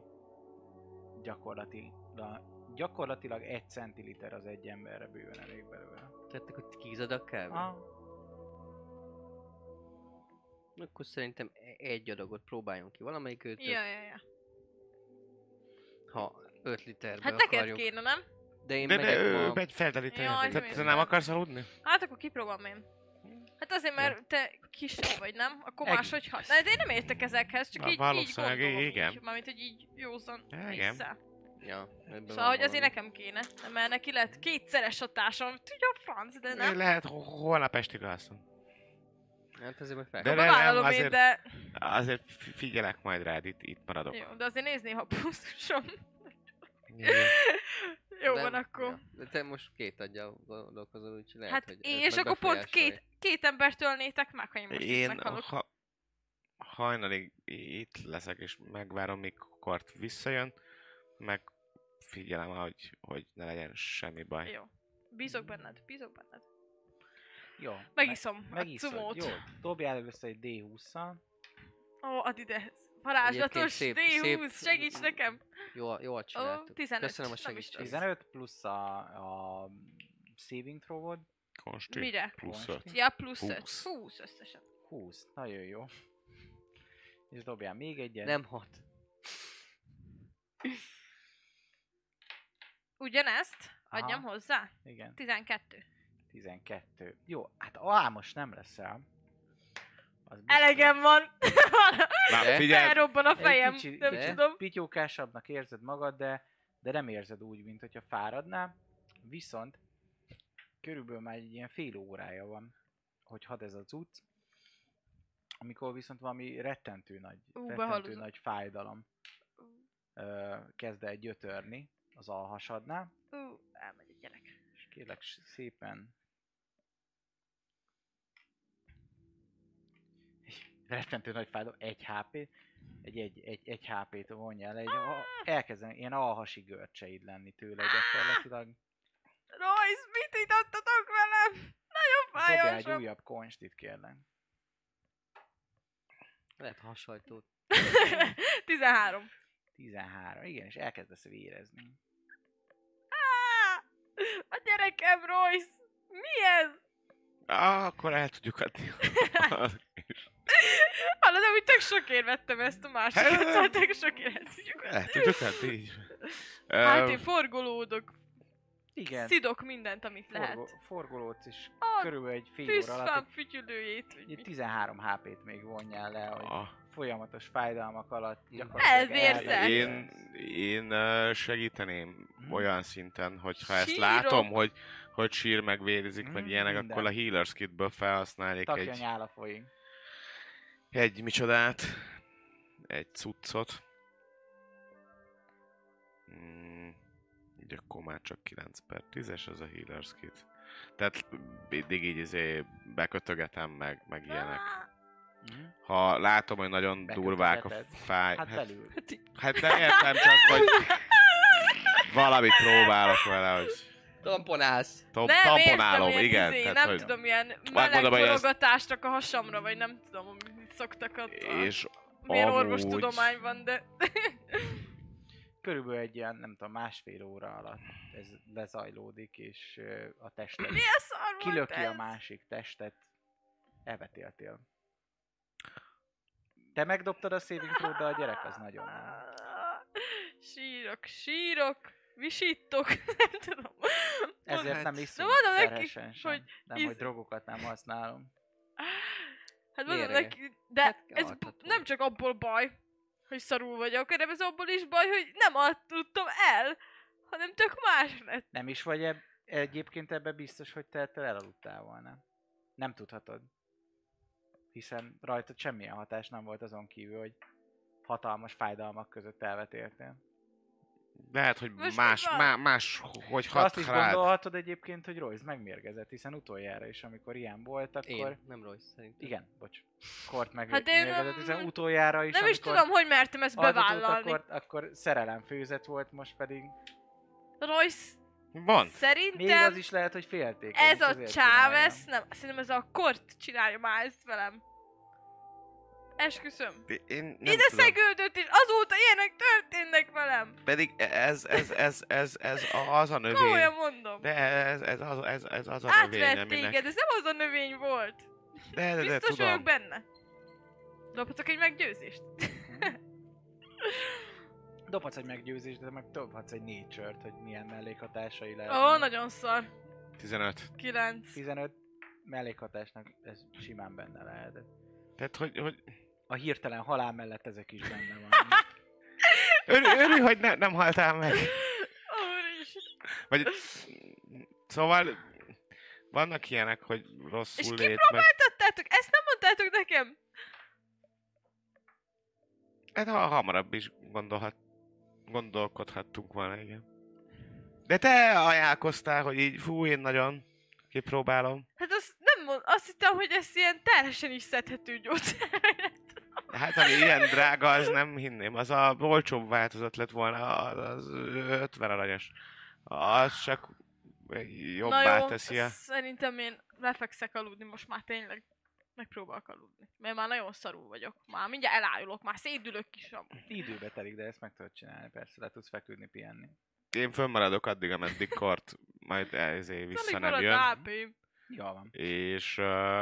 [SPEAKER 1] Gyakorlatilag 1 centiliter az egy emberre bőven elég belőle.
[SPEAKER 2] Tehát akkor 10 adag kb? Akkor szerintem egy adagot próbáljunk ki valamelyik őtök.
[SPEAKER 4] Ja.
[SPEAKER 2] Ha 5 literbe
[SPEAKER 4] Hát neked
[SPEAKER 2] akarjuk.
[SPEAKER 4] kéne, nem?
[SPEAKER 2] De én
[SPEAKER 3] De
[SPEAKER 2] megyek
[SPEAKER 3] ő
[SPEAKER 2] ma...
[SPEAKER 3] megy felderíteni.
[SPEAKER 4] Jaj,
[SPEAKER 3] Te
[SPEAKER 4] nézd
[SPEAKER 3] nem
[SPEAKER 4] meg.
[SPEAKER 3] akarsz aludni?
[SPEAKER 4] Hát akkor kipróbálom én. Hát azért, mert te kisebb vagy, nem? Akkor
[SPEAKER 1] Egész.
[SPEAKER 4] máshogy hat. De én nem értek ezekhez, csak így
[SPEAKER 3] Valószínűleg
[SPEAKER 4] gondolom
[SPEAKER 3] igen.
[SPEAKER 4] így. Mármint, hogy így józan
[SPEAKER 3] Igen.
[SPEAKER 4] észre.
[SPEAKER 2] Ja,
[SPEAKER 4] Szóval, hogy azért nekem kéne, mert neki lett kétszeres hatásom. Tudja a franc, de nem.
[SPEAKER 3] Lehet, holnap estig alszom.
[SPEAKER 2] Hát azért majd fel.
[SPEAKER 3] De
[SPEAKER 4] Bevállalom én,
[SPEAKER 3] azért-
[SPEAKER 4] de...
[SPEAKER 3] Azért figyelek majd rád, itt maradok.
[SPEAKER 4] Jó, de azért nézni, ha pulzusom.
[SPEAKER 3] Igen.
[SPEAKER 4] Jó van akkor.
[SPEAKER 2] Ja. De te most két aggyal gondolkozol, úgyhogy lehet,
[SPEAKER 4] Hát
[SPEAKER 2] hogy
[SPEAKER 4] én,
[SPEAKER 2] ez
[SPEAKER 4] és
[SPEAKER 2] majd
[SPEAKER 4] akkor pont
[SPEAKER 2] befolyásolja.
[SPEAKER 4] két embert ölnétek meg, ha én most itt
[SPEAKER 3] Én
[SPEAKER 4] meghalok.
[SPEAKER 3] hajnalig itt leszek, és megvárom, mikor visszajön, meg figyelem, hogy ne legyen semmi baj.
[SPEAKER 4] Jó. Bízok benned, bízok benned.
[SPEAKER 1] Jó.
[SPEAKER 4] Megiszom a
[SPEAKER 1] megiszod.
[SPEAKER 4] cumót.
[SPEAKER 1] Jó, dobjál először egy D20-szal.
[SPEAKER 4] Ó, add ide. Varázslatos
[SPEAKER 2] szép-
[SPEAKER 4] D20,
[SPEAKER 2] szép-
[SPEAKER 4] segíts nekem.
[SPEAKER 2] Jól
[SPEAKER 4] Ó,
[SPEAKER 2] csináltuk.
[SPEAKER 4] 15.
[SPEAKER 2] Köszönöm a
[SPEAKER 4] Nem is
[SPEAKER 2] segítséget.
[SPEAKER 1] 15 plusz a saving throw-od.
[SPEAKER 3] Konsti.
[SPEAKER 4] Mire?
[SPEAKER 3] Plusz
[SPEAKER 1] Konsti.
[SPEAKER 3] 5.
[SPEAKER 4] Ja, plusz 5.
[SPEAKER 3] 20.
[SPEAKER 4] 20 összesen.
[SPEAKER 1] 20. Nagyon jó. És dobjál még egyet.
[SPEAKER 2] Nem hat.
[SPEAKER 4] Ugyanezt
[SPEAKER 1] Aha.
[SPEAKER 4] adjam hozzá?
[SPEAKER 1] Igen.
[SPEAKER 4] 12.
[SPEAKER 1] 12. Jó, hát most nem lesz el. Az biztos.
[SPEAKER 4] Elegem van!
[SPEAKER 3] Na,
[SPEAKER 2] De?
[SPEAKER 3] figyelj!
[SPEAKER 4] Felrobban a
[SPEAKER 1] Egy
[SPEAKER 4] fejem,
[SPEAKER 1] kicsit-
[SPEAKER 4] nem
[SPEAKER 2] de?
[SPEAKER 4] tudom.
[SPEAKER 1] Pityókásabbnak érzed magad, de nem érzed úgy, mint hogyha fáradnál. Viszont körülbelül már egy ilyen fél órája van, hogy had ez a cucc. Amikor viszont valami rettentő
[SPEAKER 4] behalozom.
[SPEAKER 1] nagy fájdalom kezd el gyötörni az alhasadnál.
[SPEAKER 4] Elmegy a gyerek.
[SPEAKER 1] És kérlek szépen... Rettentő nagy fájdalom, 1 HP. Egy HP-t vonja el, elkezdenek ilyen alhasi görcseid lenni tőle gyakorlatilag.
[SPEAKER 4] Royce, mit itattatok velem? Nagyon
[SPEAKER 1] Dobjál egy
[SPEAKER 4] fájósom.
[SPEAKER 1] újabb konstit, kérlek.
[SPEAKER 2] Lehet hasajtót.
[SPEAKER 4] 13.
[SPEAKER 1] 13. Igen, és elkezdesz vérezni.
[SPEAKER 4] A gyerekem, Royce! Mi ez?
[SPEAKER 3] Akkor el tudjuk adni.
[SPEAKER 4] Hallod, hogy tök sokért vettem ezt a másikat,
[SPEAKER 3] Hát-
[SPEAKER 4] szóval tök sokért el tudjuk.
[SPEAKER 3] El tudjuk adni, így.
[SPEAKER 4] Hát én forgolódok,
[SPEAKER 1] Igen,
[SPEAKER 4] szidok mindent, amit lehet.
[SPEAKER 1] forgolódsz is
[SPEAKER 4] A
[SPEAKER 1] körülbelül egy fél óra alatt
[SPEAKER 4] tűzfám fütyülőjét, vagy
[SPEAKER 1] egy
[SPEAKER 4] mit.
[SPEAKER 1] 13 HP-t még vonjál le, hogy
[SPEAKER 3] Ah,
[SPEAKER 1] folyamatos fájdalmak alatt
[SPEAKER 4] Elvérzett.
[SPEAKER 3] én segíteném
[SPEAKER 1] Mhm.
[SPEAKER 3] olyan szinten, hogyha ezt
[SPEAKER 4] Sírok.
[SPEAKER 3] látom, hogy sír meg vérzik, meg
[SPEAKER 1] Mhm,
[SPEAKER 3] ilyenek,
[SPEAKER 1] minden.
[SPEAKER 3] akkor a Healer's Kitből felhasználnék
[SPEAKER 1] Takja nyála folyik.
[SPEAKER 3] egy micsodát, egy cuccot. Így akkor már csak 9/10-es az a Healer's Kit. Tehát mindig így bekötögetem meg ilyenek.
[SPEAKER 1] Mhm.
[SPEAKER 3] Ha látom, hogy nagyon durvák a
[SPEAKER 1] Bekötögeted?
[SPEAKER 3] fáj...
[SPEAKER 1] Hát belül.
[SPEAKER 3] Hát de értem csak, hogy valamit próbálok vele, hogy
[SPEAKER 2] Tamponálsz.
[SPEAKER 4] Nem
[SPEAKER 3] tamponálom,
[SPEAKER 4] értem,
[SPEAKER 3] igen.
[SPEAKER 4] ilyen
[SPEAKER 3] Tehát,
[SPEAKER 4] nem
[SPEAKER 3] hogy
[SPEAKER 4] tudom, ilyen
[SPEAKER 3] mondom, hogy ezt-
[SPEAKER 4] melegkorogatásnak a hasamra, vagy nem tudom, amit szoktak ott.
[SPEAKER 3] és
[SPEAKER 4] Milyen
[SPEAKER 3] amúgy-
[SPEAKER 4] orvostudomány van, de...
[SPEAKER 1] Körülbelül egy ilyen, nem tudom, másfél óra alatt ez lezajlódik, és a tested
[SPEAKER 4] Milyen szar volt
[SPEAKER 1] kilöki a
[SPEAKER 4] ez?
[SPEAKER 1] másik testet. Elvetéltél. Te megdobtad a saving throw, de a gyerek az nagyon nem.
[SPEAKER 4] Sírok, visítok, nem tudom.
[SPEAKER 1] Ezért nem
[SPEAKER 4] De
[SPEAKER 1] iszunk
[SPEAKER 4] mondom neki,
[SPEAKER 1] terhesen sem.
[SPEAKER 4] hogy
[SPEAKER 1] Nem,
[SPEAKER 4] isz-
[SPEAKER 1] hogy drogokat nem használom.
[SPEAKER 4] Hát mondom
[SPEAKER 1] Mérge.
[SPEAKER 4] neki, de
[SPEAKER 2] Hát
[SPEAKER 4] ez
[SPEAKER 2] altató.
[SPEAKER 4] nem csak abból baj, hogy szarul vagyok, hanem ez abból is baj, hogy nem aludtam el, hanem tök más lett.
[SPEAKER 1] Nem is vagy egyébként ebben biztos, hogy te elaludtál volna. Nem tudhatod. Hiszen rajtad semmilyen hatás nem volt azon kívül, hogy hatalmas fájdalmak között elvetéltél.
[SPEAKER 3] lehet, hogy
[SPEAKER 4] Most
[SPEAKER 3] más,
[SPEAKER 4] mi van?
[SPEAKER 3] más, hogy
[SPEAKER 1] De
[SPEAKER 3] hat
[SPEAKER 1] azt is
[SPEAKER 3] rád.
[SPEAKER 1] gondolhatod egyébként, hogy Royce megmérgezett, hiszen utoljára is, amikor ilyen volt, akkor...
[SPEAKER 2] Én, nem Royce szerintem.
[SPEAKER 1] Igen, bocs. Kort
[SPEAKER 4] Hát én
[SPEAKER 1] megmérgezett, hiszen utoljára is,
[SPEAKER 4] Nem is
[SPEAKER 1] amikor
[SPEAKER 4] tudom, hogy mertem ezt
[SPEAKER 1] altatott,
[SPEAKER 4] bevállalni.
[SPEAKER 1] akkor szerelemfőzet volt, most pedig...
[SPEAKER 4] Royce,
[SPEAKER 3] Van.
[SPEAKER 1] Még
[SPEAKER 4] szerintem
[SPEAKER 1] az is lehet, hogy félték.
[SPEAKER 4] ez a Chávez, nem, szerintem ez a Kort csinálja már ezt velem. Esküszöm.
[SPEAKER 3] Én nem
[SPEAKER 4] Ide
[SPEAKER 3] tudom.
[SPEAKER 4] szegődött, és azóta ilyenek történnek velem.
[SPEAKER 3] Pedig ez az a növény.
[SPEAKER 4] Komolyan mondom.
[SPEAKER 3] De ez az a növény,
[SPEAKER 4] Átvett
[SPEAKER 3] aminek...
[SPEAKER 4] téged, ez nem az a növény volt.
[SPEAKER 3] De
[SPEAKER 4] Biztos
[SPEAKER 3] tudom.
[SPEAKER 4] vagyok benne. Dobhatok egy meggyőzést.
[SPEAKER 1] Dobhatsz egy meggyőzést, de meg dobhatsz egy nature-t, hogy milyen mellékhatásai
[SPEAKER 4] Ó,
[SPEAKER 1] lehetnek.
[SPEAKER 4] nagyon szar.
[SPEAKER 3] 15.
[SPEAKER 4] 9.
[SPEAKER 1] 15 mellékhatásnak ez simán benne lehet.
[SPEAKER 3] Tehát, hogy
[SPEAKER 1] A hirtelen halál mellett ezek is benne van.
[SPEAKER 3] Örülj, hogy nem haltál meg.
[SPEAKER 4] Úristen.
[SPEAKER 3] Vagy... Szóval... Vannak ilyenek, hogy
[SPEAKER 4] És
[SPEAKER 3] rosszul lét meg...
[SPEAKER 4] kipróbáltattátok? Ezt nem mondtátok nekem?
[SPEAKER 3] Hát hamarabb is gondolkodhattunk volna, igen. De te ajánlkoztál, hogy így, fú, én nagyon kipróbálom.
[SPEAKER 4] Hát azt hittem, hogy ez ilyen teljesen is szedhető gyógyszer.
[SPEAKER 3] Hát ami ilyen drága, az nem hinném. Az a olcsóbb változat lett volna, az 50 aranyos. Az csak jobbá teszi a...
[SPEAKER 4] Szerintem én lefekszek aludni, most már tényleg megpróbálok aludni. Mert már nagyon szarul vagyok. Már mindjárt elájulok, már szédülök is.
[SPEAKER 1] Időbe telik, de ezt meg tudod csinálni, persze, le tudsz feküdni, pihenni.
[SPEAKER 3] Én fönnmaradok addig, ameddig Kort majd vissza nem
[SPEAKER 4] Alig
[SPEAKER 3] jön.
[SPEAKER 4] marad AP-m.
[SPEAKER 1] Jól van.
[SPEAKER 3] És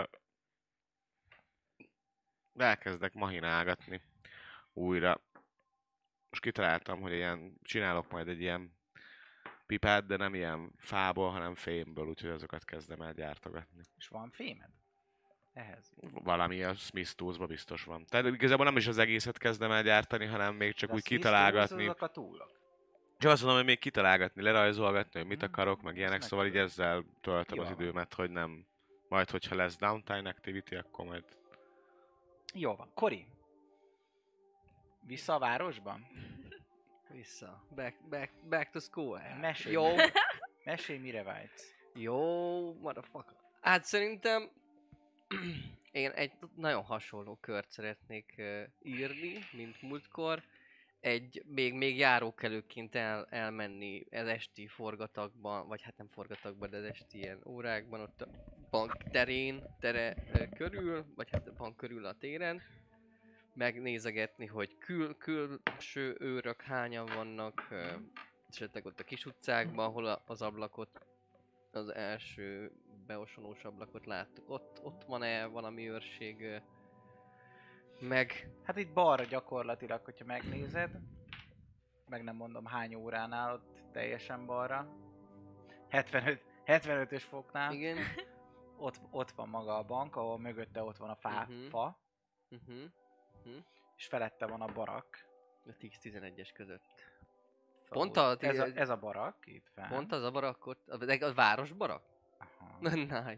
[SPEAKER 3] elkezdek mahinálgatni újra. Most kitaláltam, hogy csinálok majd egy ilyen pipát, de nem ilyen fából, hanem fémből, úgyhogy azokat kezdem el gyártogatni.
[SPEAKER 1] És van fémed? Ehhez.
[SPEAKER 3] Valami a Smith Tools-ba biztos van. Tehát igazából nem is az egészet kezdem el gyártani, hanem még csak
[SPEAKER 1] De
[SPEAKER 3] úgy
[SPEAKER 1] a Smith
[SPEAKER 3] kitalálgatni.
[SPEAKER 1] Tools azok a túlok.
[SPEAKER 3] Csak azt mondom, hogy még kitalálgatni, lerajzolgatni, hogy mit akarok, meg
[SPEAKER 1] Ez
[SPEAKER 3] ilyenek,
[SPEAKER 1] meg
[SPEAKER 3] szóval így
[SPEAKER 1] tudod.
[SPEAKER 3] ezzel töltöm
[SPEAKER 1] Jó
[SPEAKER 3] az
[SPEAKER 1] van.
[SPEAKER 3] időmet, hogy nem... Majd, hogyha lesz downtime activity, akkor majd...
[SPEAKER 1] Jó van. Kori. Vissza a városban?
[SPEAKER 2] Vissza. Back to school.
[SPEAKER 1] Mesélj.
[SPEAKER 2] Jó.
[SPEAKER 1] Mesélj, mire vágysz.
[SPEAKER 2] Jó, motherfucker. Hát szerintem én egy nagyon hasonló kört szeretnék írni, mint múltkor. Még járókelőként elmenni az esti forgatagban, vagy hát nem forgatagban, de az esti ilyen órákban, ott a bank tere körül, vagy hát a bank körül a téren. Megnézegetni, hogy külső őrök hányan vannak, esetleg ott a kis utcákban, ahol az ablakot, az első beosonós ablakot láttuk. Ott van-e valami őrség? Meg...
[SPEAKER 1] Hát itt balra gyakorlatilag, hogyha megnézed, meg nem mondom hány óránál, ott teljesen balra. 75-ös foknál.
[SPEAKER 2] Igen.
[SPEAKER 1] Ott van maga a bank, ahol mögötte ott van a
[SPEAKER 2] Mhm.
[SPEAKER 1] fa,
[SPEAKER 2] Uh-huh.
[SPEAKER 1] és felette van a barak.
[SPEAKER 2] A 10-11-es között.
[SPEAKER 1] Szóval
[SPEAKER 2] Pont a...
[SPEAKER 1] ez a barak itt fel.
[SPEAKER 2] Pont az a barakot... A város barak?
[SPEAKER 1] Aha.
[SPEAKER 2] Nice.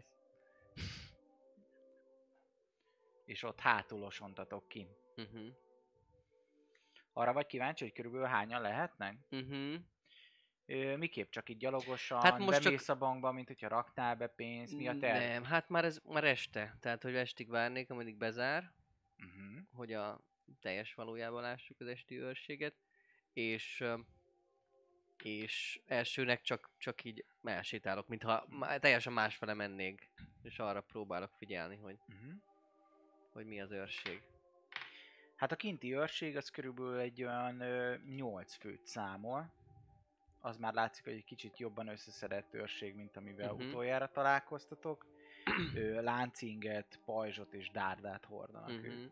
[SPEAKER 1] És ott hátul osontatok ki.
[SPEAKER 2] Uh-huh.
[SPEAKER 1] Arra vagy kíváncsi, hogy körülbelül hányan lehetnek?
[SPEAKER 2] Uh-huh.
[SPEAKER 1] Miképp csak így gyalogosan,
[SPEAKER 2] Hát most
[SPEAKER 1] bemész a bankba, mint hogyha raktál be pénzt, mi a terv?
[SPEAKER 2] Nem, hát már este. Tehát, hogy estig várnék, ameddig bezár,
[SPEAKER 1] Uh-huh.
[SPEAKER 2] hogy a teljes valójában lássuk az esti őrséget. És elsőnek csak így elsétálok, mintha teljesen másfele mennék. És arra próbálok figyelni,
[SPEAKER 1] Uh-huh.
[SPEAKER 2] hogy mi az őrség.
[SPEAKER 1] Hát a kinti őrség az körülbelül egy olyan 8 főt számol. Az már látszik, hogy egy kicsit jobban összeszedett őrség, mint amivel utoljára találkoztatok. Láncinget, pajzsot és dárdát hordanak ők.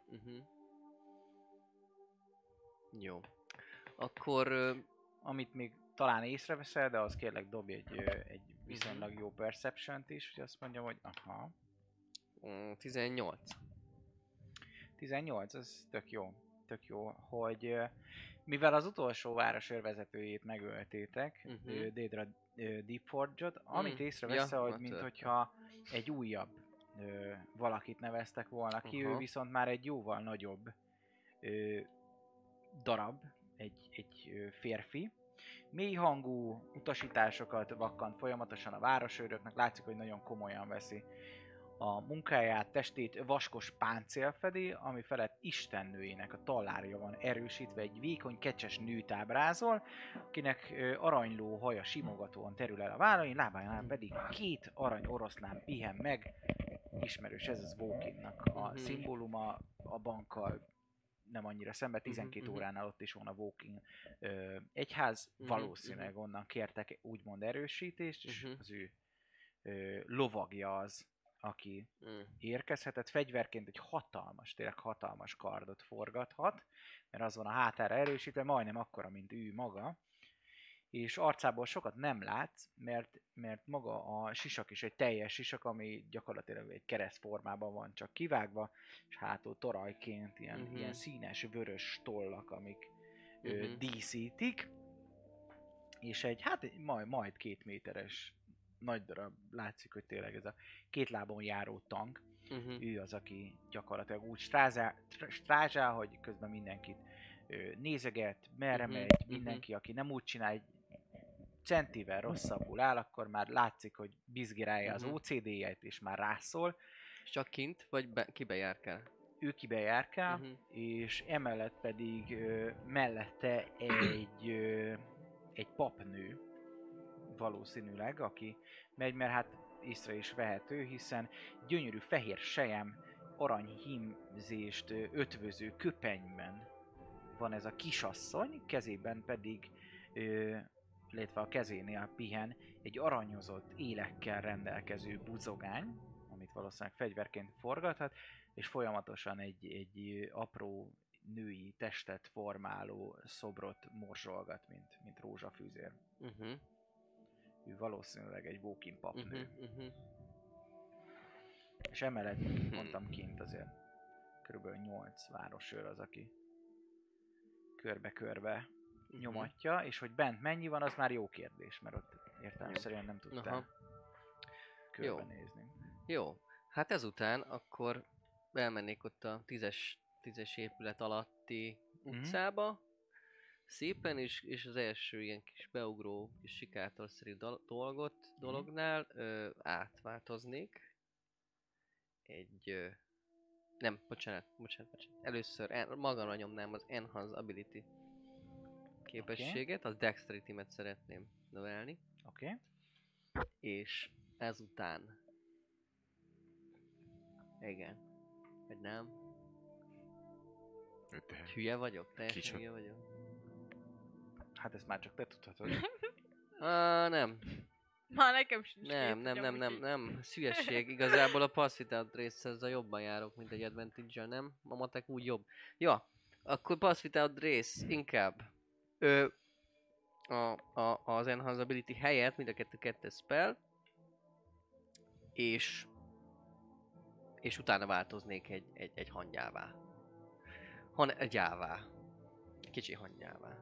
[SPEAKER 2] Jó. Akkor...
[SPEAKER 1] Amit még talán észreveszel, de az kérlek dobj egy viszonylag jó perception-t is, hogy azt mondjam, hogy aha.
[SPEAKER 2] 18.
[SPEAKER 1] 18, ez tök jó, hogy mivel az utolsó városőrvezetőjét megöltétek, Dédra Deepforge-ot, amit észreveszel, hogy minthogyha egy újabb valakit neveztek volna ki, ő viszont már egy jóval nagyobb darab, egy férfi. Mély hangú utasításokat vakkant folyamatosan a városőröknek, látszik, hogy nagyon komolyan veszi a munkáját, testét vaskos páncél fedi, ami felett istennőjének a tallárja van erősítve, egy vékony, kecses nőt ábrázol, akinek aranyló haja simogatóan terül el a vállain, lábánál pedig 2 arany oroszlán pihen meg. Ismerős, ez az Vókinnak a szimbóluma, a bankkal nem annyira szembe, 12 óránál ott is van a Vókin egyház, valószínűleg onnan kértek úgymond erősítést, és az ő lovagja az, aki érkezhetett. Fegyverként egy hatalmas, tényleg hatalmas kardot forgathat, mert az van a hátára erősítve, majdnem akkora, mint ő maga. És arcából sokat nem látsz, mert maga a sisak is egy teljes sisak, ami gyakorlatilag egy kereszt formában van csak kivágva, és hátul torajként ilyen színes, vörös tollak, amik díszítik, és majd 2 méteres nagy darab, látszik, hogy tényleg ez a 2 lábon járó tank, ő az, aki gyakorlatilag úgy strázsál, hogy közben mindenkit nézeget, merre megy, mindenki, aki nem úgy csinál, egy centivel rosszabbul áll, akkor már látszik, hogy bizgirálja az OCD-jét, és már rászól.
[SPEAKER 2] Csak kint, vagy kibejárkál?
[SPEAKER 1] Ő kibejárkál, és emellett pedig mellette egy papnő, valószínűleg, aki megy, mert hát észre is vehető, hiszen gyönyörű fehér sejem, aranyhímzést ötvöző köpenyben van ez a kisasszony, kezében pedig, illetve a kezénél pihen egy aranyozott élekkel rendelkező buzogány, amit valószínűleg fegyverként forgathat, és folyamatosan egy apró női testet formáló szobrot morzsolgat, mint rózsafűzér. Ő valószínűleg egy walking papnő. És emellett, mondtam kint azért, kb. 8 városőr az, aki körbe-körbe nyomatja, és hogy bent mennyi van, az már jó kérdés, mert ott értelemszerűen nem tudtál körbenézni.
[SPEAKER 2] Jó, hát ezután akkor elmennék ott a 10-es épület alatti utcába, szépen, és az első ilyen kis beugró, kis sikátorszerű dolognál átváltoznék egy... nem, bocsánat. Először magamra nyomnám az Enhance Ability képességet, az Dexterity-met szeretném növelni.
[SPEAKER 1] Oké.
[SPEAKER 2] És ezután... Igen. Vagy nem? Hülye vagyok? Teljesen hülye vagyok.
[SPEAKER 1] Hát ezt már csak te tudhatod.
[SPEAKER 2] Nem.
[SPEAKER 4] Már nekem sincs
[SPEAKER 2] Nem. Szülyesség. Igazából a Pass Without Race-hez jobban járok, mint egy advantage-el, nem? A matek úgy jobb. Ja, akkor Pass Without Race inkább. Az Enhance Ability helyett mind a kettő spell. És utána változnék egy hangyává. Egy ává. Kicsi hangyává.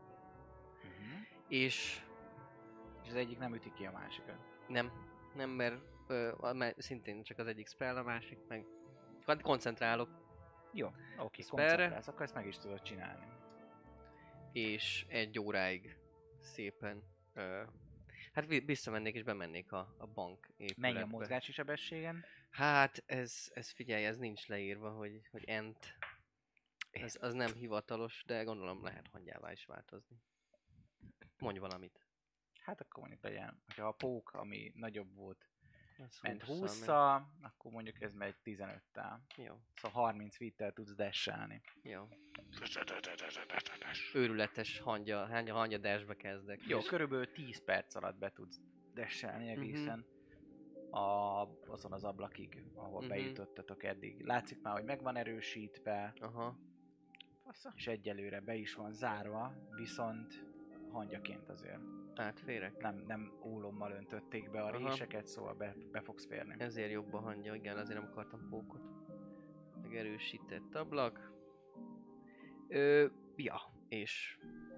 [SPEAKER 2] És
[SPEAKER 1] az egyik nem üti ki a másikat.
[SPEAKER 2] Nem, mert szintén csak az egyik spell, a másik meg... Hát koncentrálok.
[SPEAKER 1] Jó, oké, koncentrálsz, akkor ezt meg is tudod csinálni.
[SPEAKER 2] És 1 óráig szépen... hát visszamennék és bemennék a bank épületbe.
[SPEAKER 1] Mennyi a mozgási sebességen?
[SPEAKER 2] Hát ez figyelj, ez nincs leírva, hogy ent. Az nem hivatalos, de gondolom lehet hangyává is változni. Mondj valamit.
[SPEAKER 1] Hát akkor mondjuk legyen, hogyha a pók, ami nagyobb volt, ment
[SPEAKER 2] 20-szal
[SPEAKER 1] 20-szal, akkor mondjuk ez megy 15-tel.
[SPEAKER 2] Jó.
[SPEAKER 1] Szóval 30 feet-tel tudsz dashelni.
[SPEAKER 2] Jó. Őrületes hangya dashbe kezdek.
[SPEAKER 1] Jó, körülbelül 10 perc alatt be tudsz dashelni egészen azon az ablakig, ahol bejutottatok eddig. Látszik már, hogy meg van erősítve, és egyelőre be is van zárva, viszont hangyaként azért.
[SPEAKER 2] Átférek?
[SPEAKER 1] Nem ólommal öntötték be a réseket, szóval be fogsz férni.
[SPEAKER 2] Ezért jobb a hangya, igen, azért nem akartam pókot. Megerősített ablak. És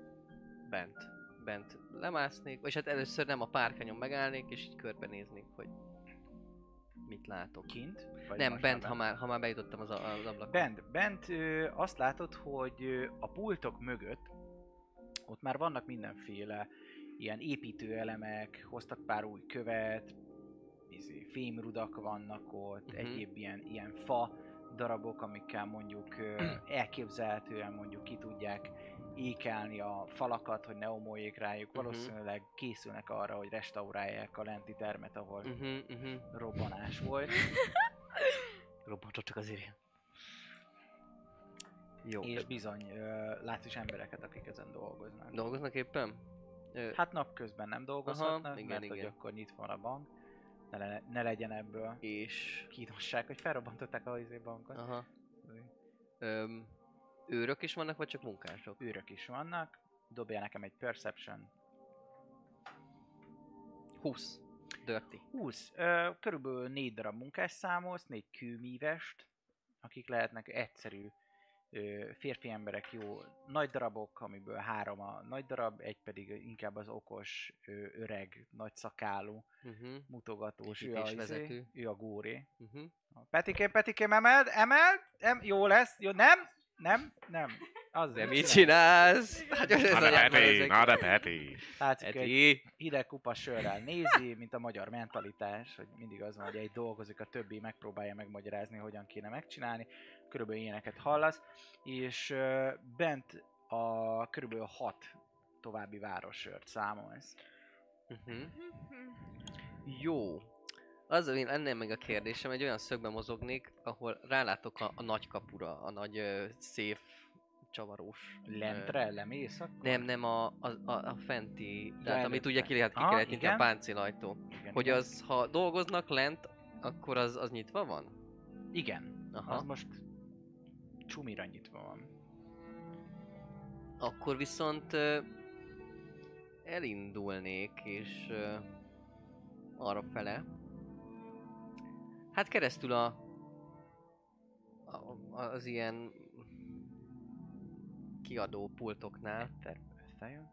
[SPEAKER 2] bent lemásznék, vagy hát először nem a párkányon megállnék, és így körbenéznék, hogy mit látok.
[SPEAKER 1] Kint?
[SPEAKER 2] Vagy nem, bent, ha már bejutottam az ablakon.
[SPEAKER 1] Bent azt látod, hogy a pultok mögött ott már vannak mindenféle ilyen építőelemek, hoztak pár új követ, fémrudak vannak ott, egyéb ilyen fa darabok, amikkel mondjuk elképzelhetően mondjuk ki tudják ékelni a falakat, hogy ne omoljék rájuk. Valószínűleg készülnek arra, hogy restaurálják a lenti termet, ahol robbanás volt.
[SPEAKER 2] Robbantottak azért ilyen. Jó.
[SPEAKER 1] És bizony látsz is embereket, akik ezen dolgoznak.
[SPEAKER 2] Dolgoznak éppen?
[SPEAKER 1] Hát napközben nem dolgozhatnak,
[SPEAKER 2] igen,
[SPEAKER 1] mert
[SPEAKER 2] igen.
[SPEAKER 1] hogy akkor nyitva van a bank. Ne legyen ebből
[SPEAKER 2] és
[SPEAKER 1] kínosság, hogy felrobbantották a bankot.
[SPEAKER 2] Őrök is vannak, vagy csak munkások?
[SPEAKER 1] Őrök is vannak. Dobjál nekem egy Perception.
[SPEAKER 2] 20. Dirty.
[SPEAKER 1] 20. Körülbelül 4 darab munkás számolsz, 4 kőmívest, akik lehetnek egyszerű férfi emberek jó nagy darabok, amiből 3 a nagy darab, egy pedig inkább az okos, öreg, nagy szakálú, mutogatós,
[SPEAKER 2] Vezető.
[SPEAKER 1] ő a góré.
[SPEAKER 2] Uh-huh.
[SPEAKER 1] Petikém, emeld, jó lesz, jó, nem.
[SPEAKER 2] De mit csinálsz? Hát ez
[SPEAKER 3] Na de Peti, na de Peti.
[SPEAKER 1] Látszik, egy hideg kupa sörrel nézi, mint a magyar mentalitás, hogy mindig az van, hogy egy dolgozik, a többi megpróbálja megmagyarázni, hogyan kéne megcsinálni. Körülbelül ilyeneket hallasz, és bent a körülbelül 6 további várossört számolsz.
[SPEAKER 2] Jó. Az én ennél meg a kérdésem, egy olyan szögben mozognék, ahol rálátok a nagy kapura, a nagy szép csavarós.
[SPEAKER 1] Lentre lemész akkor?
[SPEAKER 2] Nem, a fenti, tehát
[SPEAKER 1] előtte.
[SPEAKER 2] amit ugye ki lehet nyitni,
[SPEAKER 1] igen.
[SPEAKER 2] a páncélajtó. Hogy
[SPEAKER 1] Igen.
[SPEAKER 2] az, ha dolgoznak lent, akkor az nyitva van?
[SPEAKER 1] Igen.
[SPEAKER 2] Aha.
[SPEAKER 1] Az most csumira nyitva van.
[SPEAKER 2] Akkor viszont elindulnék, és arra fele. Hát keresztül az ilyen kiadó pultoknál,
[SPEAKER 1] Összejön.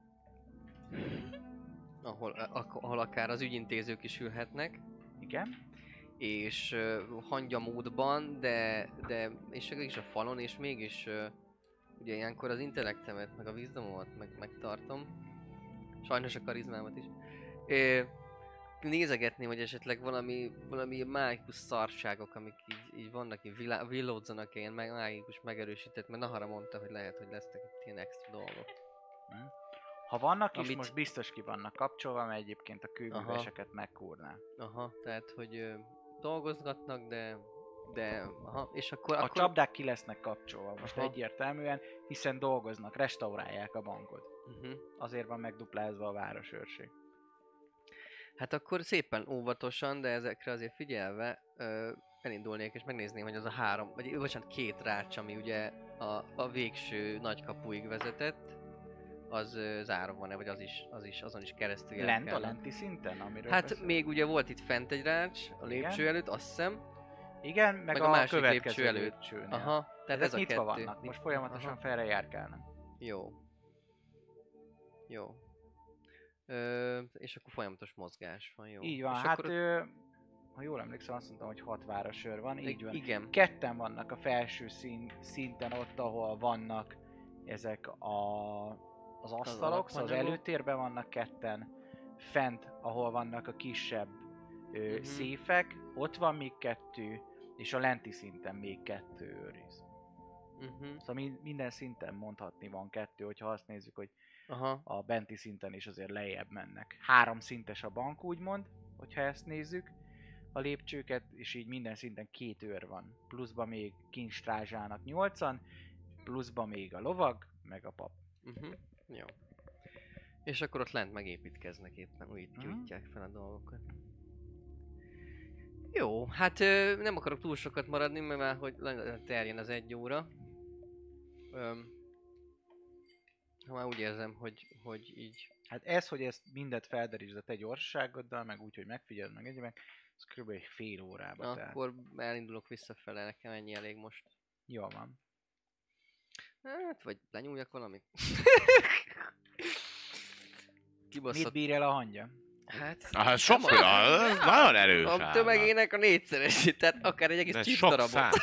[SPEAKER 2] ahol akár az ügyintézők is ülhetnek,
[SPEAKER 1] Igen.
[SPEAKER 2] és hangyamódban, de és a falon, és mégis ugye ilyenkor az intellektemet, meg a wisdomomat megtartom, sajnos a karizmámat is. Nézegetném, hogy esetleg valami mágikus szarságok, amik így vannak, így villódzanak ilyen mágikus megerősített, mert Nahara mondta, hogy lehet, hogy lesznek itt ilyen extra dolgok.
[SPEAKER 1] Ha vannak is, most biztos ki vannak kapcsolva, mert egyébként a kőműveseket megkúrná.
[SPEAKER 2] Aha, tehát hogy dolgozgatnak, de és akkor...
[SPEAKER 1] A csapdák ki lesznek kapcsolva most
[SPEAKER 2] Aha.
[SPEAKER 1] egyértelműen, hiszen dolgoznak, restaurálják a bankot. Azért van megduplázva a városőrség.
[SPEAKER 2] Hát akkor szépen óvatosan, de ezekre azért figyelve elindulnék és megnézném, hogy az a 2 rács, ami ugye a végső nagykapuig vezetett, az zárva van-e, vagy azon is keresztül
[SPEAKER 1] Lent
[SPEAKER 2] kell.
[SPEAKER 1] a lenti szinten, amiről
[SPEAKER 2] Hát
[SPEAKER 1] beszél?
[SPEAKER 2] még ugye volt itt fent egy rács, a lépcső előtt, azt hiszem.
[SPEAKER 1] Igen, meg a
[SPEAKER 2] másik
[SPEAKER 1] következő
[SPEAKER 2] lépcső előtt.
[SPEAKER 1] lépcsőnél.
[SPEAKER 2] Aha, tehát ez a
[SPEAKER 1] nyitva
[SPEAKER 2] 2.
[SPEAKER 1] vannak, most folyamatosan felre járkálnak.
[SPEAKER 2] Jó. És akkor folyamatos mozgás van, jó.
[SPEAKER 1] Így van,
[SPEAKER 2] és
[SPEAKER 1] hát
[SPEAKER 2] akkor
[SPEAKER 1] ha jól emlékszem, azt mondtam, hogy 6 városőr van, így van.
[SPEAKER 2] Igen.
[SPEAKER 1] 2 vannak a felső szinten ott, ahol vannak ezek az asztalok, szóval az előtérben vannak 2, fent, ahol vannak a kisebb széfek, ott van még 2, és a lenti szinten még 2 őriz. Szóval minden szinten mondhatni van 2, hogyha azt nézzük, hogy a benti szinten is azért lejjebb mennek. 3 szintes a bank, úgymond, hogyha ezt nézzük, a lépcsőket, és így minden szinten 2 őr van. Pluszban még kincstrázsának 8-an, pluszban még a lovag, meg a pap.
[SPEAKER 2] Jó. És akkor ott lent megépítkeznek éppen, úgy gyújtják fel a dolgokat. Jó, hát nem akarok túl sokat maradni, mert már hogy terjen az 1 óra. Ha már úgy érzem, hogy így...
[SPEAKER 1] Hát ez, hogy ezt mindet felderítsd a te gyorsaságoddal, meg úgy, hogy megfigyeld meg egyébként, ez kb. Egy fél órába telt.
[SPEAKER 2] Akkor elindulok visszafele, nekem ennyi elég most.
[SPEAKER 1] Jól van.
[SPEAKER 2] Hát, vagy lenyúljak valamit.
[SPEAKER 1] Mit bír el a hangya?
[SPEAKER 2] Hát...
[SPEAKER 3] Sok olyan, nagyon erős
[SPEAKER 2] A tömegének a 4-szeresét, tehát akár egy egész csipdarabot.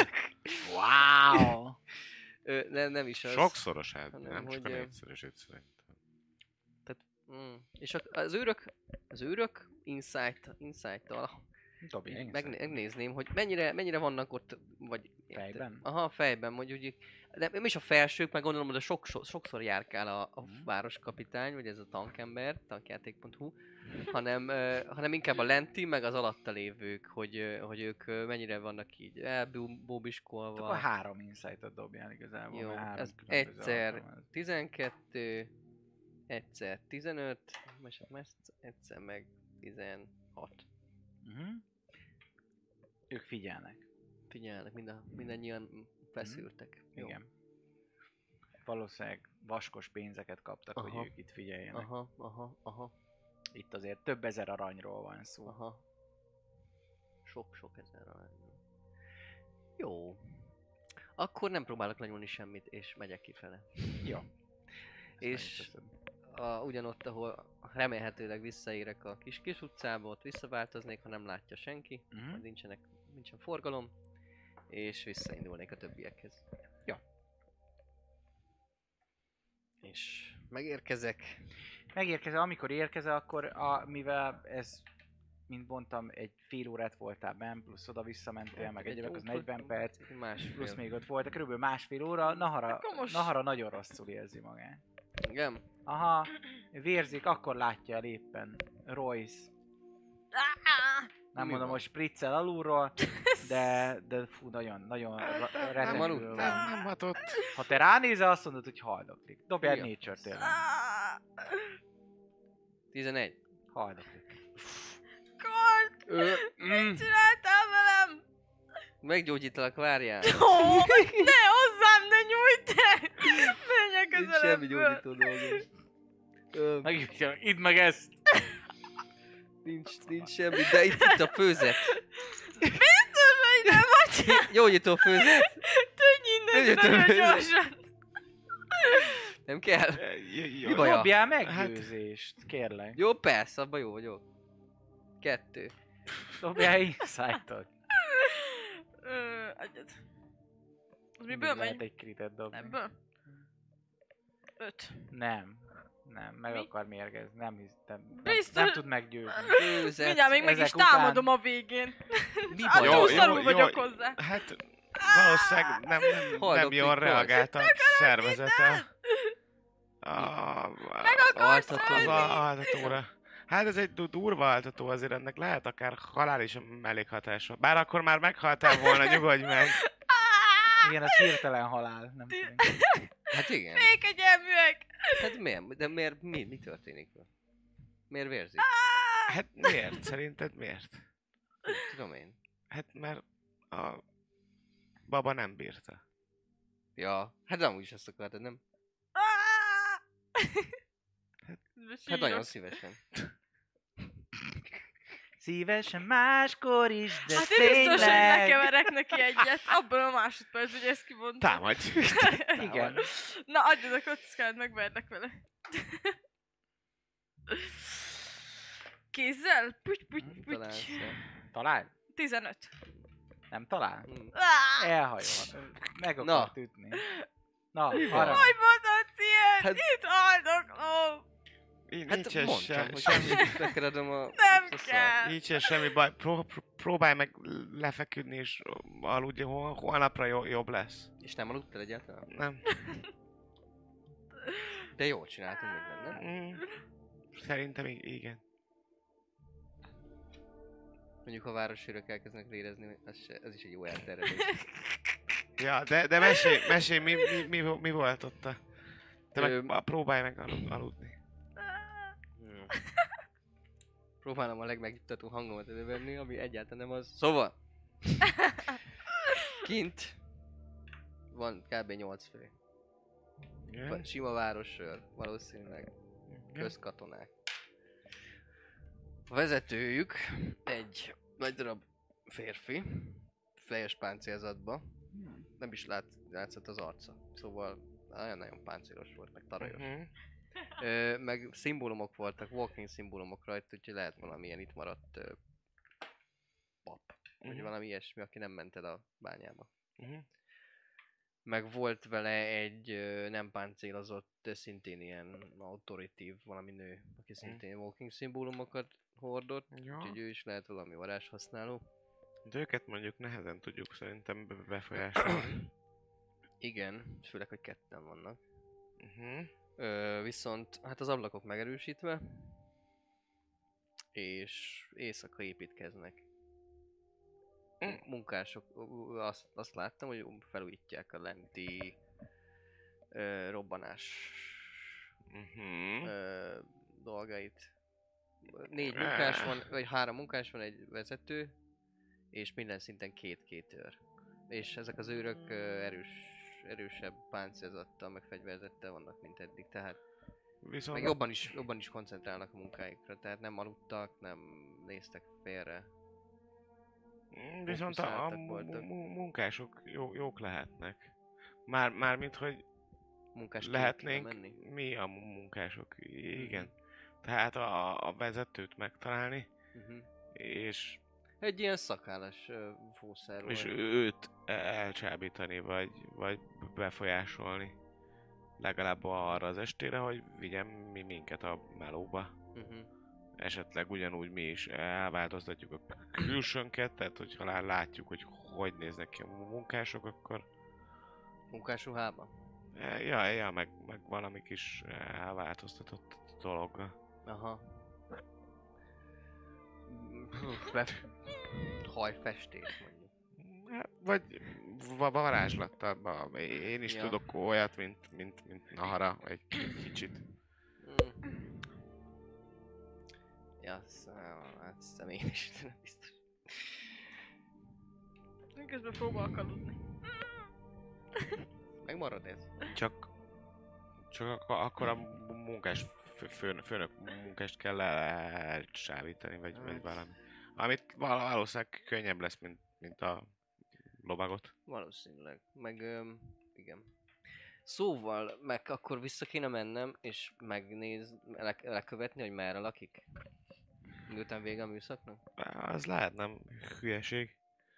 [SPEAKER 1] Wow!
[SPEAKER 2] Nem is az.
[SPEAKER 3] Sokszorosát,
[SPEAKER 2] hanem,
[SPEAKER 3] nem csak a
[SPEAKER 2] hogy,
[SPEAKER 3] 4-szeresét szerintem.
[SPEAKER 2] Tehát, és az őrök insight-tal megnézném, hogy mennyire vannak ott, vagy...
[SPEAKER 1] Fejben?
[SPEAKER 2] Aha, fejben, mondjuk, nem is a felsők, meg gondolom, hogy sokszor járkál a városkapitány, vagy ez a tankember, tankjáték.hu, hanem inkább a lenti, meg az alatta lévők, hogy ők mennyire vannak így elbóbiskolva.
[SPEAKER 1] Akkor 3 insight-ot dobjál igazából.
[SPEAKER 2] Jó, ez egyszer 12, egyszer 15, egyszer meg 16.
[SPEAKER 1] Ők figyelnek.
[SPEAKER 2] Mindannyian feszültek. Jó.
[SPEAKER 1] Igen. Valószínűleg vaskos pénzeket kaptak, hogy ők itt figyeljenek.
[SPEAKER 2] Aha.
[SPEAKER 1] Itt azért több ezer aranyról van szó.
[SPEAKER 2] Sok ezer aranyról. Jó. Akkor nem próbálok lenyúlni semmit, és megyek kifele.
[SPEAKER 1] Jó.
[SPEAKER 2] És ugyanott, ahol remélhetőleg visszaérek a kis utcába, ott visszaváltoznék, ha nem látja senki, majd nincsen forgalom, és visszaindulnék a többiekhez.
[SPEAKER 1] Jó.
[SPEAKER 2] És megérkezek.
[SPEAKER 1] Amikor érkezel, akkor mivel ez, mint mondtam, egy fél órát voltál benn, plusz oda visszamentél, meg egyébként az 40 perc, plusz még ott volt, körülbelül másfél óra, Nahara nagyon rosszul érzi magát.
[SPEAKER 2] Igen?
[SPEAKER 1] Aha, vérzik, akkor látja el éppen Royce. Nem mondom, hogy spriccel alulról, de fú, nagyon rettenül.
[SPEAKER 3] Nem hatott.
[SPEAKER 1] Ha te ránézel, azt mondod, hogy haldoklik. Dobjál
[SPEAKER 2] Igen.
[SPEAKER 1] nature tényleg.
[SPEAKER 2] 11.
[SPEAKER 1] Haldoklik.
[SPEAKER 4] Kort! Mit csináltál velem?
[SPEAKER 2] Meggyógyítalak, várjál.
[SPEAKER 4] Ne hozzám, ne nyújt el! Menjek
[SPEAKER 2] Nincs
[SPEAKER 4] közelebb.
[SPEAKER 2] semmi gyógyító dolgom.
[SPEAKER 1] Idd meg ezt!
[SPEAKER 2] Nincs semmi, de itt a főzet.
[SPEAKER 4] Biztos, hogy nem vagy.
[SPEAKER 2] Gyógyító főzet.
[SPEAKER 4] Tudj innen nagyon gyorsan.
[SPEAKER 2] Nem kell.
[SPEAKER 3] Jó.
[SPEAKER 2] Baja.
[SPEAKER 1] Dobjál meggyőzést, kérlek.
[SPEAKER 2] Jó, persze, abban jó vagyok. 2.
[SPEAKER 1] Dobjál insight-ot.
[SPEAKER 4] Egyet. Az miből
[SPEAKER 1] Lehet
[SPEAKER 4] megy?
[SPEAKER 1] egy kritet dobni.
[SPEAKER 4] Ebből? 5.
[SPEAKER 1] Nem, meg
[SPEAKER 4] Mi?
[SPEAKER 1] akar mérgezni, nem
[SPEAKER 4] Biztos-
[SPEAKER 1] nem tud meggyőzni.
[SPEAKER 2] Főzet.
[SPEAKER 4] Mindjárt még meg is
[SPEAKER 1] ezek után-
[SPEAKER 4] támadom a végén.
[SPEAKER 1] Mi
[SPEAKER 4] Hát
[SPEAKER 1] baj?
[SPEAKER 3] Jó,
[SPEAKER 4] túl
[SPEAKER 3] jó,
[SPEAKER 4] szarul
[SPEAKER 3] jó.
[SPEAKER 4] vagyok hozzá.
[SPEAKER 3] Hát valószínűleg nem
[SPEAKER 2] Haldoklik
[SPEAKER 3] jól
[SPEAKER 2] volt.
[SPEAKER 3] reagált a szervezete.
[SPEAKER 4] Meg akarsz
[SPEAKER 2] Altató.
[SPEAKER 3] Az
[SPEAKER 4] ölni?
[SPEAKER 3] altatóra. Hát ez egy durva altató, azért ennek lehet akár halál is mellékhatása. Bár akkor már meghaltál volna, nyugodj meg.
[SPEAKER 1] Igen, ez hirtelen halál, nem tudom.
[SPEAKER 2] Hát igen.
[SPEAKER 4] Fékegyelműek!
[SPEAKER 2] Hát miért? De miért? Mi történik? Miért vérzik?
[SPEAKER 3] Hát miért? Szerinted miért?
[SPEAKER 2] Nem tudom én.
[SPEAKER 3] Hát mert a baba nem bírta.
[SPEAKER 2] Ja, hát amúgy is azt akartad, nem? Hát nagyon szívesen.
[SPEAKER 1] Szívesen máskor is, de
[SPEAKER 4] Hát én biztos, hogy
[SPEAKER 1] tényleg...
[SPEAKER 4] lekeverek neki egyet. Abban a másodperc, hogy ezt kimondtam.
[SPEAKER 3] Támadj!
[SPEAKER 1] Igen.
[SPEAKER 4] Na, adjad a kockád, megverlek vele. Kézzel? Puty.
[SPEAKER 2] Találsz.
[SPEAKER 1] Talál?
[SPEAKER 4] 15.
[SPEAKER 1] Nem talál?
[SPEAKER 2] Mm.
[SPEAKER 1] Elhajol. Meg
[SPEAKER 2] Na.
[SPEAKER 1] akart ütni. Na,
[SPEAKER 2] van?
[SPEAKER 1] arra.
[SPEAKER 4] Hogy mondod ilyen?
[SPEAKER 2] Hát-
[SPEAKER 4] Itt haldoklom!
[SPEAKER 2] Hát
[SPEAKER 3] Nincsen
[SPEAKER 2] mondtam, hogy
[SPEAKER 3] semmi.
[SPEAKER 2] bekeredem a...
[SPEAKER 4] Nem
[SPEAKER 2] a szart.
[SPEAKER 4] kell!
[SPEAKER 3] Nincsen semmi baj. Próbálj meg lefeküdni és aludj, holnapra jobb lesz.
[SPEAKER 2] És nem aludtál egyáltalán?
[SPEAKER 3] Nem?
[SPEAKER 2] De jól csináltunk minden, nem?
[SPEAKER 3] Mm. Szerintem igen.
[SPEAKER 2] Mondjuk ha városőrök elkezdenek érezni, ez is egy jó elterelés.
[SPEAKER 3] Ja, de mesélj, mi volt ott? Te meg próbálj meg aludni.
[SPEAKER 2] Jó. Próbálom a legmegnyugtató hangomat elővenni, ami egyáltalán nem az. Szóval! Kint van kb. 8 fő.
[SPEAKER 3] Igen?
[SPEAKER 2] Sima városőr, valószínűleg közkatonák. A vezetőjük egy nagy darab férfi, fejes páncélzatba. Nem is látszott az arca. Szóval nagyon páncélos volt, meg tarajos. Meg szimbólumok voltak, walking szimbólumok rajta, úgyhogy lehet valamilyen itt maradt pap. Vagy valami ilyesmi, aki nem ment el a bányába. Meg volt vele egy nem páncélozott, de szintén ilyen autoritív valami nő, aki szintén walking szimbólumokat hordott, úgyhogy ő is lehet valami varázshasználó.
[SPEAKER 3] De őket mondjuk nehezen tudjuk szerintem befolyásolni.
[SPEAKER 2] Igen, főleg, hogy ketten vannak. Viszont hát az ablakok megerősítve, és éjszaka építkeznek. Munkások, azt láttam, hogy felújítják a lenti robbanás dolgait. 4 munkás van, vagy 3 munkás van, egy vezető, és minden szinten 2 őr. És ezek az őrök erősebb páncélzattal, meg fegyverzettel vannak, mint eddig, tehát
[SPEAKER 3] Viszont
[SPEAKER 2] meg jobban is koncentrálnak a munkáikra, tehát nem aludtak, nem néztek félre.
[SPEAKER 3] Viszont a
[SPEAKER 2] Fókuszáltak voltak.
[SPEAKER 3] munkások jók lehetnek. Mármint, hogy
[SPEAKER 2] Munkás
[SPEAKER 3] lehetnénk
[SPEAKER 2] menni.
[SPEAKER 3] mi a munkások. Igen. Tehát a vezetőt megtalálni, és
[SPEAKER 2] Egy ilyen szakállas fószerról.
[SPEAKER 3] és őt elcsábítani, vagy befolyásolni. Legalább arra az estére, hogy vigyen minket a melóba. Esetleg ugyanúgy mi is elváltoztatjuk a külsőnket, tehát hogyha látjuk, hogy néznek ki a munkások, akkor...
[SPEAKER 2] Munkásruhában?
[SPEAKER 3] Ja, meg valami kis elváltoztatott dologgal.
[SPEAKER 2] Aha. Hajfestés mondjuk.
[SPEAKER 3] Hát, vagy varázslattal. Én is tudok olyat, mint Nahara, egy kicsit.
[SPEAKER 2] Ja, hát hiszem én is, nem biztos.
[SPEAKER 4] Én közben próbálok aludni.
[SPEAKER 2] Megmarad ez?
[SPEAKER 3] Csak akkor a munkás főnök munkást kell elcsábítani, vagy valami. Amit valószínűleg könnyebb lesz, mint a lovagot.
[SPEAKER 2] Valószínűleg. Meg, igen. Szóval, meg akkor vissza kéne mennem, és lekövetni, hogy merre lakik? Miután vége a műszaknak?
[SPEAKER 3] Az lehet, nem hülyeség.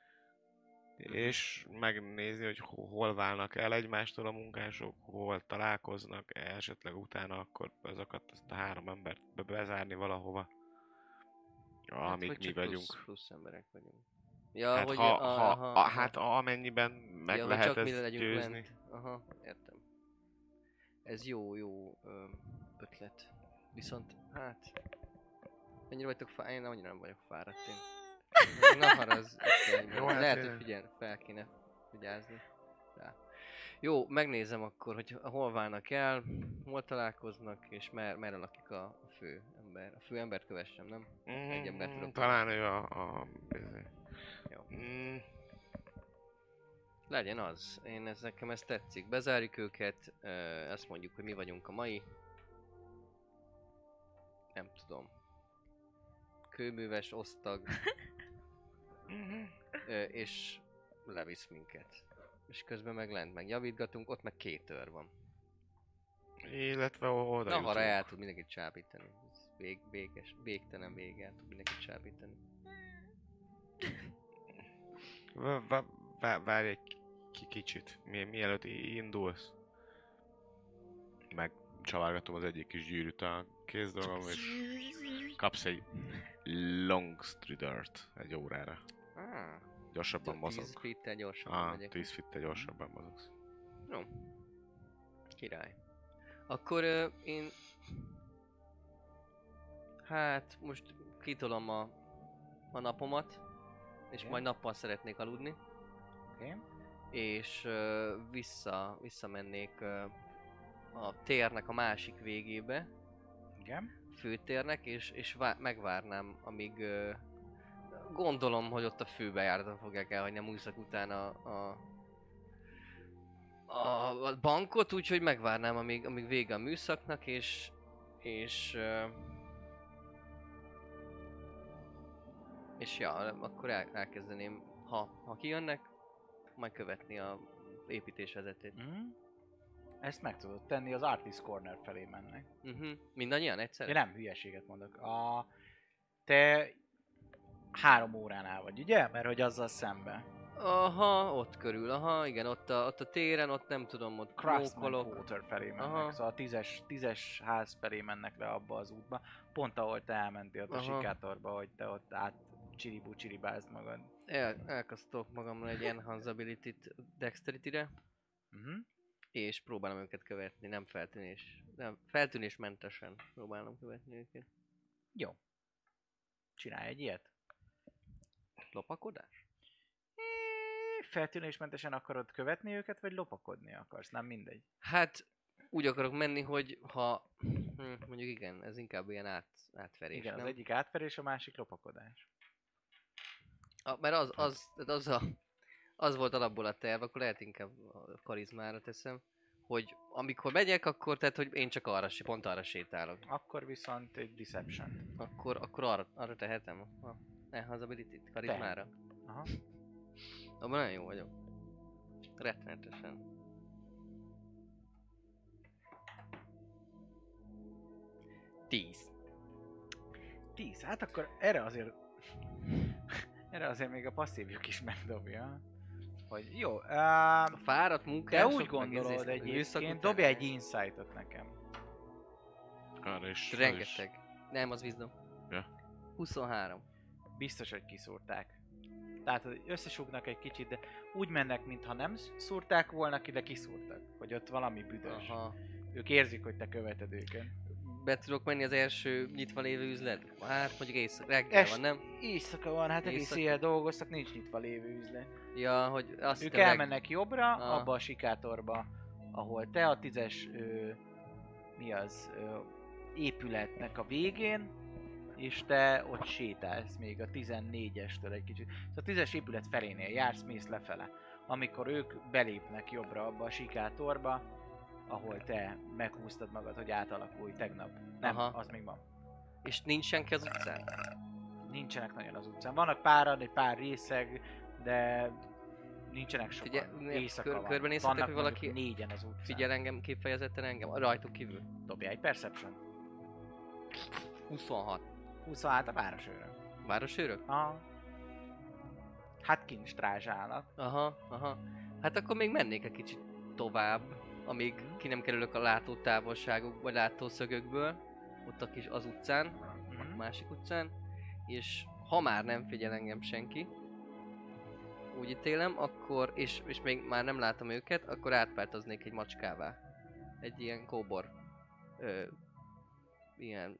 [SPEAKER 3] És megnézni, hogy hol válnak el egymástól a munkások, hol találkoznak, esetleg utána akkor azt a 3 embert bezárni valahova, amíg mi vagyunk.
[SPEAKER 2] Plusz emberek vagyunk. Ja,
[SPEAKER 3] Hát,
[SPEAKER 2] hogy
[SPEAKER 3] hát amennyiben meg lehet ezt győzni.
[SPEAKER 2] Lent. Aha, értem. Ez jó ötlet. Viszont, hát... Mennyire vagytok fáradt? Én annyira nem vagyok fáradt én. Nahar az...
[SPEAKER 3] Jó, hát
[SPEAKER 2] lehet, hogy fel kéne vigyázni. Rá. Jó, megnézem akkor, hogy hol válnak el, hol találkoznak, és merre lakik a fő ember. A fő embert kövessem, nem? Egy embert tudok.
[SPEAKER 3] Talán ő a
[SPEAKER 2] Jó. Legyen az. Nekem ez tetszik. Bezárjuk őket, ezt mondjuk, hogy mi vagyunk a mai. Nem tudom. Kőműves, osztag. És levisz minket. És közben meg lent meg javítgatunk, ott meg 2 őr van.
[SPEAKER 3] Illetve oda
[SPEAKER 2] Nahara el tud mindenkit csábítani. Végtelen vége el tud mindenkit csábítani.
[SPEAKER 3] Várj egy kicsit, mielőtt indulsz. Megcsavargatom az egyik kis gyűrűt a kézdolgom, és kapsz egy long stridert egy órára. Gyorsabban mozog.
[SPEAKER 2] 10 feet-tel gyorsabban megyek.
[SPEAKER 3] 10 feet-tel gyorsabban mozogsz.
[SPEAKER 2] Jó. Király. Akkor én... Hát most kitolom a napomat, és majd nappal szeretnék aludni.
[SPEAKER 1] Oké.
[SPEAKER 2] És visszamennék a térnek a másik végébe.
[SPEAKER 1] Igen.
[SPEAKER 2] Főtérnek, és megvárnám, amíg gondolom, hogy ott a főbejáraton fogják elhagyni a műszak után a bankot, úgyhogy megvárnám, amíg vége a műszaknak, és ja, akkor elkezdeném, ha kijönnek, majd követni a építésvezetőt.
[SPEAKER 1] Ezt meg tudod tenni, az Artist Corner felé mennek.
[SPEAKER 2] Mindannyian egyszerre?
[SPEAKER 1] Én nem hülyeséget mondok. Te 3 óránál vagy, ugye? Mert hogy azzal szemben.
[SPEAKER 2] Aha, ott körül, aha, igen, ott a téren, ott nem tudom, ott
[SPEAKER 1] Craftsman
[SPEAKER 2] mókolok.
[SPEAKER 1] Quarter felé mennek,
[SPEAKER 2] Aha.
[SPEAKER 1] szóval a 10-es ház felé mennek le abba az útba. Pont ahol te elmentél ott a sikátorba, hogy te ott át csiribázd magad.
[SPEAKER 2] Elkasztok magammal egy Enhanceability-t Dexterity-re. És próbálom őket követni, nem feltűnésmentesen próbálom követni őket.
[SPEAKER 1] Jó. Csinálj egy ilyet.
[SPEAKER 2] Lopakodás?
[SPEAKER 1] Feltűnésmentesen akarod követni őket, vagy lopakodni akarsz? Nem mindegy.
[SPEAKER 2] Hát úgy akarok menni, hogy ha... mondjuk igen, ez inkább ilyen átverés,
[SPEAKER 1] igen,
[SPEAKER 2] nem?
[SPEAKER 1] Az egyik átverés, a másik lopakodás.
[SPEAKER 2] Mert az volt alapból a terv, akkor lehet inkább a karizmára teszem, hogy amikor megyek, akkor tehát, hogy én csak pont arra sétálok.
[SPEAKER 1] Akkor viszont egy Deception.
[SPEAKER 2] Akkor arra tehetem a Enhanceability-t karizmára?
[SPEAKER 1] Aha.
[SPEAKER 2] Abban nagyon jó vagyok. Rettenetesen. 10.
[SPEAKER 1] 10. Hát akkor erre azért még a passzívjuk is megdobja. Hogy jó,
[SPEAKER 2] A fáradt
[SPEAKER 1] te
[SPEAKER 2] munkások,
[SPEAKER 1] úgy gondolod egyébként, dobj egy insightot nekem.
[SPEAKER 3] Arra is.
[SPEAKER 2] Rengeteg. Nem, az wisdom.
[SPEAKER 3] Ja.
[SPEAKER 2] 23.
[SPEAKER 1] Biztos, hogy kiszúrták. Tehát hogy összesúgnak egy kicsit, de úgy mennek, mintha nem szúrták volna ki, de kiszúrtak. Hogy ott valami büdös.
[SPEAKER 2] Aha.
[SPEAKER 1] Ők érzik, hogy te követed őket.
[SPEAKER 2] Be tudok menni az első nyitva lévő üzletbe? Hát mondjuk reggel van, nem?
[SPEAKER 1] Éjszaka van, hát egész
[SPEAKER 2] Éjszaka.
[SPEAKER 1] éjjel dolgoztak, nincs nyitva lévő üzlet.
[SPEAKER 2] Ja, hogy azt
[SPEAKER 1] Ők
[SPEAKER 2] hittem,
[SPEAKER 1] elmennek jobbra,
[SPEAKER 2] Ah.
[SPEAKER 1] abba a sikátorba, ahol te a 10-es, épületnek a végén, és te ott sétálsz még a 14-estől egy kicsit. Szóval a 10-es épület felénél jársz, mész lefele. Amikor ők belépnek jobbra abba a sikátorba, ahol te meghúztad magad, hogy átalakulj tegnap. Nem,
[SPEAKER 2] Aha.
[SPEAKER 1] az még van.
[SPEAKER 2] És nincs senki az utcán?
[SPEAKER 1] Nincsenek nagyon az utcán. Vannak páran, egy pár részeg, de nincsenek sokan.
[SPEAKER 2] Figyelj,
[SPEAKER 1] Éjszaka van.
[SPEAKER 2] körbenézhetek,
[SPEAKER 1] Vannak
[SPEAKER 2] hogy valaki
[SPEAKER 1] mondjuk négyen az utcán.
[SPEAKER 2] figyel engem, kifejezetten engem, rajtuk kívül.
[SPEAKER 1] Dobja egy perception.
[SPEAKER 2] 26.
[SPEAKER 1] 26 a városőrön.
[SPEAKER 2] Városőrök?
[SPEAKER 1] Aha. Hát kint strázsálnak.
[SPEAKER 2] Aha. Hát akkor még mennék egy kicsit tovább, amíg ki nem kerülök a látótávolságuk vagy látószögökből. Ott a kis az utcán, a másik utcán. És ha már nem figyel engem senki, úgy ítélem, akkor, és még már nem látom őket, akkor átváltoznék egy macskává. Egy ilyen kóbor. Ilyen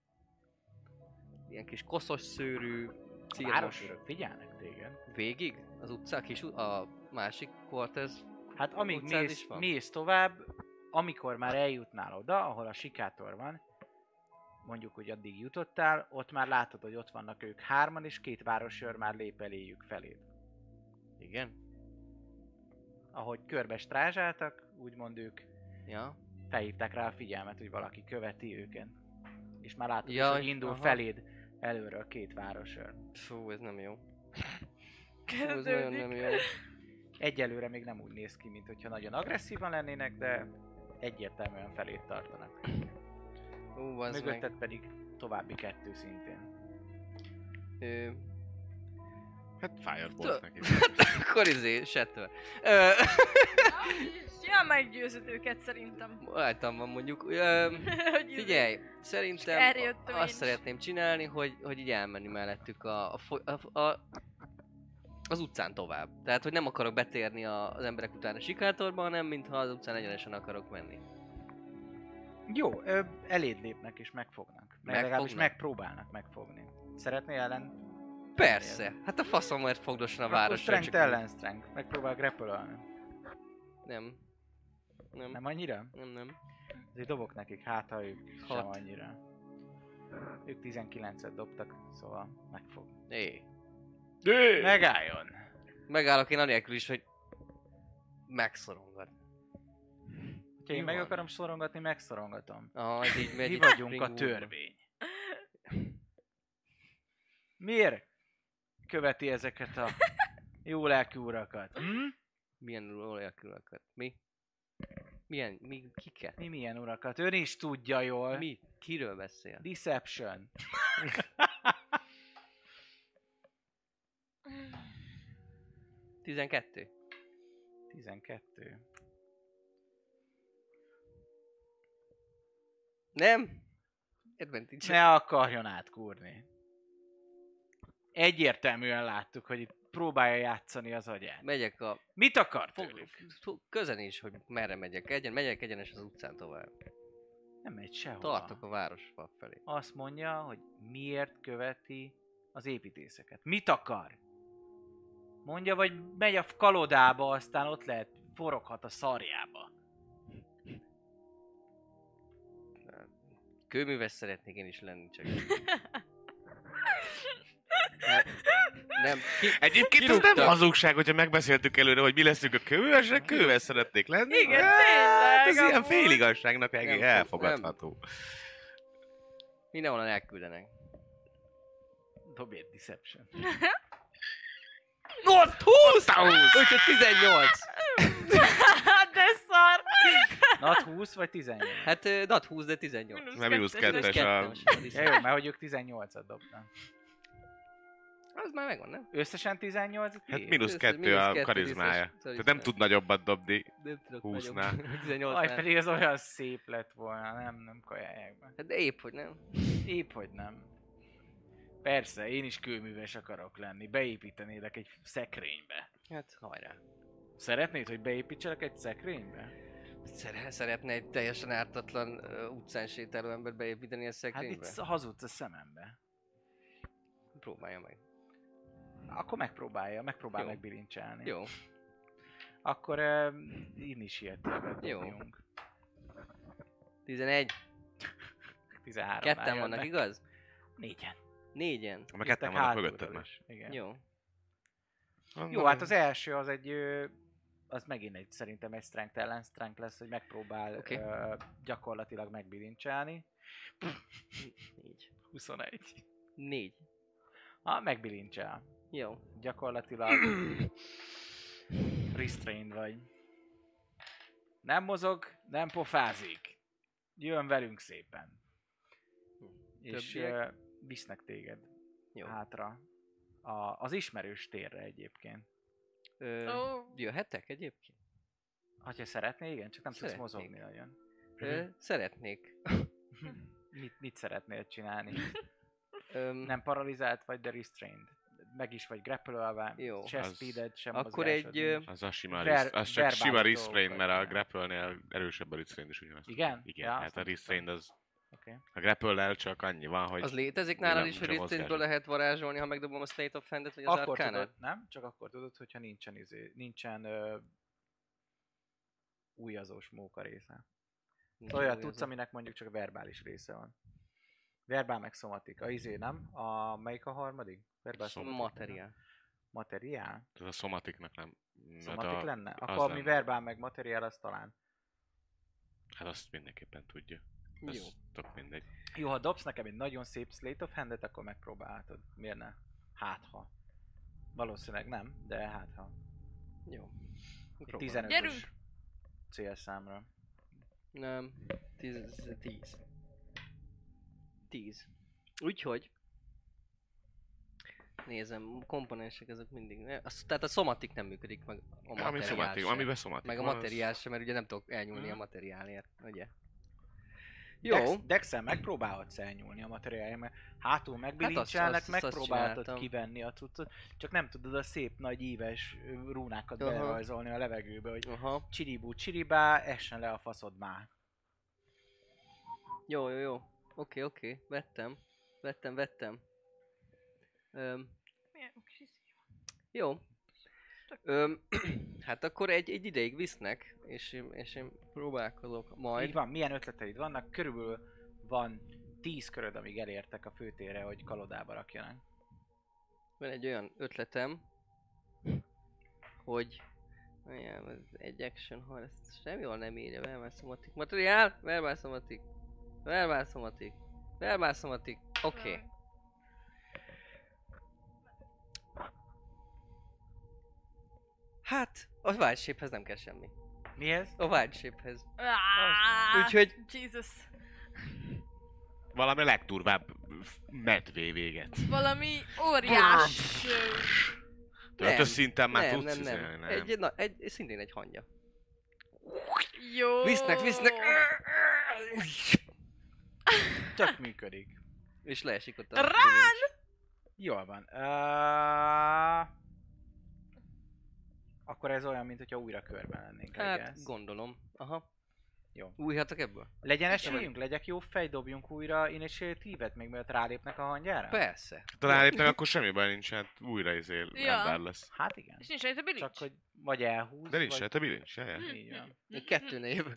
[SPEAKER 2] kis koszos szőrű,
[SPEAKER 1] A
[SPEAKER 2] círmos.
[SPEAKER 1] városőrök figyelnek téged.
[SPEAKER 2] Végig? Az utca, a másik Quarters
[SPEAKER 1] Hát amíg
[SPEAKER 2] utcán is van?
[SPEAKER 1] mész tovább, amikor már eljutnál oda, ahol a sikátor van, mondjuk, hogy addig jutottál, ott már látod, hogy ott vannak ők hárman, és 2 városőr már lép eléjük feléd.
[SPEAKER 2] Igen?
[SPEAKER 1] Ahogy körbe strázsáltak, úgymond ők
[SPEAKER 2] Ja.
[SPEAKER 1] felhívták rá a figyelmet, hogy valaki követi őket. És már látod,
[SPEAKER 2] Ja,
[SPEAKER 1] is, hogy indul
[SPEAKER 2] aha.
[SPEAKER 1] feléd előről 2 városőr.
[SPEAKER 2] Fú, ez nem jó. Fú, ez nagyon
[SPEAKER 4] Kezdődik.
[SPEAKER 2] nem jó.
[SPEAKER 1] Egyelőre még nem úgy néz ki, mint hogyha nagyon agresszívan lennének, de egyértelműen felét tartanak.
[SPEAKER 2] Az
[SPEAKER 1] Mögötted
[SPEAKER 2] meg.
[SPEAKER 1] pedig további 2 szintén.
[SPEAKER 3] Hát firebolt neki.
[SPEAKER 2] Akkor Shatter.
[SPEAKER 4] Ja, meggyőzöd őket szerintem.
[SPEAKER 2] Álltam van mondjuk.
[SPEAKER 4] Hogy
[SPEAKER 2] Figyelj, szerintem
[SPEAKER 4] erre jöttem én
[SPEAKER 2] azt
[SPEAKER 4] is.
[SPEAKER 2] szeretném csinálni, hogy így elmenni mellettük az utcán tovább. Tehát, hogy nem akarok betérni az emberek után a sikátorba, hanem mintha az utcán egyenesen akarok menni.
[SPEAKER 1] Jó, eléd lépnek és megfognak. Meg legalábbis
[SPEAKER 2] Megfognak?
[SPEAKER 1] megpróbálnak megfogni. Szeretnél ellen?
[SPEAKER 2] Persze, hát a faszomért fogdosson a
[SPEAKER 1] Akkor
[SPEAKER 2] városra.
[SPEAKER 1] strength
[SPEAKER 2] csak
[SPEAKER 1] ellen strength. Megpróbál grapple-ölni.
[SPEAKER 2] Nem. Nem.
[SPEAKER 1] Nem annyira?
[SPEAKER 2] Nem.
[SPEAKER 1] Azért dobok nekik, hát ha ők sem
[SPEAKER 2] 6.
[SPEAKER 1] annyira. Ők 19-et dobtak, szóval megfog. Megálljon!
[SPEAKER 2] Megállok én anélkül is, hogy megszorongat.
[SPEAKER 1] Ha én
[SPEAKER 2] Mi
[SPEAKER 1] meg
[SPEAKER 2] van?
[SPEAKER 1] akarom szorongatni, megszorongatom.
[SPEAKER 2] Ez így megy.
[SPEAKER 1] Mi
[SPEAKER 2] így
[SPEAKER 1] vagyunk a
[SPEAKER 2] spring
[SPEAKER 1] törvény. Miért követi ezeket a jó lelkű urakat? Hm?
[SPEAKER 2] Milyen olyakulatokat? Mi? Kiket?
[SPEAKER 1] Mi milyen urakat? Ön is tudja jól.
[SPEAKER 2] Mi? Kiről beszél?
[SPEAKER 1] Deception.
[SPEAKER 2] – 12.
[SPEAKER 1] 12.
[SPEAKER 2] Nem? Advantage.
[SPEAKER 1] Ne akarjon átkúrni. Egyértelműen láttuk, hogy itt próbálja játszani az agyát.
[SPEAKER 2] Megyek a...
[SPEAKER 1] Mit akar tőlük?
[SPEAKER 2] Közen is, hogy merre megyek. Megyek egyenes az utcán tovább.
[SPEAKER 1] Nem megy sehova.
[SPEAKER 2] Tartok a városfal felé.
[SPEAKER 1] Azt mondja, hogy miért követi az építészeket. Mit akar? Mondja, vagy megy a kalodába, aztán ott lehet foroghat a szarjába.
[SPEAKER 2] Kőműves szeretnék én is lenni, csak... Nem,
[SPEAKER 3] Egyébként ez
[SPEAKER 2] kirúgtak.
[SPEAKER 3] nem hazugság, hogyha megbeszéltük előre, hogy mi leszünk a kőművesek, kővel szeretnék lenni.
[SPEAKER 4] Igen,
[SPEAKER 3] Hát,
[SPEAKER 4] tényleg,
[SPEAKER 3] ez ilyen
[SPEAKER 4] amúgy.
[SPEAKER 3] féligasságnak
[SPEAKER 2] Nem,
[SPEAKER 3] elfogadható.
[SPEAKER 2] mindenhol elküldenek.
[SPEAKER 1] Dobj egy deception.
[SPEAKER 2] Not 20! Úgyhogy 18.
[SPEAKER 4] De szar!
[SPEAKER 1] Nat 20 vagy 18?
[SPEAKER 2] Hát not 20, de 18.
[SPEAKER 3] Nem mínusz kettes
[SPEAKER 2] Kettes
[SPEAKER 3] a...
[SPEAKER 1] Ja, jó, mert hogy ők 18-at dobnak.
[SPEAKER 2] Az már megvan, nem?
[SPEAKER 1] Összesen 18?
[SPEAKER 3] Hát mínusz
[SPEAKER 2] Össze-
[SPEAKER 3] 2
[SPEAKER 2] mínusz
[SPEAKER 3] a
[SPEAKER 2] kettő
[SPEAKER 3] karizmája.
[SPEAKER 2] biztos.
[SPEAKER 3] Tehát nem tud nagyobbat dobni.
[SPEAKER 2] Nem tudok
[SPEAKER 3] 20-nál.
[SPEAKER 2] nagyobb. 18
[SPEAKER 1] Aj, pedig ez olyan szép lett volna, nem kajálják be.
[SPEAKER 2] Hát de épp, hogy nem.
[SPEAKER 1] Épp, hogy nem. Persze, én is kőműves akarok lenni, beépítenélek egy szekrénybe.
[SPEAKER 2] Hát hajrá.
[SPEAKER 1] Szeretnéd, hogy beépítselek egy szekrénybe?
[SPEAKER 2] Szeretne egy teljesen ártatlan utcán sétáló embert beépíteni a
[SPEAKER 1] Hát
[SPEAKER 2] szekrénybe?
[SPEAKER 1] itt hazudsz a szemembe.
[SPEAKER 2] Próbálja meg.
[SPEAKER 1] Akkor megpróbál
[SPEAKER 2] Jó.
[SPEAKER 1] megbilincselni.
[SPEAKER 2] Jó.
[SPEAKER 1] Akkor initiatívet
[SPEAKER 2] Jó.
[SPEAKER 1] dobjunk.
[SPEAKER 2] 11.
[SPEAKER 1] 13
[SPEAKER 2] Ketten vannak, igaz?
[SPEAKER 1] 4-en.
[SPEAKER 2] 4-en.
[SPEAKER 3] Meg ketten vannak mögötted már.
[SPEAKER 1] Igen.
[SPEAKER 2] Jó.
[SPEAKER 1] Jó, hát az első az egy... az megint szerintem egy strength ellen strength lesz, hogy megpróbál
[SPEAKER 2] Oké.
[SPEAKER 1] gyakorlatilag megbilincselni.
[SPEAKER 2] 4.
[SPEAKER 1] 21.
[SPEAKER 2] 4.
[SPEAKER 1] Megbilincsel.
[SPEAKER 2] Jó.
[SPEAKER 1] Gyakorlatilag restrained vagy. Nem mozog, nem pofázik. Jön velünk szépen. És
[SPEAKER 2] Többiek?
[SPEAKER 1] visznek téged
[SPEAKER 2] Jó.
[SPEAKER 1] hátra. Az ismerős térre egyébként.
[SPEAKER 4] Ó.
[SPEAKER 2] Jöhetek egyébként?
[SPEAKER 1] Ha szeretnél, igen, csak nem tudsz
[SPEAKER 2] Szeretnék.
[SPEAKER 1] mozogni nagyon.
[SPEAKER 2] Szeretnék.
[SPEAKER 1] Mit szeretnél csinálni?
[SPEAKER 2] Öm,
[SPEAKER 1] Nem paralizált vagy, de restrained. Meg is vagy grappelölve,
[SPEAKER 2] Jó.
[SPEAKER 1] se
[SPEAKER 3] Az-
[SPEAKER 1] speeded, sem
[SPEAKER 2] akkor
[SPEAKER 1] mozgásod
[SPEAKER 2] egy,
[SPEAKER 1] nincs.
[SPEAKER 3] Az a sima az csak
[SPEAKER 1] verbális
[SPEAKER 3] sima restrain,
[SPEAKER 1] dolgokat
[SPEAKER 3] mert a
[SPEAKER 1] csinál.
[SPEAKER 3] grapple-nél erősebb a restrain is ugyanazt.
[SPEAKER 1] Igen?
[SPEAKER 3] Igen,
[SPEAKER 1] Ja,
[SPEAKER 3] hát
[SPEAKER 1] azt
[SPEAKER 3] a
[SPEAKER 1] nem
[SPEAKER 3] restrain az...
[SPEAKER 1] Oké.
[SPEAKER 3] A grapple-lel csak annyi van, hogy...
[SPEAKER 2] az létezik
[SPEAKER 3] nem
[SPEAKER 2] nálad is, hogy
[SPEAKER 3] csak
[SPEAKER 2] restrainből
[SPEAKER 3] mozgás.
[SPEAKER 2] lehet varázsolni, ha megdobom a State of Hand-et, vagy az
[SPEAKER 1] Akkor
[SPEAKER 2] Arcana-t?
[SPEAKER 1] tudod, nem? Csak akkor tudod, hogyha nincsen újazós móka része. Olyat tudsz, aminek mondjuk csak verbális része van. Verbál meg szomatik. A izé nem? Melyik a harmadik? Verbál szomatik.
[SPEAKER 2] Materiál.
[SPEAKER 1] Materiál?
[SPEAKER 3] Ez a szomatiknak nem...
[SPEAKER 1] Szomatik lenne?
[SPEAKER 3] az
[SPEAKER 1] Akkor ami
[SPEAKER 3] lenne.
[SPEAKER 1] verbál meg materiál, az talán.
[SPEAKER 3] Hát azt mindenképpen tudja.
[SPEAKER 2] Jó.
[SPEAKER 3] Ez tök mindegy.
[SPEAKER 1] Jó, ha dobsz nekem egy nagyon szép Slate of Hand-et, akkor megpróbálhatod. Miért ne? Hát ha. Valószínűleg nem, de hát ha.
[SPEAKER 2] Jó.
[SPEAKER 1] Egy
[SPEAKER 2] Próbálom.
[SPEAKER 1] 15-ös
[SPEAKER 4] Gyerünk!
[SPEAKER 1] célszámra.
[SPEAKER 2] Nem. 10. 10. Úgyhogy... Nézem, komponensek ezek mindig... Tehát a szomatik nem működik, meg a
[SPEAKER 3] Ami
[SPEAKER 2] materiál
[SPEAKER 3] szomatik,
[SPEAKER 2] sem.
[SPEAKER 3] amiben szomatik
[SPEAKER 2] Meg a
[SPEAKER 3] van, az-
[SPEAKER 2] materiál sem, mert ugye nem tudok elnyúlni a
[SPEAKER 3] Mhm.
[SPEAKER 2] materiálért, ugye? Jó.
[SPEAKER 1] Jó. Dexel megpróbálhatsz elnyúlni a materiálja, mert hátul megbilincselnek,
[SPEAKER 2] azt
[SPEAKER 1] megpróbálhatod
[SPEAKER 2] csináltam.
[SPEAKER 1] kivenni a cuccot, csak nem tudod a szép nagy íves rúnákat
[SPEAKER 2] Aha.
[SPEAKER 1] belerajzolni a levegőbe, hogy
[SPEAKER 2] Aha.
[SPEAKER 1] csiribú csiribá, essen le a faszod már.
[SPEAKER 2] Jó. Oké. Vettem.
[SPEAKER 4] Milyen kis izé.
[SPEAKER 2] Jó. Hát akkor egy ideig visznek, és én próbálkozok majd.
[SPEAKER 1] Így van, milyen ötleteid vannak? Körülbelül van 10 köröd, amíg elértek a főtérre, hogy kalodába rakjanak.
[SPEAKER 2] Van egy olyan ötletem, hogy egy action, ha ezt sem jól nem írja, verbal somatic materiál, verbal somatic, oké. Hát, a wild shape-hez nem kell semmi.
[SPEAKER 1] Mihez?
[SPEAKER 2] A wild shape-hez.
[SPEAKER 4] Ah,
[SPEAKER 2] Úgyhogy
[SPEAKER 4] Jesus.
[SPEAKER 3] Valami legdurvább medvé véget.
[SPEAKER 4] Valami óriás...
[SPEAKER 3] Töltő szinten már
[SPEAKER 2] nem,
[SPEAKER 3] tudsz
[SPEAKER 2] nem.
[SPEAKER 3] izélni, nem?
[SPEAKER 2] Szintén egy hangja.
[SPEAKER 4] Jó.
[SPEAKER 2] Visznek.
[SPEAKER 1] Tök működik.
[SPEAKER 2] És leesik ott a
[SPEAKER 4] Rán!
[SPEAKER 2] bilincs.
[SPEAKER 1] Jól van. Akkor ez olyan, mint hogyha újra körben lennénk. I
[SPEAKER 2] Hát
[SPEAKER 1] guess.
[SPEAKER 2] gondolom. Aha.
[SPEAKER 1] Jó.
[SPEAKER 2] Újhatok ebből?
[SPEAKER 1] Legyen esélyünk, legyek jó fej, dobjunk újra initiatívet, még mielőtt rálépnek a hangjára?
[SPEAKER 2] Persze.
[SPEAKER 3] Talán lépnek, akkor semmi baj nincs, hát újra
[SPEAKER 4] Ja.
[SPEAKER 3] ember lesz.
[SPEAKER 1] Hát igen.
[SPEAKER 4] És nincs rajta bilincs?
[SPEAKER 1] Csak hogy vagy elhúz,
[SPEAKER 3] De nincs
[SPEAKER 1] vagy...
[SPEAKER 3] rajta bilincs, jaj.
[SPEAKER 1] Így van.
[SPEAKER 2] Még 2 név.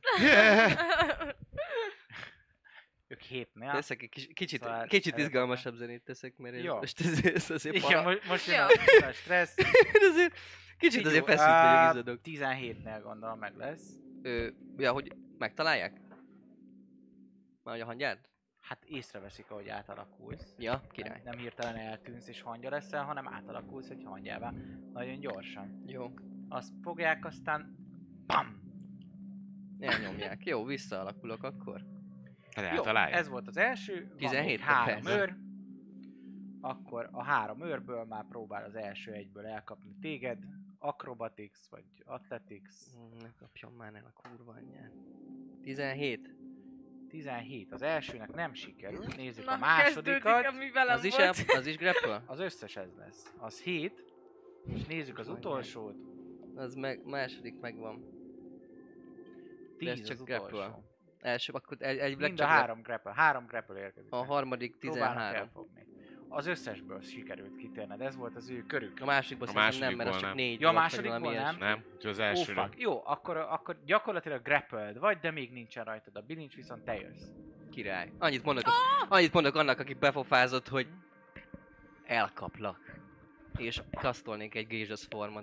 [SPEAKER 1] Ők hétnél.
[SPEAKER 2] Teszek egy kicsit
[SPEAKER 1] Szóval
[SPEAKER 2] kicsit
[SPEAKER 1] ez
[SPEAKER 2] izgalmasabb zenét teszek, mert én
[SPEAKER 1] Jó.
[SPEAKER 2] most ez azért
[SPEAKER 1] Igen,
[SPEAKER 2] para.
[SPEAKER 1] most jön
[SPEAKER 4] Ja.
[SPEAKER 1] a stressz.
[SPEAKER 2] azért, kicsit azért
[SPEAKER 1] Figyelj,
[SPEAKER 2] feszült vagyok, izzadok.
[SPEAKER 1] 17-nél gondolom meg lesz.
[SPEAKER 2] Ja, hogy megtalálják? Már hogy a hangyád?
[SPEAKER 1] Hát észreveszik, ahogy átalakulsz.
[SPEAKER 2] Ja, király.
[SPEAKER 1] Nem hirtelen eltűnsz és hangya leszel, hanem átalakulsz egy hangyává. Nagyon gyorsan.
[SPEAKER 2] Jó.
[SPEAKER 1] Azt fogják, aztán... BAM!
[SPEAKER 2] Elnyomják. Jó, visszaalakulok akkor.
[SPEAKER 1] Jó, ez volt az első. Van
[SPEAKER 2] 17
[SPEAKER 1] még 3
[SPEAKER 2] perc.
[SPEAKER 1] őr. Akkor a 3 őrből már próbál az első egyből elkapni téged. Acrobatics vagy Athletics.
[SPEAKER 2] Ne kapjon már el a kurva anyját. 17.
[SPEAKER 1] 17. Az elsőnek nem sikerült. Nézzük
[SPEAKER 4] Na,
[SPEAKER 1] a másodikat.
[SPEAKER 4] kezdődik, ami velem
[SPEAKER 2] Az is,
[SPEAKER 4] volt.
[SPEAKER 2] az is grapple?
[SPEAKER 1] Az összes ez lesz. Az 7. És nézzük az utolsót.
[SPEAKER 2] Az meg, második megvan.
[SPEAKER 1] 10
[SPEAKER 2] ez csak
[SPEAKER 1] az
[SPEAKER 2] grapple.
[SPEAKER 1] utolsó.
[SPEAKER 2] Első, akkor egy black
[SPEAKER 1] Mind a
[SPEAKER 2] csak
[SPEAKER 1] 3 grapple. 3 grapple érkezik.
[SPEAKER 2] a
[SPEAKER 1] meg.
[SPEAKER 2] harmadik
[SPEAKER 1] Próbálnak
[SPEAKER 2] 13.
[SPEAKER 1] elfogni. Az összesből sikerült kitérned, ez volt az ő körük.
[SPEAKER 2] A másikból
[SPEAKER 3] A
[SPEAKER 2] szerintem nem, mert az
[SPEAKER 3] másodikból
[SPEAKER 2] csak
[SPEAKER 3] nem.
[SPEAKER 2] 4
[SPEAKER 1] Ja, a
[SPEAKER 2] volt, vagy
[SPEAKER 1] másodikból
[SPEAKER 2] valami
[SPEAKER 1] nem.
[SPEAKER 2] ilyesmi.
[SPEAKER 3] Nem, úgyhogy az
[SPEAKER 1] Oh,
[SPEAKER 3] elsőről.
[SPEAKER 1] fuck. Jó, akkor gyakorlatilag grappled vagy, de még nincsen rajtad a bilincs, viszont te jössz.
[SPEAKER 2] Király. Annyit mondok annak, aki befofázott, hogy elkaplak. És kasztolnék egy Gézsasz formot.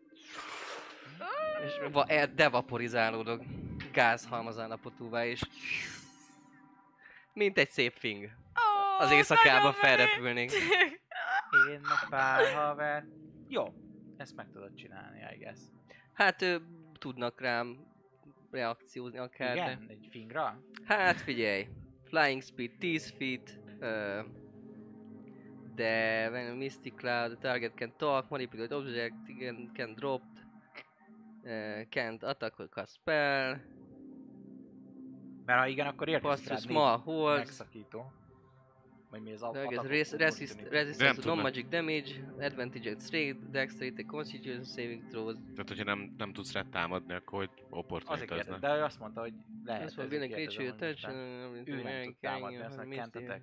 [SPEAKER 2] És devaporizálódok gázhalmaz állapotúvá, és mint egy szép fing.
[SPEAKER 4] Ó,
[SPEAKER 2] Az éjszakában
[SPEAKER 4] nagyon
[SPEAKER 2] felrepülnénk.
[SPEAKER 1] Én meg pár haver. Jó, ezt meg tudod csinálni, I guess.
[SPEAKER 2] Hát tudnak rám reakciózni akár,
[SPEAKER 1] Igen?
[SPEAKER 2] de...
[SPEAKER 1] Egy fingra?
[SPEAKER 2] Hát figyelj, flying speed 10 feet, de when a Mystic Cloud, the target can talk, manipulate object, can drop, can't attack or cast spell,
[SPEAKER 1] Mert ha igen, akkor érkezik
[SPEAKER 2] pass
[SPEAKER 1] rád
[SPEAKER 2] through small
[SPEAKER 1] 4
[SPEAKER 2] holes,
[SPEAKER 1] megszakító. Vagy mi az
[SPEAKER 2] target
[SPEAKER 1] attack
[SPEAKER 2] resistance
[SPEAKER 3] Nem
[SPEAKER 2] to
[SPEAKER 3] tudnak.
[SPEAKER 2] non-magic damage, advantage at strength, dexterity, constitution saving throws.
[SPEAKER 3] Tehát, hogyha nem tudsz rá támadni, akkor hogy
[SPEAKER 1] Azért
[SPEAKER 3] opportunitásnak.
[SPEAKER 1] kérdez, de ő azt mondta, hogy lehet.
[SPEAKER 2] This will
[SPEAKER 1] ezért
[SPEAKER 2] win a
[SPEAKER 1] kérdezem,
[SPEAKER 2] creature
[SPEAKER 1] hogy most
[SPEAKER 2] attention,
[SPEAKER 1] ő nem tud támadni, ezt meg can't attack.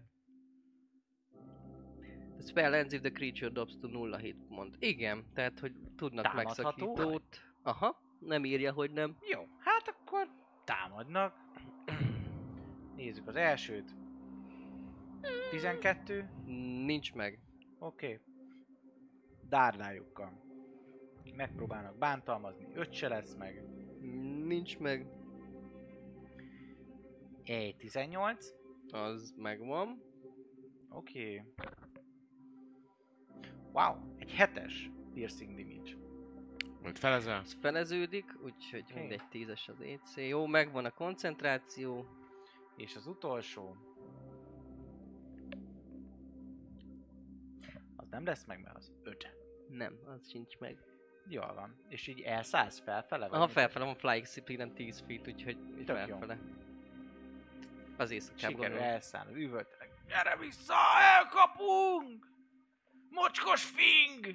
[SPEAKER 2] The spell ends if the creature drops to 0 hit pont. Igen, tehát hogy tudnak
[SPEAKER 1] Támadható
[SPEAKER 2] megszakítót. Aha, nem írja, hogy nem.
[SPEAKER 1] Jó, hát akkor támadnak. Nézzük az elsőt. 12.
[SPEAKER 2] Nincs meg.
[SPEAKER 1] Oké. Dárdájukkal. Megpróbálnak bántalmazni. 5 se lesz meg.
[SPEAKER 2] Nincs meg.
[SPEAKER 1] 18.
[SPEAKER 2] Az megvan.
[SPEAKER 1] Oké. Wow, egy 7-es piercing damage.
[SPEAKER 3] Majd felezel?
[SPEAKER 2] Az feleződik, úgyhogy
[SPEAKER 1] Oké.
[SPEAKER 2] mindegy 10-es az EC. Jó, megvan a koncentráció.
[SPEAKER 1] És az utolsó. Az nem lesz meg, mert az 5.
[SPEAKER 2] Nem, az sincs meg.
[SPEAKER 1] Jól van. És így elszállsz felfele? vagy
[SPEAKER 2] Aha,
[SPEAKER 1] mi?
[SPEAKER 2] felfele van flying speed 10 feet, úgyhogy így
[SPEAKER 1] Tök jó.
[SPEAKER 2] felfele. Az éjszakából.
[SPEAKER 1] Sikerül
[SPEAKER 2] van.
[SPEAKER 1] elszállni, üvöltenek. Gyere vissza, elkapunk! Mocskos fing!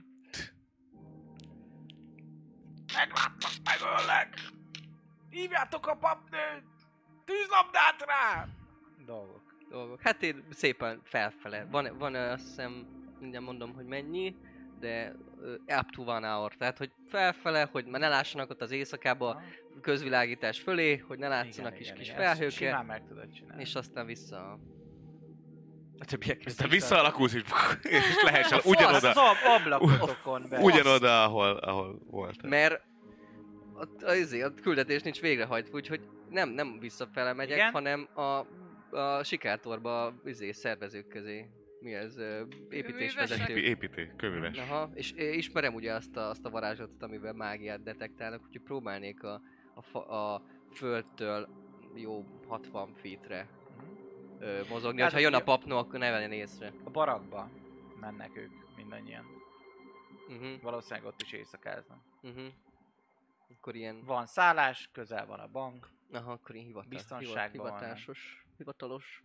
[SPEAKER 1] Megláttak, megöllek! Hívjátok a papnőt! Tűzlabdát rá! Dolgok.
[SPEAKER 2] Hát én szépen felfele. Van azt hiszem, mindjárt mondom, hogy mennyi, de up to 1 hour. Tehát, hogy felfele, hogy már ne lássanak ott az éjszakába
[SPEAKER 1] Aha.
[SPEAKER 2] közvilágítás fölé, hogy ne látszanak
[SPEAKER 1] Igen,
[SPEAKER 2] kis
[SPEAKER 1] igen. Ezt simán
[SPEAKER 2] felhőkkel,
[SPEAKER 1] meg tudod csinálni.
[SPEAKER 2] és aztán vissza a többiekhez.
[SPEAKER 3] Aztán visszaalakulsz, és lehessen
[SPEAKER 1] Az
[SPEAKER 3] ugyanoda,
[SPEAKER 1] ablakotokon be.
[SPEAKER 3] ugyanoda, ahol volt.
[SPEAKER 2] Mert a küldetés nincs végrehajtva, úgyhogy nem visszafele megyek,
[SPEAKER 1] Igen?
[SPEAKER 2] hanem a sikátorba szervezők közé. Mi ez? Építésvezető.
[SPEAKER 3] Építé, kövüves.
[SPEAKER 2] Aha, és ismerem ugye azt a varázslatot, amivel mágiát detektálnak, úgyhogy próbálnék a földtől jó 60 feetre mozogni.
[SPEAKER 1] Hát,
[SPEAKER 2] Ha jön a
[SPEAKER 1] ugye-
[SPEAKER 2] papnó, akkor ne venjen észre.
[SPEAKER 1] A barakba mennek ők mindannyian.
[SPEAKER 2] Uh-huh,
[SPEAKER 1] Valószínűleg ott is éjszakáznak.
[SPEAKER 2] uh-huh. Akkor ilyen,
[SPEAKER 1] Van szállás, közel van a bank.
[SPEAKER 2] aha, akkor ilyen
[SPEAKER 1] Biztonságban vannak.
[SPEAKER 2] hivatalos.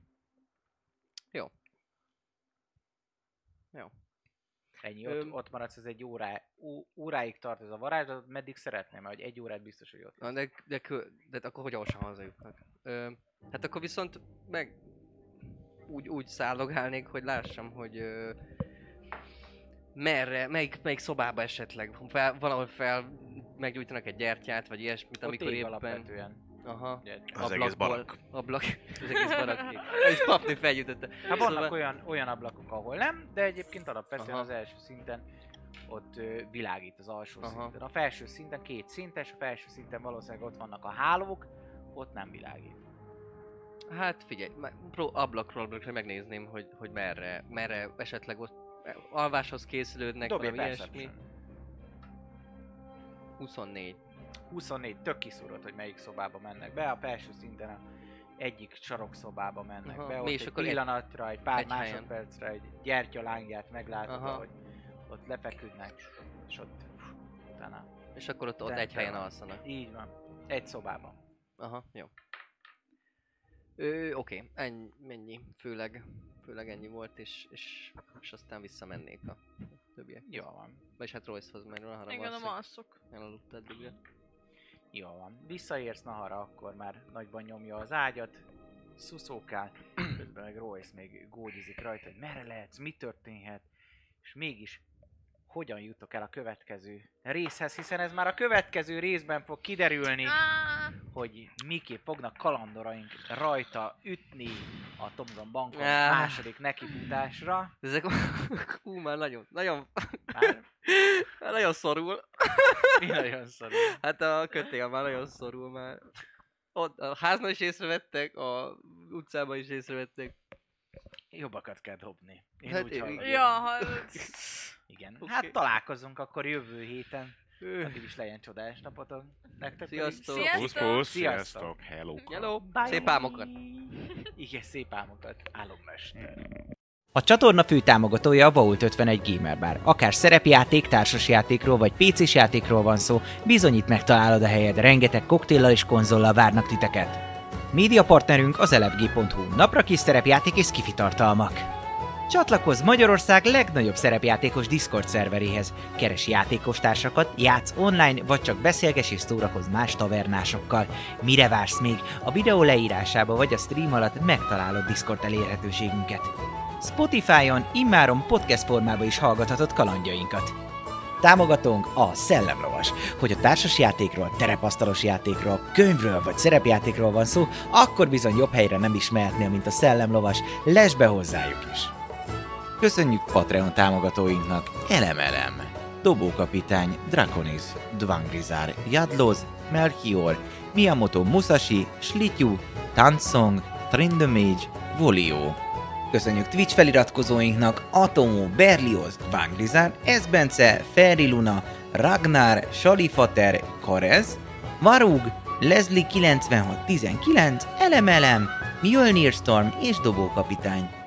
[SPEAKER 2] Jó.
[SPEAKER 1] Ennyi,
[SPEAKER 2] Öm.
[SPEAKER 1] ott maradsz, ez egy óráig tart ez a varázslat, meddig szeretném, mert egy órát biztos, hogy ott
[SPEAKER 2] Na,
[SPEAKER 1] lesz.
[SPEAKER 2] de akkor hogy gyorsan hazajutnak? Hát akkor viszont meg úgy szállogálnék, hogy lássam, hogy merre, melyik szobába esetleg, valahol meggyújtanak egy gyertyát, vagy ilyesmit,
[SPEAKER 1] Ott
[SPEAKER 2] amikor
[SPEAKER 1] ég
[SPEAKER 2] éppen...
[SPEAKER 1] alapvetően.
[SPEAKER 2] Aha.
[SPEAKER 1] Ugye,
[SPEAKER 3] Az egész barak.
[SPEAKER 2] Az egész barak. És papnő felgyújtotta.
[SPEAKER 1] hát vannak olyan ablakok, ahol nem, de egyébként alapvetően
[SPEAKER 2] Aha.
[SPEAKER 1] az első szinten ott világít az alsó
[SPEAKER 2] Aha.
[SPEAKER 1] szinten. A felső szinten 2 szintes, a felső szinten valószínűleg ott vannak a hálók, ott nem világít.
[SPEAKER 2] Hát figyelj, ablakról megnézném, hogy merre esetleg ott alváshoz készülődnek,
[SPEAKER 1] Dobj egy
[SPEAKER 2] valami ilyesmi.
[SPEAKER 1] perception.
[SPEAKER 2] 24.
[SPEAKER 1] 24, tök kiszúrod, hogy melyik szobába mennek be. A felső szinten a egyik sarokszobába mennek
[SPEAKER 2] Aha,
[SPEAKER 1] be.
[SPEAKER 2] mi
[SPEAKER 1] Ott
[SPEAKER 2] is
[SPEAKER 1] egy
[SPEAKER 2] akkor
[SPEAKER 1] pillanatra, egy pár
[SPEAKER 2] egy helyen.
[SPEAKER 1] másodpercre egy gyertyalángját meglátod,
[SPEAKER 2] Aha.
[SPEAKER 1] hogy ott lefeküdnek, és ott utána...
[SPEAKER 2] És akkor ott
[SPEAKER 1] Rendben
[SPEAKER 2] egy helyen
[SPEAKER 1] van.
[SPEAKER 2] alszanak.
[SPEAKER 1] Így van. Egy szobában.
[SPEAKER 2] Aha, jó. Oké, ennyi. Főleg ennyi volt, és aztán visszamennék a többiek.
[SPEAKER 1] Jó van.
[SPEAKER 2] Vagyis hát Royce-hoz, mert arra
[SPEAKER 4] Én gondolom alszok.
[SPEAKER 2] elaludt eddigre.
[SPEAKER 1] Jó van. Visszaérsz Nahara, akkor már nagyban nyomja az ágyat, szuszókál, közben meg Royce még gógyizik rajta, hogy merre lehetsz, mi történhet, és mégis hogyan jutok el a következő részhez, hiszen ez már a következő részben fog kiderülni, hogy miképp fognak kalandoraink rajta ütni a Tom Gun bankon második nekifutásra.
[SPEAKER 2] Ezek már nagyon
[SPEAKER 1] Már
[SPEAKER 2] nagyon szorul.
[SPEAKER 1] mi nagyon szorul.
[SPEAKER 2] Hát a kötél már nagyon szorul már. Ott a háznál is észrevettek, a utcában is észrevettek.
[SPEAKER 1] Jobbakat kell dobni. Én
[SPEAKER 2] Hát
[SPEAKER 1] úgy
[SPEAKER 2] én-
[SPEAKER 1] hallom.
[SPEAKER 4] Ja,
[SPEAKER 1] Igen.
[SPEAKER 2] Oké.
[SPEAKER 1] Hát találkozunk akkor jövő héten. Addig is legyen csodás napotok. Nektek pedig
[SPEAKER 2] Sziasztok.
[SPEAKER 4] Sziasztok.
[SPEAKER 3] Sziasztok, hello.
[SPEAKER 2] Hello!
[SPEAKER 1] Bye.
[SPEAKER 2] Szép álmokat!
[SPEAKER 1] Igen, szép álmokat. Álommester.
[SPEAKER 5] A csatorna fő támogatója a Vault 51 Gamer Bar. Akár szerepjáték, társasjátékról vagy PC-s játékról van szó, bizonyít megtalálod a helyed, rengeteg koktéllal és konzollal várnak titeket. Média partnerünk az elefg.hu, napra kis szerepjáték és skifi tartalmak. Csatlakozz Magyarország legnagyobb szerepjátékos Discord szerveréhez. Keres játékostársakat, játsz online, vagy csak beszélges és szórakozz más tavernásokkal. Mire vársz még? A videó leírásába vagy a stream alatt megtalálod Discord elérhetőségünket. Spotify-on immáron podcast formában is hallgathatod kalandjainkat. Támogatónk a Szellemlovas. Hogy a társasjátékról, terepasztalos játékról, könyvről vagy szerepjátékról van szó, akkor bizony jobb helyre nem is mehetnél, mint a Szellemlovas. Lesz be hozzájuk is! Köszönjük Patreon támogatóinknak Elemelem, Dobókapitány, Draconis, Dvangrizár, Jadloz, Melchior, Miyamoto Musashi, Slityu, Tansong, Trindamage, Volio. Köszönjük Twitch feliratkozóinknak Atomo, Berlioz, Dvangrizár, Esbence, Ferri Luna, Ragnar, Salifater, Karez, Varug, Leslie 9619, Elemelem, Mjölnir Storm és Dobókapitány.